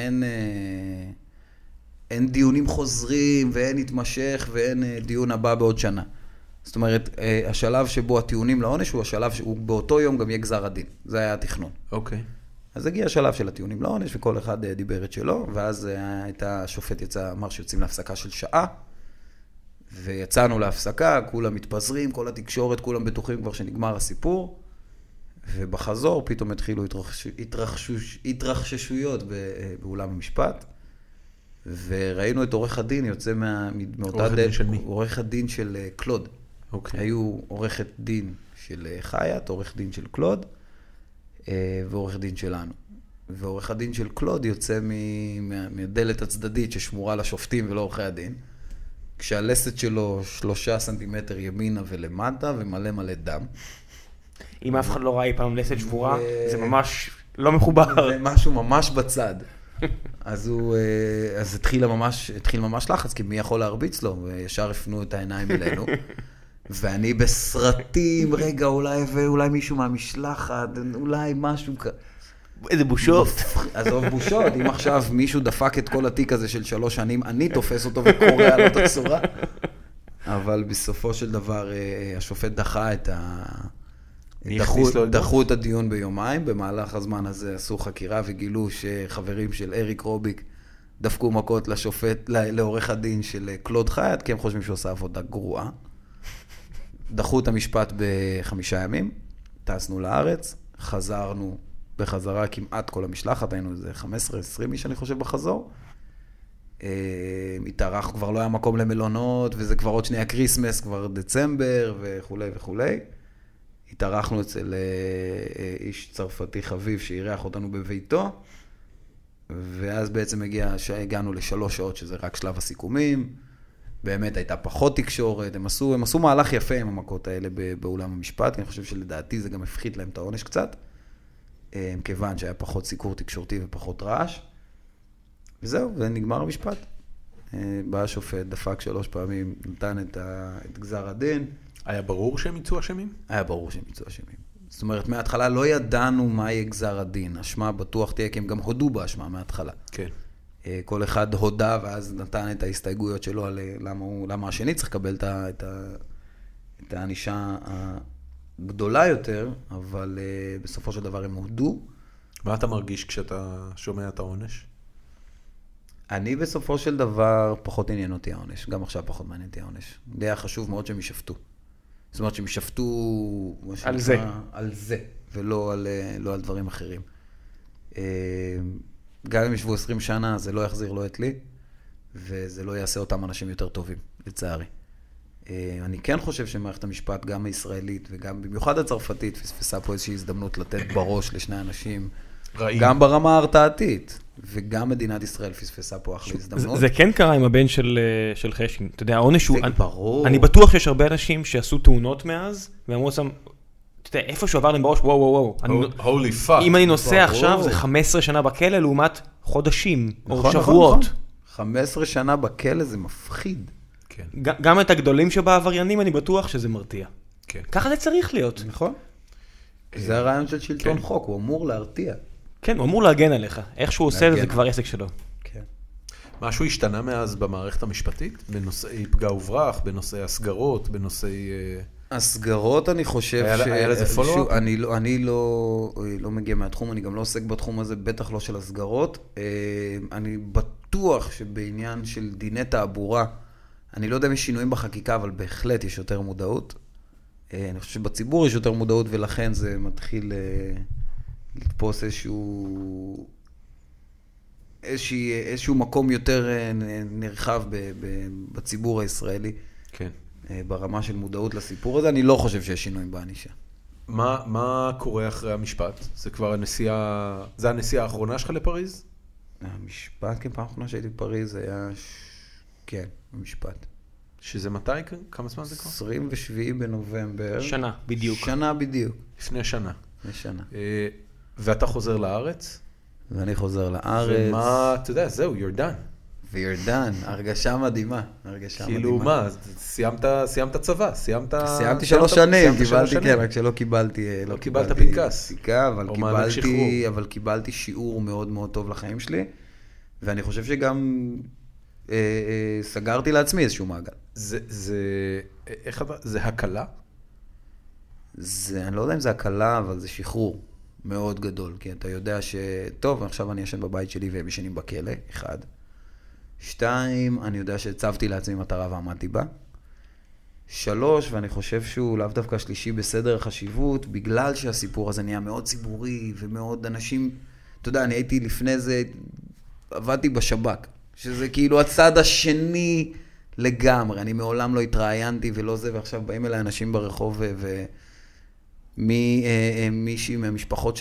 אין דיונים חוזרים, ואין התמשך, ואין דיון הבא בעוד שנה. זאת אומרת, השלב שבו הטיעונים לעונש הוא השלב שהוא באותו יום גם יהיה גזר הדין. זה היה התכנון. אוקיי. אז הגיע השלב של הטיעונים לעונש, וכל אחד דיבר את שלו, ואז השופט יצא, אמר שיוצאים להפסקה של שעה, ויצאנו להפסקה, כולם מתפזרים, כל התקשורת, כולם בטוחים כבר שנגמר הסיפור, ובחזור פתאום התחילו התרחששויות באולם המשפט, וראינו את עורך הדין יוצא מאותה דלת, עורך הדין של קלוד. היו עורכת דין של חיית, עורך דין של קלוד, ועורך דין שלנו. ועורך הדין של קלוד יוצא מהדלת הצדדית ששמורה לשופטים ולא עורכי הדין, כשהלסת שלו 3 סנטימטר ימינה ולמטה ומלא מלא דם. אם אף אחד לא ראה אי פעם לסת שבורה, זה ממש לא מחובר. זה משהו ממש בצד. אז התחיל ממש לחץ, כי מי יכול להרביץ לו? וישר הפנו את העיניים אלינו. ואני בסרטים, רגע, אולי מישהו מהמשלחת, אולי משהו כזה. איזה בושות. עזוב בושות, אם עכשיו מישהו דפק את כל התיק הזה של 3 שנים, אני תופס אותו וקורא לו את הצורה. אבל בסופו של דבר, השופט דחה את דחו את הדיון ביומיים, במהלך הזמן הזה עשו חקירה וגילו שחברים של אריק רוביק דפקו מכות לעורך הדין של קלוד חיית, כי הם חושבים שהוא עושה עבודה גרועה. דחו את המשפט ב5 ימים, טסנו לארץ, חזרנו בחזרה כמעט כל המשלחת, היינו איזה 15-20 איש אני חושב בחזור. התארח, כבר לא היה מקום למלונות, וזה כבר עוד שנייה קריסמס, כבר דצמבר וכו' וכו'. התארחנו אצל איש צרפתי חביב שאירח אותנו בביתו, ואז בעצם הגענו ל3 שעות, שזה רק שלב הסיכומים. באמת הייתה פחות תקשורת, הם עשו מהלך יפה עם המכות האלה באולם המשפט, אני חושב שלדעתי זה גם הפחית להם את העונש קצת, כיוון שהיה פחות סיקור תקשורתי ופחות רעש, וזהו, ונגמר המשפט. בא השופט, דפק 3 פעמים, נתן את גזר הדין. היה ברור שהם יצאו אשמים? היה ברור שהם יצאו אשמים. זאת אומרת, מההתחלה לא ידענו מה יהיה גזר הדין, אשמה בטוח תהיה, כי הם גם הודו באשמה מההתחלה. כן. כל אחד הודה ואז נתן את ההסתייגויות שלו על למה השני צריך לקבל את הענישה הגדולה יותר, אבל בסופו של דבר הם הודו. מה אתה מרגיש כשאתה שומע את העונש? אני בסופו של דבר פחות עניין אותי העונש, גם עכשיו פחות מעניין אותי העונש. זה היה חשוב מאוד שהם ישפטו. זאת אומרת שהם ישפטו על זה, ולא על דברים אחרים. גם אם ישבו 20 שנה, זה לא יחזיר לא את לי, וזה לא יעשה אותם אנשים יותר טובים, לצערי. אני כן חושב שמערכת המשפט, גם הישראלית וגם במיוחד הצרפתית, פספסה פה איזושהי הזדמנות לתת בראש לשני אנשים, רעים. גם ברמה ההרתעתית, וגם מדינת ישראל פספסה פה אחלה הזדמנות. זה כן קרה עם הבן של חשין. אתה יודע, העונש הוא... ברור. אני בטוח שיש הרבה אנשים שעשו תאונות מאז, ואמרו שם, אתה יודע, איפה שהוא עבר להם בראש, וואו. Holy fuck. אם אני נוסע עכשיו, זה 15 שנה בכלא, לעומת חודשים, או שבועות. 15 שנה בכלא זה מפחיד. כן. גם את הגדולים שבעבריינים, אני בטוח שזה מרתיע. כן. ככה זה צריך להיות. נכון. זה הרעיון של שלטון חוק, הוא אמור להרתיע. כן, הוא אמור להגן עליך. איך שהוא עושה את זה כבר עסק שלו. כן. משהו השתנה מאז במערכת המשפטית? בנושאי פגע וברח, בנושאי הסגרות, בנושאי... הסגרות אני חושב היה לזה פולו-אפ? אני לא מגיע מהתחום, אני גם לא עוסק בתחום הזה, בטח לא של הסגרות. אני בטוח שבעניין של דיני תעבורה, אני לא יודע אם יש שינויים בחקיקה, אבל בהחלט יש יותר מודעות. אני חושב שבציבור יש יותר מודעות, ולכן זה מתחיל לתפוס איזשהו מקום יותר נרחב בציבור הישראלי. כן. ברמה של מודעות לסיפור הזה, אני לא חושב שיש שינויים בענישה. מה קורה אחרי המשפט? זה כבר זה הנסיעה האחרונה שלך לפריז? המשפט, כן, פעם האחרונה שהייתי בפריז היה, כן, המשפט. שזה מתי? כמה זמן זה כבר? 27 בנובמבר. שנה, בדיוק. שנה בדיוק. לפני שנה. לפני שנה. ואתה חוזר לארץ? ואני חוזר לארץ. ומה, אתה יודע, זהו, you're done. ו-you're done, הרגשה מדהימה. כאילו מה, סיימת צבא, סיימתי 3 שנים, קיבלתי, כן, רק שלא קיבלתי, לא קיבלת פנקס. אבל קיבלתי שיעור מאוד מאוד טוב לחיים שלי, ואני חושב שגם סגרתי לעצמי איזשהו מעגל. זה הקלה? אני לא יודע אם זה הקלה, אבל זה שחרור. מאוד גדול, כי אתה יודע טוב, עכשיו אני ישן בבית שלי והם ישנים בכלא, 1. 2, אני יודע שהצבתי לעצמי מטרה ועמדתי בה. 3, ואני חושב שהוא לאו דווקא שלישי בסדר החשיבות, בגלל שהסיפור הזה נהיה מאוד ציבורי ומאוד אנשים, אתה יודע, אני הייתי לפני זה, עבדתי בשב"כ, שזה כאילו הצד השני לגמרי, אני מעולם לא התראיינתי ולא זה, ועכשיו באים אליי אנשים ברחוב מישהי מהמשפחות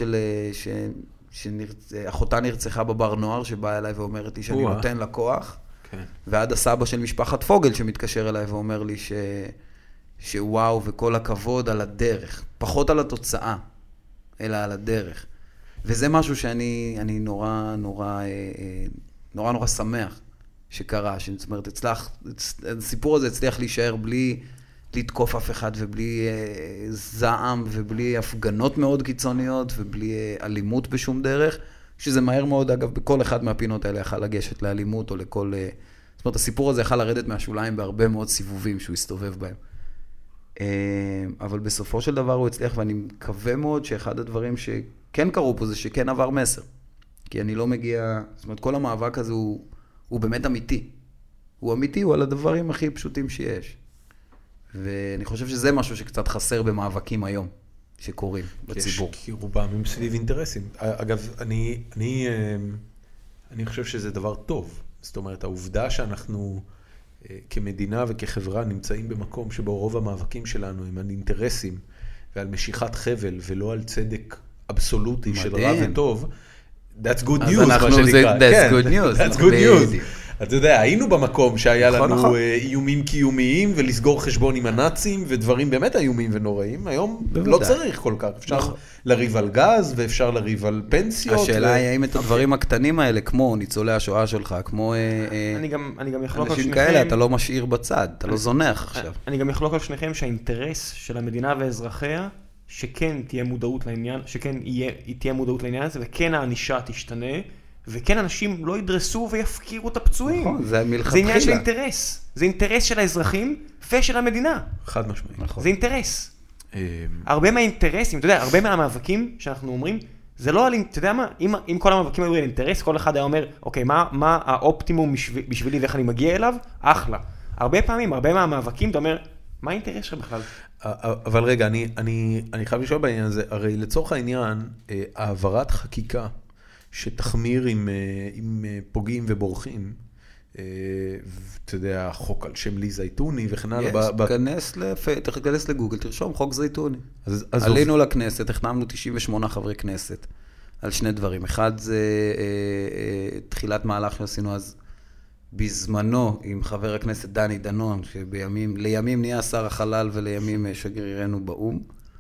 שאחותה נרצחה בבר נוער, שבאה אליי ואומרת לי שאני נותן לה כוח, ועד הסבא של משפחת פוגל שמתקשר אליי ואומר לי שוואו וכל הכבוד על הדרך, פחות על התוצאה, אלא על הדרך. וזה משהו שאני נורא שמח שקרה, זאת אומרת, הסיפור הזה הצליח להישאר בלי לתקוף אף אחד ובלי זעם ובלי הפגנות מאוד קיצוניות ובלי אלימות בשום דרך, שזה מהר מאוד, אגב, בכל אחד מהפינות האלה יכל לגשת לאלימות או לכל... זאת אומרת, הסיפור הזה יכל לרדת מהשוליים בהרבה מאוד סיבובים שהוא הסתובב בהם. אבל בסופו של דבר הוא הצליח, ואני מקווה מאוד שאחד הדברים שכן קרו פה זה שכן עבר מסר. כי אני לא מגיע... זאת אומרת, כל המאבק הזה הוא באמת אמיתי. הוא אמיתי, הוא על הדברים הכי פשוטים שיש. ואני חושב שזה משהו שקצת חסר במאבקים היום, שקורים בציבור. יש, כי רובם הם סביב אינטרסים. אגב, אני חושב שזה דבר טוב. זאת אומרת, העובדה שאנחנו כמדינה וכחברה נמצאים במקום שבו רוב המאבקים שלנו הם על אינטרסים ועל משיכת חבל ולא על צדק אבסולוטי של רע וטוב, that's good news, מה שנקרא. That's good news. That's good news. אתה יודע, היינו במקום שהיה לנו איומים קיומיים ולסגור חשבון עם הנאצים ודברים באמת איומים ונוראים. היום לא צריך כל כך. אפשר לריב על גז ואפשר לריב על פנסיות. השאלה היא האם את הדברים הקטנים האלה, כמו ניצולי השואה שלך, כמו אני גם יחלוק על אנשים שניכם. כאלה, אתה לא משאיר בצד, אתה לא זונח עכשיו. אני גם יחלוק על שניכם שהאינטרס של המדינה ואזרחיה, שכן תהיה מודעות לעניין, שכן תהיה מודעות לעניין הזה, וכן הענישה תשתנה, וכן אנשים לא ידרסו ויפקירו את הפצועים. נכון, זה מלכתחילה. זה עניין של אינטרס. זה אינטרס של האזרחים ושל המדינה. חד משמעית. זה אינטרס. הרבה מהאינטרסים, אתה יודע, הרבה מהמאבקים שאנחנו אומרים, זה לא על, אתה יודע מה, אם כל המאבקים היו על אינטרס, כל אחד היה אומר, אוקיי, מה האופטימום בשבילי ואיך אני מגיע אליו? אחלה. הרבה פעמים, הרבה מהמאבקים, אתה אומר, מה האינטרס שלך בכלל? אבל רגע, אני חייב לשאול בעניין הזה, הרי לצורך העניין, העברת חקיקה שתחמיר עם פוגעים ובורחים, אתה יודע, חוק על שם לי זייתוני וכן הלאה. תכנס לגוגל, תרשום חוק זייתוני. עלינו לכנסת, הכנענו 98 חברי כנסת על שני דברים. אחד זה תחילת מהלך שעשינו אז בזמנו עם חבר הכנסת דני דנון, שלימים נהיה שר החלל ולימים שגרירנו באום,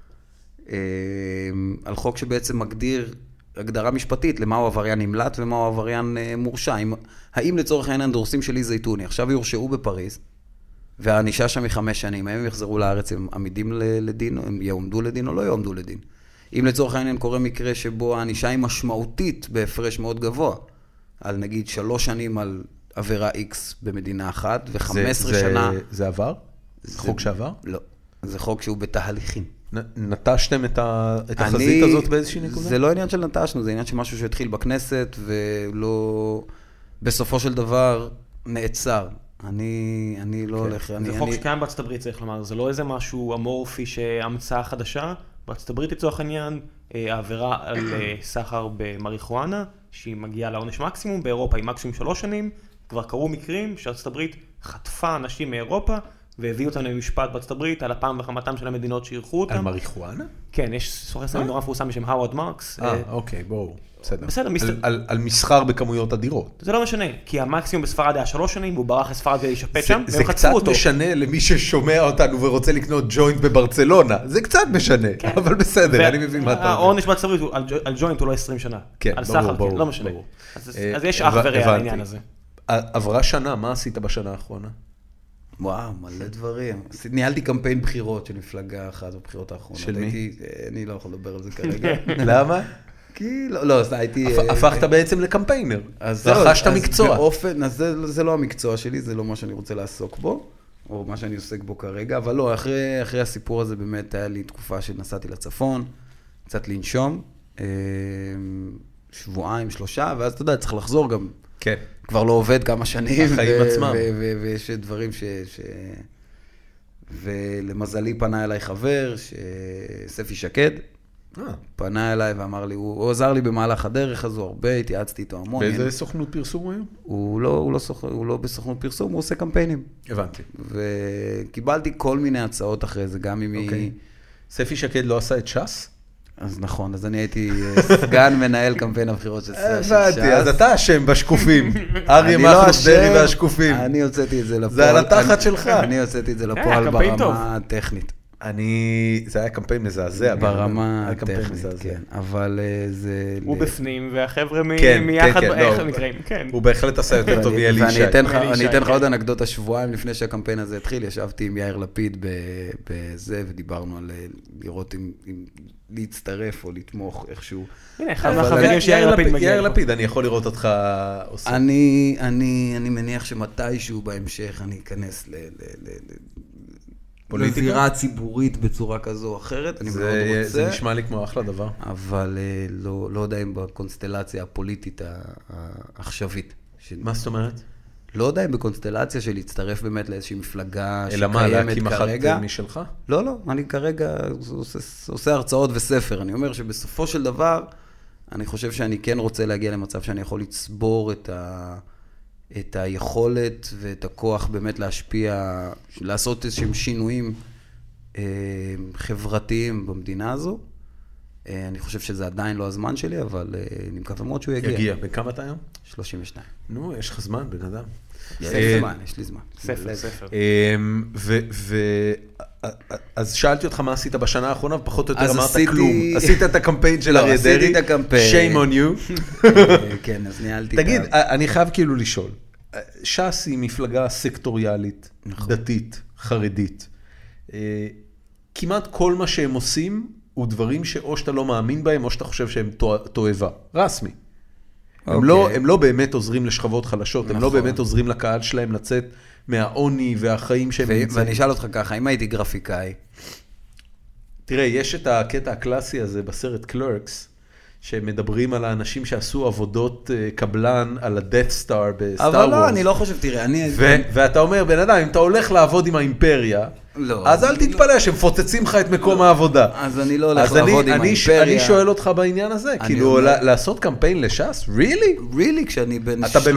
על חוק שבעצם מגדיר הגדרה משפטית למהו עבריין נמלט ומהו עבריין מורשע. האם לצורך העניין דורסים שלי זייתוני, עכשיו יורשעו בפריז, והענישה שם היא 5 שנים, האם הם יחזרו לארץ, הם עמידים לדין, הם יעומדו לדין או לא יעומדו לדין. אם לצורך העניין קורה מקרה שבו הענישה היא משמעותית בהפרש מאוד גבוה, על נגיד 3 שנים על עבירה X במדינה אחת, ו15 שנה... זה עבר? זה חוק שעבר? לא, זה חוק שהוא בתהליכים. נטשתם את החזית הזאת באיזושהי נקודה? זה לא עניין של נטשנו, זה עניין של משהו שהתחיל בכנסת, ולא... בסופו של דבר נעצר. אני לא הולך... זה חוק שקיים בארצות הברית, צריך לומר, זה לא איזה משהו אמורפי שהמצאה חדשה. בארצות הברית לצורך העניין, העבירה על סחר במריחואנה, שהיא מגיעה לעונש מקסימום, באירופה היא מקסימום 3 שנים, כבר קרו מקרים שארצות הברית חטפה אנשים מאירופה, והביאו אותם למשפט בארצות הברית על הפעם וחמתם של המדינות שעירכו אותם. על מריחואנה? כן, יש סוחר סמים נורא מפורסם בשם הווארד מרקס. אוקיי, בואו, בסדר. בסדר, על מסחר בכמויות אדירות. זה לא משנה, כי המקסימום בספרד היה 3 שנים, והוא ברח לספרד ולהישפט שם, זה קצת משנה למי ששומע אותנו ורוצה לקנות ג'וינט בברצלונה. זה קצת משנה, אבל בסדר, אני מבין מה אתה אומר. העונש בארצות הברית על ג'וינט הוא לא 20 שנה. כן, על סחר, כן, לא משנה. אז יש אח ורע העניין הזה. עברה שנה, מה עשית בשנה האחרונה? וואו, מלא דברים. ניהלתי קמפיין בחירות של מפלגה אחת בבחירות האחרונות. של מי? אני לא יכול לדבר על זה כרגע. למה? כי לא, הייתי... הפכת בעצם לקמפיינר, רכשת מקצוע. זה לא המקצוע שלי, זה לא מה שאני רוצה לעסוק בו, או מה שאני עוסק בו כרגע, אבל לא, אחרי הסיפור הזה באמת היה לי תקופה שנסעתי לצפון, קצת לנשום, שבועיים, 3, ואז אתה יודע, צריך לחזור גם. כן. כבר לא עובד כמה שנים. החיים עצמם. ויש דברים ולמזלי פנה אליי חבר, ספי שקד, פנה אליי ואמר לי, הוא עזר לי במהלך הדרך הזו הרבה, התייעצתי איתו המון. באיזה סוכנות פרסום הוא היום? הוא לא בסוכנות פרסום, הוא עושה קמפיינים. הבנתי. וקיבלתי כל מיני הצעות אחרי זה, גם אם היא... ספי שקד לא עשה את ש"ס? אז נכון, אז אני הייתי סגן מנהל קמפיין הבחירות של ש"ס. הבנתי, אז אתה אשם בשקופים. אריה מכלוף דרעי והשקופים. אני הוצאתי את זה לפועל. זה על התחת שלך. אני הוצאתי את זה לפועל ברמה הטכנית. זה היה קמפיין מזעזע. ברמה הטכנית, כן. אבל זה... הוא בפנים, והחבר'ה כן, מיחד, כן, איך לא. הם נקראים, כן. הוא בהחלט עשה יותר טוב מאלי ישי. ואני אתן לך עוד אנקדוטה. שבועיים לפני שהקמפיין הזה התחיל, ישבתי עם יאיר לפיד בזה, ודיברנו על לראות אם להצטרף או לתמוך איכשהו. הנה, אחד מהחברים שיאיר לפיד מגיע. יאיר לפיד, אני יכול לראות אותך עושה. אני מניח שמתישהו בהמשך אני אכנס לזירה הציבורית בצורה כזו או אחרת, אני מאוד רוצה. זה נשמע לי כמו אחלה דבר. אבל לא יודע אם בקונסטלציה הפוליטית העכשווית. מה זאת אומרת? לא יודע אם בקונסטלציה של להצטרף באמת לאיזושהי מפלגה שקיימת כרגע. אלא מה, להקים אחת משלך? לא, אני כרגע עושה הרצאות וספר. אני אומר שבסופו של דבר, אני חושב שאני כן רוצה להגיע למצב שאני יכול לצבור את היכולת ואת הכוח באמת להשפיע, לעשות איזשהם שינויים חברתיים במדינה הזו. אני חושב שזה עדיין לא הזמן שלי, אבל אני מקווה מאוד שהוא יגיע. בכמה אתה היום? 32. נו, יש לך זמן, בן אדם. יש לי זמן. ספר. אז שאלתי אותך מה עשית בשנה האחרונה, ופחות או יותר אמרת כלום. עשית את הקמפיין של אריה דרעי. עשיתי את הקמפיין. Shame on you. כן, אז ניהלתי את תגיד, אני חייב כאילו לשאול. ש"ס היא מפלגה סקטוריאלית, דתית, חרדית. כמעט כל מה שהם עושים הוא דברים שאו שאתה לא מאמין בהם, או שאתה חושב שהם תועבה. רסמי. הם לא באמת עוזרים לשכבות חלשות, הם לא באמת עוזרים לקהל שלהם לצאת מהעוני והחיים שהם נמצאים. ואני אשאל אותך ככה, אם הייתי גרפיקאי? תראה, יש את הקטע הקלאסי הזה בסרט קלרקס, שמדברים על האנשים שעשו עבודות קבלן על ה-Death Star בסטאר וורס. אבל לא, אני לא חושב, תראה, ואתה אומר, בן אדם, אם אתה הולך לעבוד עם האימפריה, אז אל תתפלא שמפוצצים לך את מקום העבודה. אז אני לא הולך לעבוד עם האימפריה. אני שואל אותך בעניין הזה, כאילו לעשות קמפיין לש"ס? really? really, כשאני בן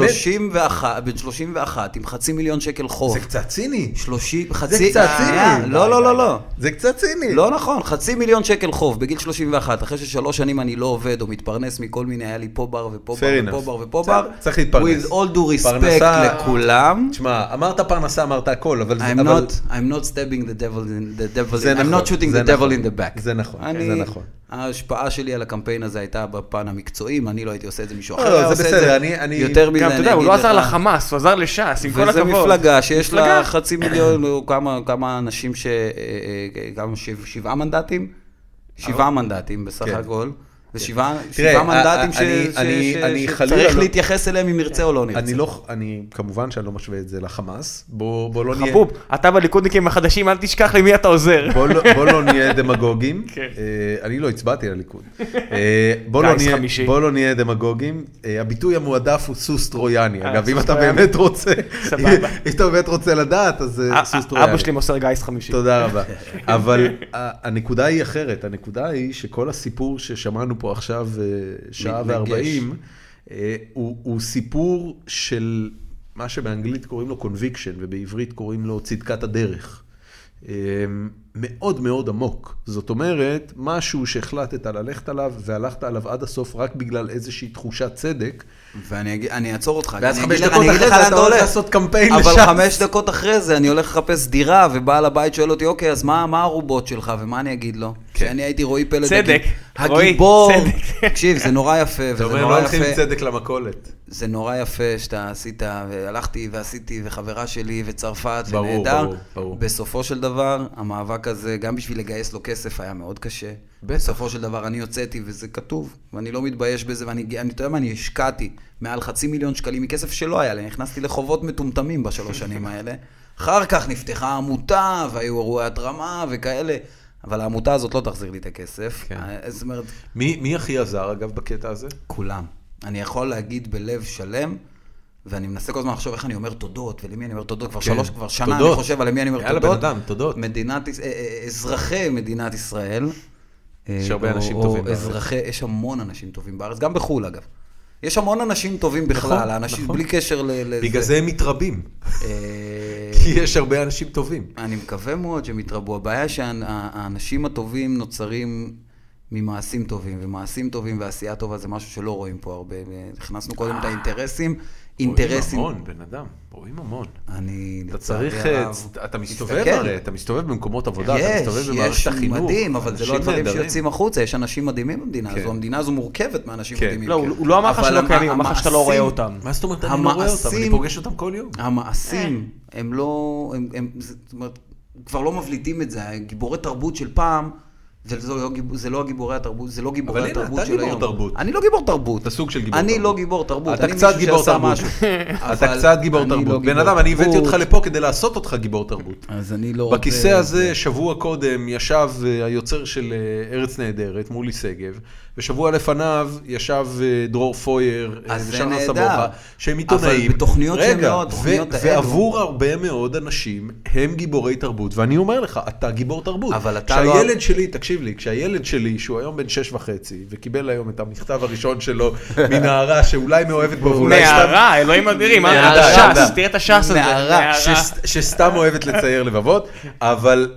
31 עם $500,000 חוב. זה קצת ציני. זה קצת ציני. לא. זה קצת ציני. לא נכון, $500,000 חוב בגיל 31, אחרי ש3 שנים אני לא עובד או מתפרנס מכל מיני, היה לי פה בר ופה בר ופה בר ופה בר. צריך להתפרנס. With all due respect לכולם. תשמע, אמרת פרנסה, אמרת הכל, אבל... I'm not stabbing the devil, I'm not shooting the devil in the back. זה נכון. ההשפעה שלי על הקמפיין הזה הייתה בפן המקצועי, אם אני לא הייתי עושה את זה מישהו אחר. לא, זה בסדר, יותר מזה, גם אתה יודע, הוא לא עזר לחמאס, הוא עזר לש"ס, עם כל הכבוד. וזה מפלגה שיש לה $500,000, או כמה אנשים גם 7 מנדטים? 7 מנדטים בסך הכל. זה 7 מנדטים שצריך להתייחס אליהם אם נרצה או לא נרצה. כמובן שאני לא משווה את זה לחמאס. בוא לא נהיה... חבוב, אתה בליכודניקים החדשים, אל תשכח למי אתה עוזר. בוא לא נהיה דמגוגים. אני לא הצבעתי לליכוד. בוא לא נהיה דמגוגים. הביטוי המועדף הוא סוס טרויאני. אגב, אם אתה באמת רוצה לדעת, אז סוס טרויאני. אבא שלי מוסר גיס 50. תודה רבה. אבל הנקודה היא אחרת. הנקודה היא שכל הסיפור ששמענו פה עכשיו שעה ו40, הוא סיפור של מה שבאנגלית קוראים לו conviction, ובעברית קוראים לו צדקת הדרך. מאוד מאוד עמוק. זאת אומרת, משהו שהחלטת ללכת עליו, והלכת עליו עד הסוף רק בגלל איזושהי תחושת צדק. ואני אעצור אותך. ואז 5 דקות אחרי זה אתה הולך לעשות קמפיין לש"ס. אבל 5 דקות אחרי זה אני הולך לחפש דירה, ובעל הבית שואל אותי, אוקיי, אז מה הערובות שלך, ומה אני אגיד לו? כשאני הייתי רואי פלד, צדק. הגיבור. תקשיב, זה נורא יפה. אתה אומר, לא הולכים צדק למכולת. זה נורא יפה שאתה עשית, והלכתי ועשיתי, וחברה שלי, וצרפת, ונהדר. בסופו של דבר, המאבק הזה, גם בשביל לגייס לו כסף, היה מאוד קשה. בסופו של דבר, אני יוצאתי, וזה כתוב, ואני לא מתבייש בזה, ואני, אתה יודע מה, אני השקעתי מעל $500,000 מכסף שלא היה לי, נכנסתי לחובות מטומטמים ב3 שנים האלה. אחר כך נפתחה עמותה, והיו אירועי התרמה וכאלה, אבל העמותה הזאת לא תחזיר לי את הכסף. כן. זאת אומרת, מי הכי עזר, אגב, בקטע הזה? כולם. אני יכול להגיד בלב שלם, ואני מנסה כל הזמן לחשוב איך אני אומר תודות, ולמי אני אומר תודות, כבר שנה אני חושב על למי אני אומר תודות. יאללה, בן אדם, תודות. אזרחי מדינת ישראל. יש הרבה אנשים טובים בארץ. יש המון אנשים טובים בארץ, גם בחו"ל אגב. יש המון אנשים טובים בכלל, האנשים בלי קשר לזה. בגלל זה הם מתרבים. כי יש הרבה אנשים טובים. אני מקווה מאוד שהם יתרבו. הבעיה שהאנשים הטובים נוצרים ממעשים טובים, ומעשים טובים ועשייה טובה זה משהו שלא רואים פה הרבה. הכנסנו קודם את האינטרסים. רואים המון, בן אדם, רואים המון. אתה צריך, אתה מסתובב הרי, אתה מסתובב במקומות עבודה, אתה מסתובב במערכת החינוך. יש מדהים, אבל זה לא דברים שיוצאים החוצה, יש אנשים מדהימים במדינה הזו, המדינה הזו מורכבת מאנשים מדהימים. לא, הוא לא אמר לך שלא קיימים, הוא אמר לך שאתה לא רואה אותם. מה זאת אומרת, אני לא רואה אותם, אני פוגש אותם כל יום. המעשים, הם לא, זאת אומרת, כבר לא מבליטים את זה, גיבורי תרבות של פעם, זה לא גיבורי התרבות, זה לא גיבורי התרבות של היום. אני לא גיבור תרבות. אתה סוג של גיבור תרבות. אני לא גיבור תרבות. אתה קצת גיבור תרבות. אתה קצת גיבור תרבות. בן אדם, אני הבאתי אותך לפה כדי לעשות אותך גיבור תרבות. אז אני לא... בכיסא הזה, שבוע קודם, ישב היוצר של ארץ נהדרת, מולי סגב, ושבוע לפניו ישב דרור פויר, ושנה סבוכה, שהם עיתונאים. אבל בתוכניות שהן לא התוכניות האלו. ועבור הרבה מאוד אנשים, הם גיבורי תרבות. ואני אומר לך, אתה גיבור תרבות. אבל אתה לא... כשהילד שלי, תקשיב לי, כשהילד שלי, שהוא היום בן 6.5, וקיבל היום את המכתב הראשון שלו מנערה, שאולי מאוהבת בו, ואולי סתם... נערה, אלוהים אדירים, השס, תראה את השס הזה. נערה. שסתם אוהבת לצייר לבבות, אבל...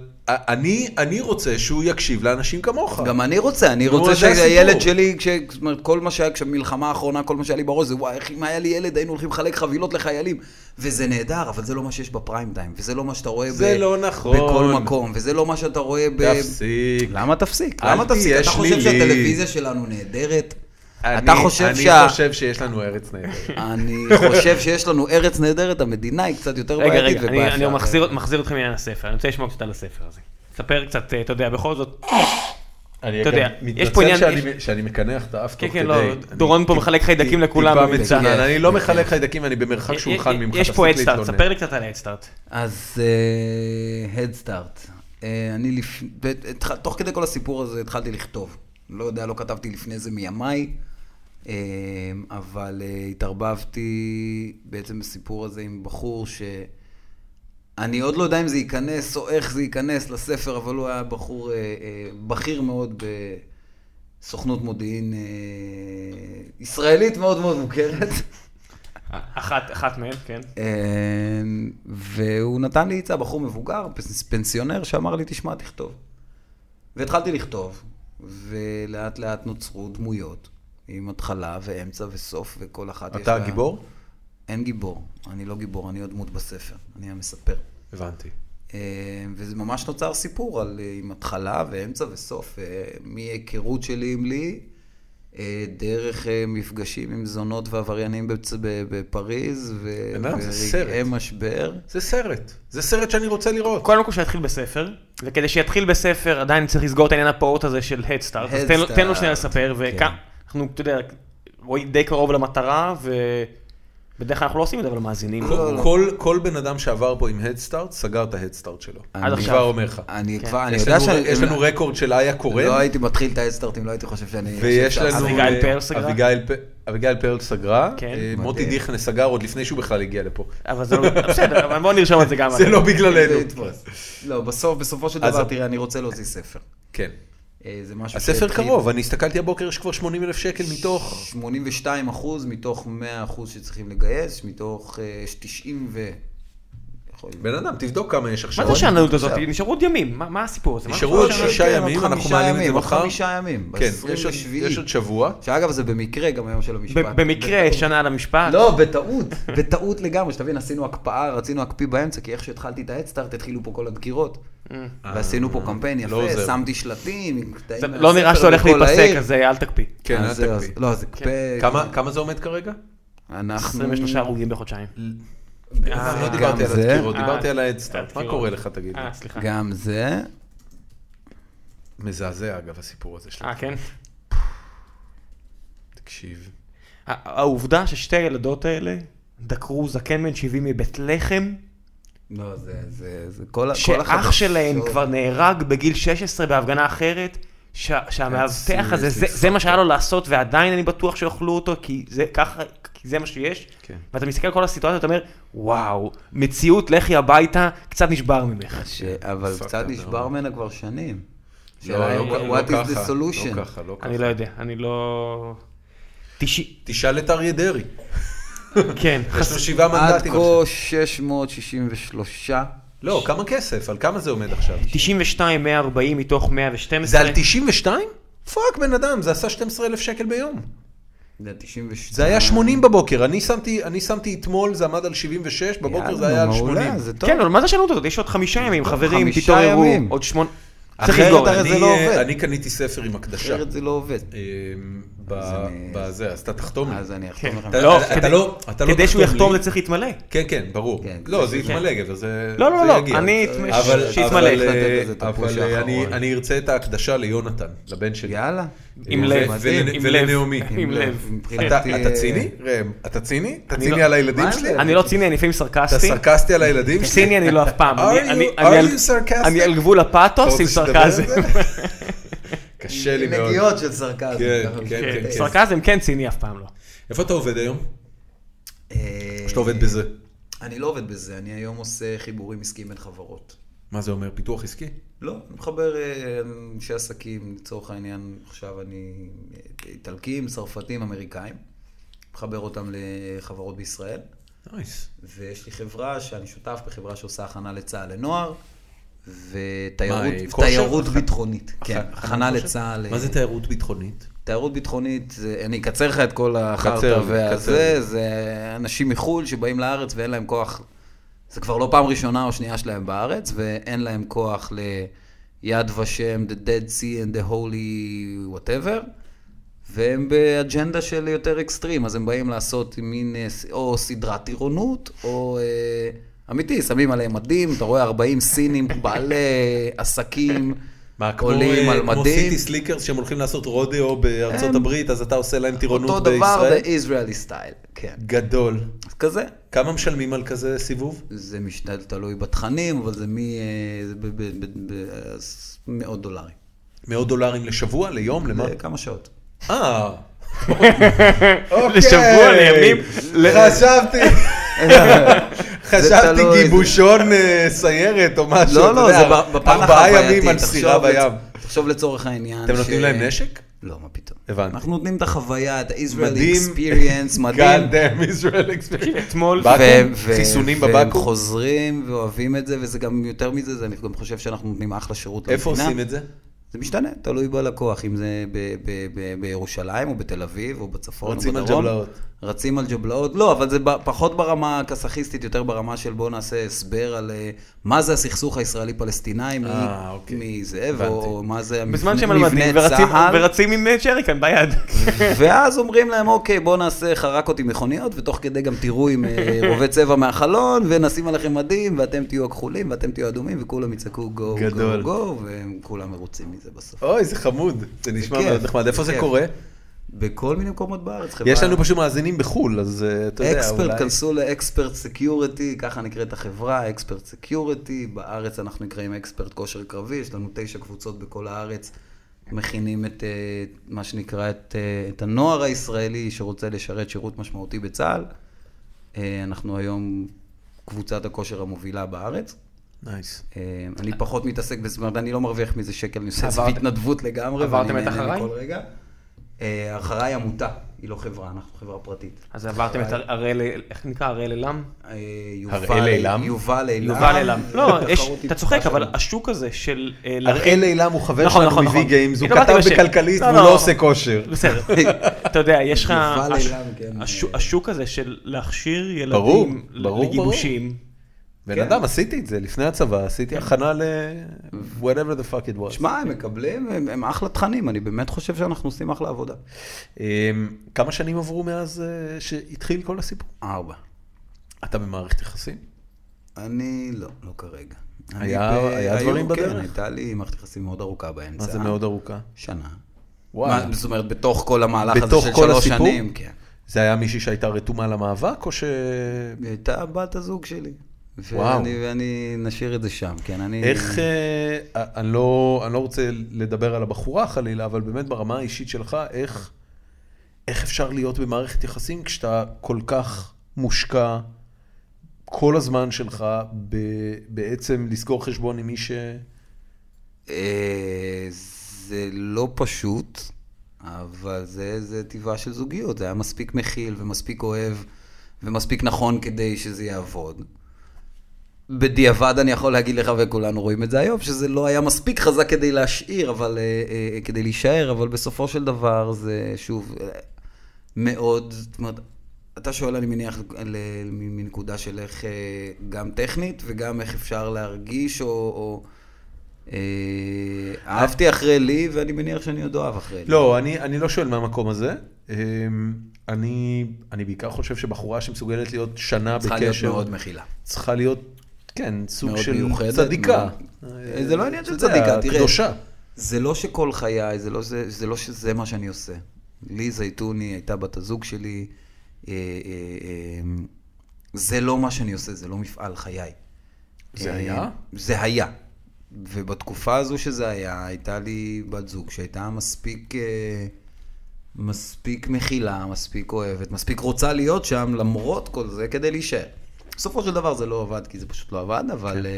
אני רוצה שהוא יקשיב לאנשים כמוך. גם אני רוצה שהילד שלי, כל מה שהיה כשמלחמה האחרונה, כל מה שהיה לי בראש, זה וואי, אם היה לי ילד, היינו הולכים לחלק חבילות לחיילים, וזה נהדר, אבל זה לא מה שיש בפריים טיים, וזה לא מה שאתה רואה בכל מקום, וזה לא מה שאתה רואה תפסיק. למה תפסיק? אתה חושב שהטלוויזיה שלנו נהדרת? אני חושב שיש לנו ארץ נהדרת. אני חושב שיש לנו ארץ נהדרת, המדינה היא קצת יותר בעייתית. רגע, אני מחזיר אתכם מעניין הספר, אני רוצה לשמוע קצת על הספר הזה. ספר קצת, אתה יודע, בכל זאת, אני מתנצל שאני מקנח את האף תוך כדי. כן, לא, דורון פה מחלק חיידקים לכולם. אני לא מחלק חיידקים, אני במרחק שולחן ממך. יש פה הדסטארט, ספר לי קצת על ההדסטארט. אז הדסטארט. אני תוך כדי כל הסיפור הזה התחלתי לכתוב. לא יודע, לא כתבתי לפני זה מימיי, אבל התערבבתי בעצם בסיפור הזה עם בחור שאני עוד לא יודע אם זה ייכנס או איך זה ייכנס לספר, אבל הוא היה בחור בכיר מאוד בסוכנות מודיעין ישראלית מאוד מאוד מוכרת. אחת מהם, כן. והוא נתן לי עצה, בחור מבוגר, פנסיונר, שאמר לי, תשמע, תכתוב. והתחלתי לכתוב. ולאט לאט נוצרו דמויות, עם התחלה ואמצע וסוף, וכל אחת יש לה... אתה גיבור? אין גיבור, אני לא גיבור, אני עוד דמות בספר, אני המספר. הבנתי. וזה ממש נוצר סיפור עם התחלה ואמצע וסוף, מהיכרות שלי עם לי, דרך מפגשים עם זונות ועבריינים בפריז, ורגעי משבר. זה סרט שאני רוצה לראות. קודם כל שיתחיל בספר, וכדי שיתחיל בספר עדיין צריך לסגור את העניין הפעוט הזה של הדסטארט, אז תן לו שנייה לספר, ואנחנו, אתה יודע, רואים די קרוב למטרה, בדרך כלל אנחנו לא עושים את זה, אבל מאזינים. כל בן אדם שעבר פה עם הדסטארט, סגר את ההדסטארט שלו. אני כבר אומר לך. אני יודע יש לנו רקורד של איה קורן. לא הייתי מתחיל את ההדסטארט אם לא הייתי חושב שאני... ויש לנו... אביגיל פרל סגרה. אביגיל פרל סגרה. מוטי דיכנה סגר עוד לפני שהוא בכלל הגיע לפה. אבל זה לא... בסדר, אבל בואו נרשום את זה גם. זה לא בגללנו. לא, בסופו של דבר, תראה, אני רוצה להוציא ספר. כן. הספר קרוב, אני הסתכלתי הבוקר, יש כבר 80,000 שקל מתוך... 82% מתוך 100% שצריכים לגייס, מתוך 90 ו... בן אדם, תבדוק כמה יש עכשיו. מה זה השענות הזאת? נשארו עוד ימים, מה הסיפור הזה? נשארו עוד 6 ימים, אנחנו מעלים את זה מחר. 5 ימים, כן, יש עוד שבוע. שאגב, זה במקרה גם היום של המשפט. במקרה שנה למשפט. לא, בטעות לגמרי, שתבין, עשינו הקפאה, רצינו להקפיא באמצע, כי איך שהתחלתי את ההדסטארט, התחילו פה כל הדקירות. ועשינו פה קמפיין יפה, שמתי שלטים. לא נראה שאתה הולך להיפסק, אז אל תקפיא. כן, אל תקפיא. לא, זה קפה... כמה זה עומד כרגע? 23 הרוגים בחודשיים. לא דיברתי על הדקירות, דיברתי על ההדסטארט. מה קורה לך, תגיד לי? סליחה. גם זה... מזעזע, אגב, הסיפור הזה שלך. כן? תקשיב. העובדה ששתי הילדות האלה דקרו זקן בן 70 מבית לחם, לא, זה כל שאח שלהם כבר נהרג בגיל 16 בהפגנה אחרת, שהמאבטח הזה, זה מה שהיה לו לעשות, ועדיין אני בטוח שיאכלו אותו, כי זה ככה, כי זה מה שיש. ואתה מסתכל על כל הסיטואציה, אתה אומר, וואו, מציאות, לכי הביתה, קצת נשבר ממך. אבל קצת נשבר ממנה כבר שנים. לא What is the solution? לא ככה. אני לא יודע, אני לא... תשאל את אריה דרעי. כן. יש לו 7 מנדטים עד עכשיו. כה 663. לא, כמה כסף? על כמה זה עומד עכשיו? 92, 140 מתוך 112. זה על 92? פאק בן אדם, זה עשה 12,000 שקל ביום. זה 92. זה היה 80 בבוקר, אני שמתי אתמול, זה עמד על 76, בבוקר זה היה על 80. כן, אבל מה זה שנות הזאת? יש עוד 5 ימים, חברים, 5 תתעוררו, ימים. עוד 8... אחרת זה לא עובד. אני קניתי ספר עם הקדשה. אחרת זה לא עובד. בזה, אז אתה תחתום לי. אז אני אחתום לכם. לא, אתה לא כדי שהוא תחתום יחתום לי. זה צריך להתמלא. כן, כן, ברור. לא, זה יתמלא, גבר, זה יגיע. אני אבל שיתמלא. אני ארצה את ההקדשה ליונתן, לבן שלי. יאללה. עם לב. ולנעמי. עם לב. אתה ציני? ראם, אתה ציני? אתה ציני על הילדים שלי? אני לא ציני, אני לפעמים סרקסטי. אתה סרקסטי על הילדים שלי? ציני אני לא אף פעם. אני על גבול הפאטוס עם סרקזם. קשה לי מאוד. נגיעות של סרקזם. כן. סרקזם כן, ציני אף פעם לא. איפה אתה עובד היום? או שאתה עובד בזה? אני לא עובד בזה, אני היום עושה חיבורים עסקיים בין חברות. מה זה אומר? פיתוח עסקי? לא, אני מחבר אנשי עסקים, לצורך העניין, עכשיו אני איטלקים, צרפתים, אמריקאים, מחבר אותם לחברות בישראל. נייס. ויש לי חברה שאני שותף בחברה שעושה הכנה לצה"ל לנוער, כושר? ותיירות ביטחונית. כן, הכנה כושר? לצה"ל. מה זה תיירות ביטחונית? תיירות ביטחונית, אני אקצר לך את כל החרטה והזה, זה אנשים מחול שבאים לארץ ואין להם כוח, זה כבר לא פעם ראשונה או שנייה שלהם בארץ, ואין להם כוח ליד ושם, the dead sea and the holy whatever, והם באג'נדה של יותר אקסטרים, אז הם באים לעשות מין או סדרת טירונות, או אמיתי, שמים עליהם מדים, אתה רואה 40 סינים, בעלי עסקים, עולים על כמו מדים. סיטי סליקרס שהם הולכים לעשות רודאו בארצות הברית, אז אתה עושה להם טירונות אותו בישראל? דבר ב-Israeli סטייל, כן. גדול. אז כזה. כמה משלמים על כזה סיבוב? זה תלוי בתכנים, אבל זה מאות דולרים. $100 לשבוע, ליום, למה? כמה שעות. לשבוע, לימים. חשבתי גיבושון סיירת או משהו. לא, זה בפן 4 ימים על סירה בים. תחשוב לצורך העניין. אתם נותנים להם נשק? לא, מה פתאום. הבנתי. אנחנו נותנים את החוויה, את ה-Israeli מדהים. experience, מדהים. God damn Israel experience. אתמול, חיסונים והם בבקו"ם? חוזרים ואוהבים את זה, וזה גם יותר מזה, אני גם חושב שאנחנו נותנים אחלה שירות למדינה. איפה עושים את זה? זה משתנה, תלוי בלקוח, אם זה בירושלים או בתל אביב או בצפון או רצים על בדרום. ג'בלאות. רצים על ג'בלאות, לא, אבל זה פחות ברמה הקסאכיסטית, יותר ברמה של בוא נעשה הסבר על מה זה הסכסוך הישראלי-פלסטיני, מזאב, או מה זה בזמן שהם על מדים ורצים עם צ'ריקן ביד. ואז אומרים להם, אוקיי, בוא נעשה חרקות עם מכוניות, ותוך כדי גם תראו עם רובי צבע מהחלון, ונשים עליכם מדים, ואתם תהיו הכחולים, ואתם תהיו אדומים, וכולם יצעקו גו, גו, גו, וכולם מרוצים מזה בסוף. אוי, זה חמוד. זה נשמע מאוד נחמד. איפה זה קורה? בכל מיני מקומות בארץ. יש לנו פשוט מאזינים בחול, אז אתה יודע, אולי... אקספרט, כנסו לאקספרט סקיוריטי, ככה נקראת החברה, אקספרט סקיוריטי, בארץ אנחנו נקראים אקספרט כושר קרבי, יש לנו 9 קבוצות בכל הארץ, מכינים את מה שנקרא את הנוער הישראלי שרוצה לשרת שירות משמעותי בצה"ל. אנחנו היום קבוצת הכושר המובילה בארץ. נייס. אני פחות מתעסק בזמן, אני לא מרוויח מזה שקל, אני עושה התנדבות לגמרי. עברתם את אחריי? אחריי עמותה, היא לא חברה, אנחנו חברה פרטית. אז עברתם את הראל, איך נקרא? הראל אילם? יובל אילם. יובל אילם. לא, אתה צוחק, אבל השוק הזה של... הראל אילם הוא חבר שלנו מביא גיימס, הוא כתב בכלכלית והוא לא עושה כושר. בסדר. אתה יודע, יש לך... השוק הזה של להכשיר ילדים לגיבושים. בן אדם, עשיתי את זה לפני הצבא, עשיתי הכנה whatever the fuck it was. שמע, הם מקבלים, הם אחלה תכנים, אני באמת חושב שאנחנו עושים אחלה עבודה. כמה שנים עברו מאז שהתחיל כל הסיפור? 4. אתה במערכת יחסים? אני לא כרגע. היה דברים בדרך? כן, הייתה לי מערכת יחסים מאוד ארוכה באמצע. מה זה מאוד ארוכה? שנה. וואי. זאת אומרת, בתוך כל המהלך הזה של 3 שנים, כן. זה היה מישהי שהייתה רתומה למאבק, או ש... היא הייתה בת הזוג שלי. ואני נשאיר את זה שם, כן, אני... איך, אני לא רוצה לדבר על הבחורה חלילה, אבל באמת ברמה האישית שלך, איך אפשר להיות במערכת יחסים כשאתה כל כך מושקע כל הזמן שלך בעצם לסגור חשבון עם מי ש... זה לא פשוט, אבל זה טבעה של זוגיות, זה היה מספיק מכיל ומספיק אוהב ומספיק נכון כדי שזה יעבוד. בדיעבד אני יכול להגיד לך, וכולנו רואים את זה היום, שזה לא היה מספיק חזק כדי להשאיר, כדי להישאר, אבל בסופו של דבר זה שוב מאוד, זאת אומרת, אתה שואל, אני מניח, מנקודה של איך גם טכנית וגם איך אפשר להרגיש, או אהבתי אחרי לי, ואני מניח שאני עוד אוהב אחרי לי. לא, אני לא שואל מהמקום הזה. אני בעיקר חושב שבחורה שמסוגלת להיות שנה בקשר... צריכה להיות מאוד מכילה. צריכה להיות, כן, סוג של מיוחדת, צדיקה. זה לא עניין של צדיקה, תראה. קדושה. זה לא שכל חיי, זה לא שזה מה שאני עושה. לי זייתוני הייתה בת הזוג שלי, זה לא מה שאני עושה, זה לא מפעל חיי. זה היה? זה היה. ובתקופה הזו שזה היה, הייתה לי בת זוג שהייתה מספיק מכילה, מספיק אוהבת, מספיק רוצה להיות שם למרות כל זה כדי להישאר. בסופו של דבר זה לא עבד, כי זה פשוט לא עבד,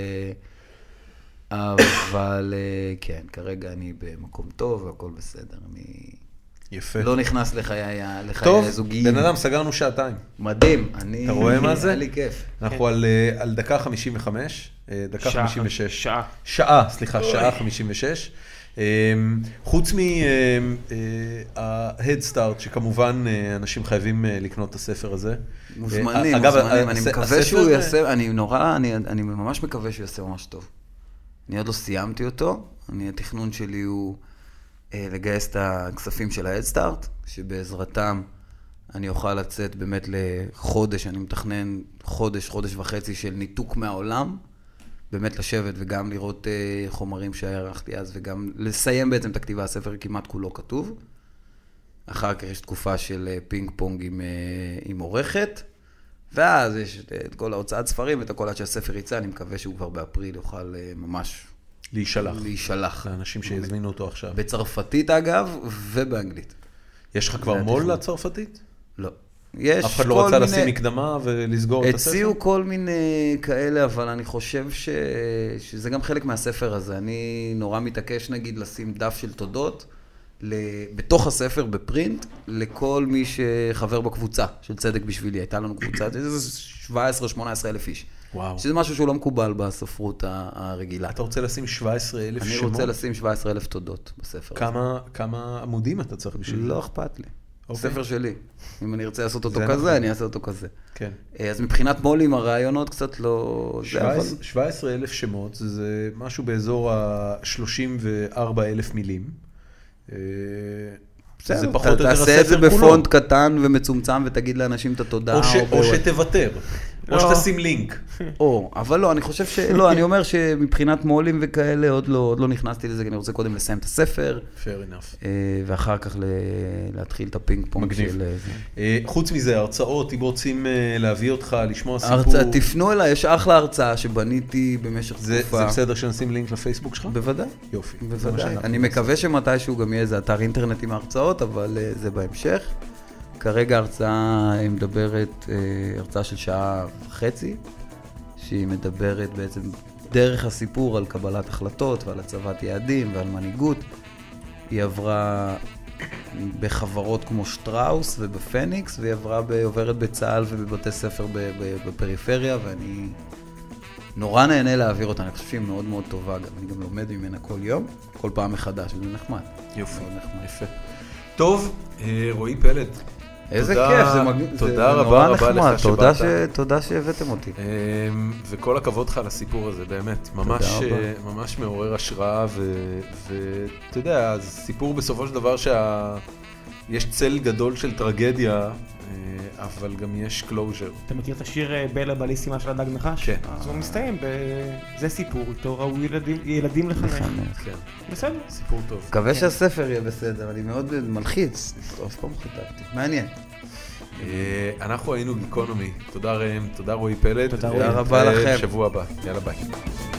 אבל כן, כרגע אני במקום טוב והכל בסדר. אני יפה. לא נכנס לחיי הזוגיים. טוב, בן אדם, סגרנו שעתיים. מדהים. אתה רואה מה זה? היה לי כיף. אנחנו על דקה 55, דקה 56. שעה. שעה 56. חוץ מה-Head Start, שכמובן אנשים חייבים לקנות את הספר הזה. מוזמנים. אני מקווה שהוא יעשה, אני ממש מקווה שהוא יעשה ממש טוב. אני עוד לא סיימתי אותו. התכנון שלי הוא לגייס את הכספים של ה-Head Start, שבעזרתם אני אוכל לצאת באמת לחודש, אני מתכנן חודש וחצי של ניתוק מהעולם, באמת לשבת וגם לראות חומרים שערכתי אז, וגם לסיים בעצם את הכתיבה, הספר כמעט כולו כתוב. אחר כך יש תקופה של פינג פונג עם עורכת, ואז יש את כל ההוצאת ספרים, ואת הכל עד שהספר יצא, אני מקווה שהוא כבר באפריל יוכל ממש להישלח. לאנשים שיזמינו אותו עכשיו. בצרפתית אגב, ובאנגלית. יש לך כבר מול לצרפתית? לא. אף אחד לא רצה לשים מקדמה ולסגור את הספר? הציעו כל מיני כאלה, אבל אני חושב שזה גם חלק מהספר הזה. אני נורא מתעקש, נגיד, לשים דף של תודות בתוך הספר, בפרינט, לכל מי שחבר בקבוצה של צדק בשבילי. הייתה לנו קבוצה, זה 17-18 אלף איש. וואו. שזה משהו שהוא לא מקובל בספרות הרגילה. אתה רוצה לשים 17,000 שמות? אני רוצה לשים 17,000 תודות בספר הזה. כמה עמודים אתה צריך בשביל? לא אכפת לי. ספר שלי. אם אני ארצה לעשות אותו זה כזה, נכון. אני אעשה אותו כזה. כן. אז מבחינת מולים, הרעיונות קצת לא... 17,000 שמות, זה משהו באזור ה-34,000 מילים. זה פחות או יותר הספר כולו. תעשה את זה בפונט קטן ומצומצם ותגיד לאנשים את התודה. או שתוותר. או שתשים לינק. אבל לא, אני חושב לא, אני אומר שמבחינת מולים וכאלה, עוד לא נכנסתי לזה, כי אני רוצה קודם לסיים את הספר. Fair enough. ואחר כך להתחיל את הפינג פונג של... חוץ מזה, הרצאות, אם רוצים להביא אותך, לשמוע סיפור... תפנו אליי, יש אחלה הרצאה שבניתי במשך תקופה. זה בסדר שנשים לינק לפייסבוק שלך? בוודאי. יופי. בוודאי. אני מקווה שמתישהו גם יהיה איזה אתר אינטרנט עם ההרצאות, אבל זה בהמשך. כרגע הרצאה מדברת, הרצאה של שעה וחצי, שהיא מדברת בעצם דרך הסיפור על קבלת החלטות ועל הצבת יעדים ועל מנהיגות. היא עברה בחברות כמו שטראוס ובפניקס, והיא עוברת בצה"ל ובבתי ספר בפריפריה, ואני נורא נהנה להעביר אותה. אני חושב שהיא מאוד מאוד טובה, אני גם לומד ממנה כל יום, כל פעם מחדש, וזה נחמד. יופי, יפה. טוב, רועי פלד. איזה כיף, תודה רבה לך שבאת. תודה שהבאתם אותי. וכל הכבוד לך על הסיפור הזה, באמת. ממש מעורר השראה, ואתה יודע, סיפור בסופו של דבר יש צל גדול של טרגדיה, אבל גם יש קלוז'ר. אתה מכיר את השיר בלה בליסימה של הדג נחש? כן. אז הוא מסתיים, זה סיפור, איתו ראו ילדים לחנך. כן. בסדר. סיפור טוב. מקווה שהספר יהיה בסדר, אני מאוד מלחיץ, אף פעם חיתבתי. מעניין. אנחנו היינו גיקונומי. תודה ראם, תודה רועי פלד. תודה רבה לכם. שבוע הבא. יאללה ביי.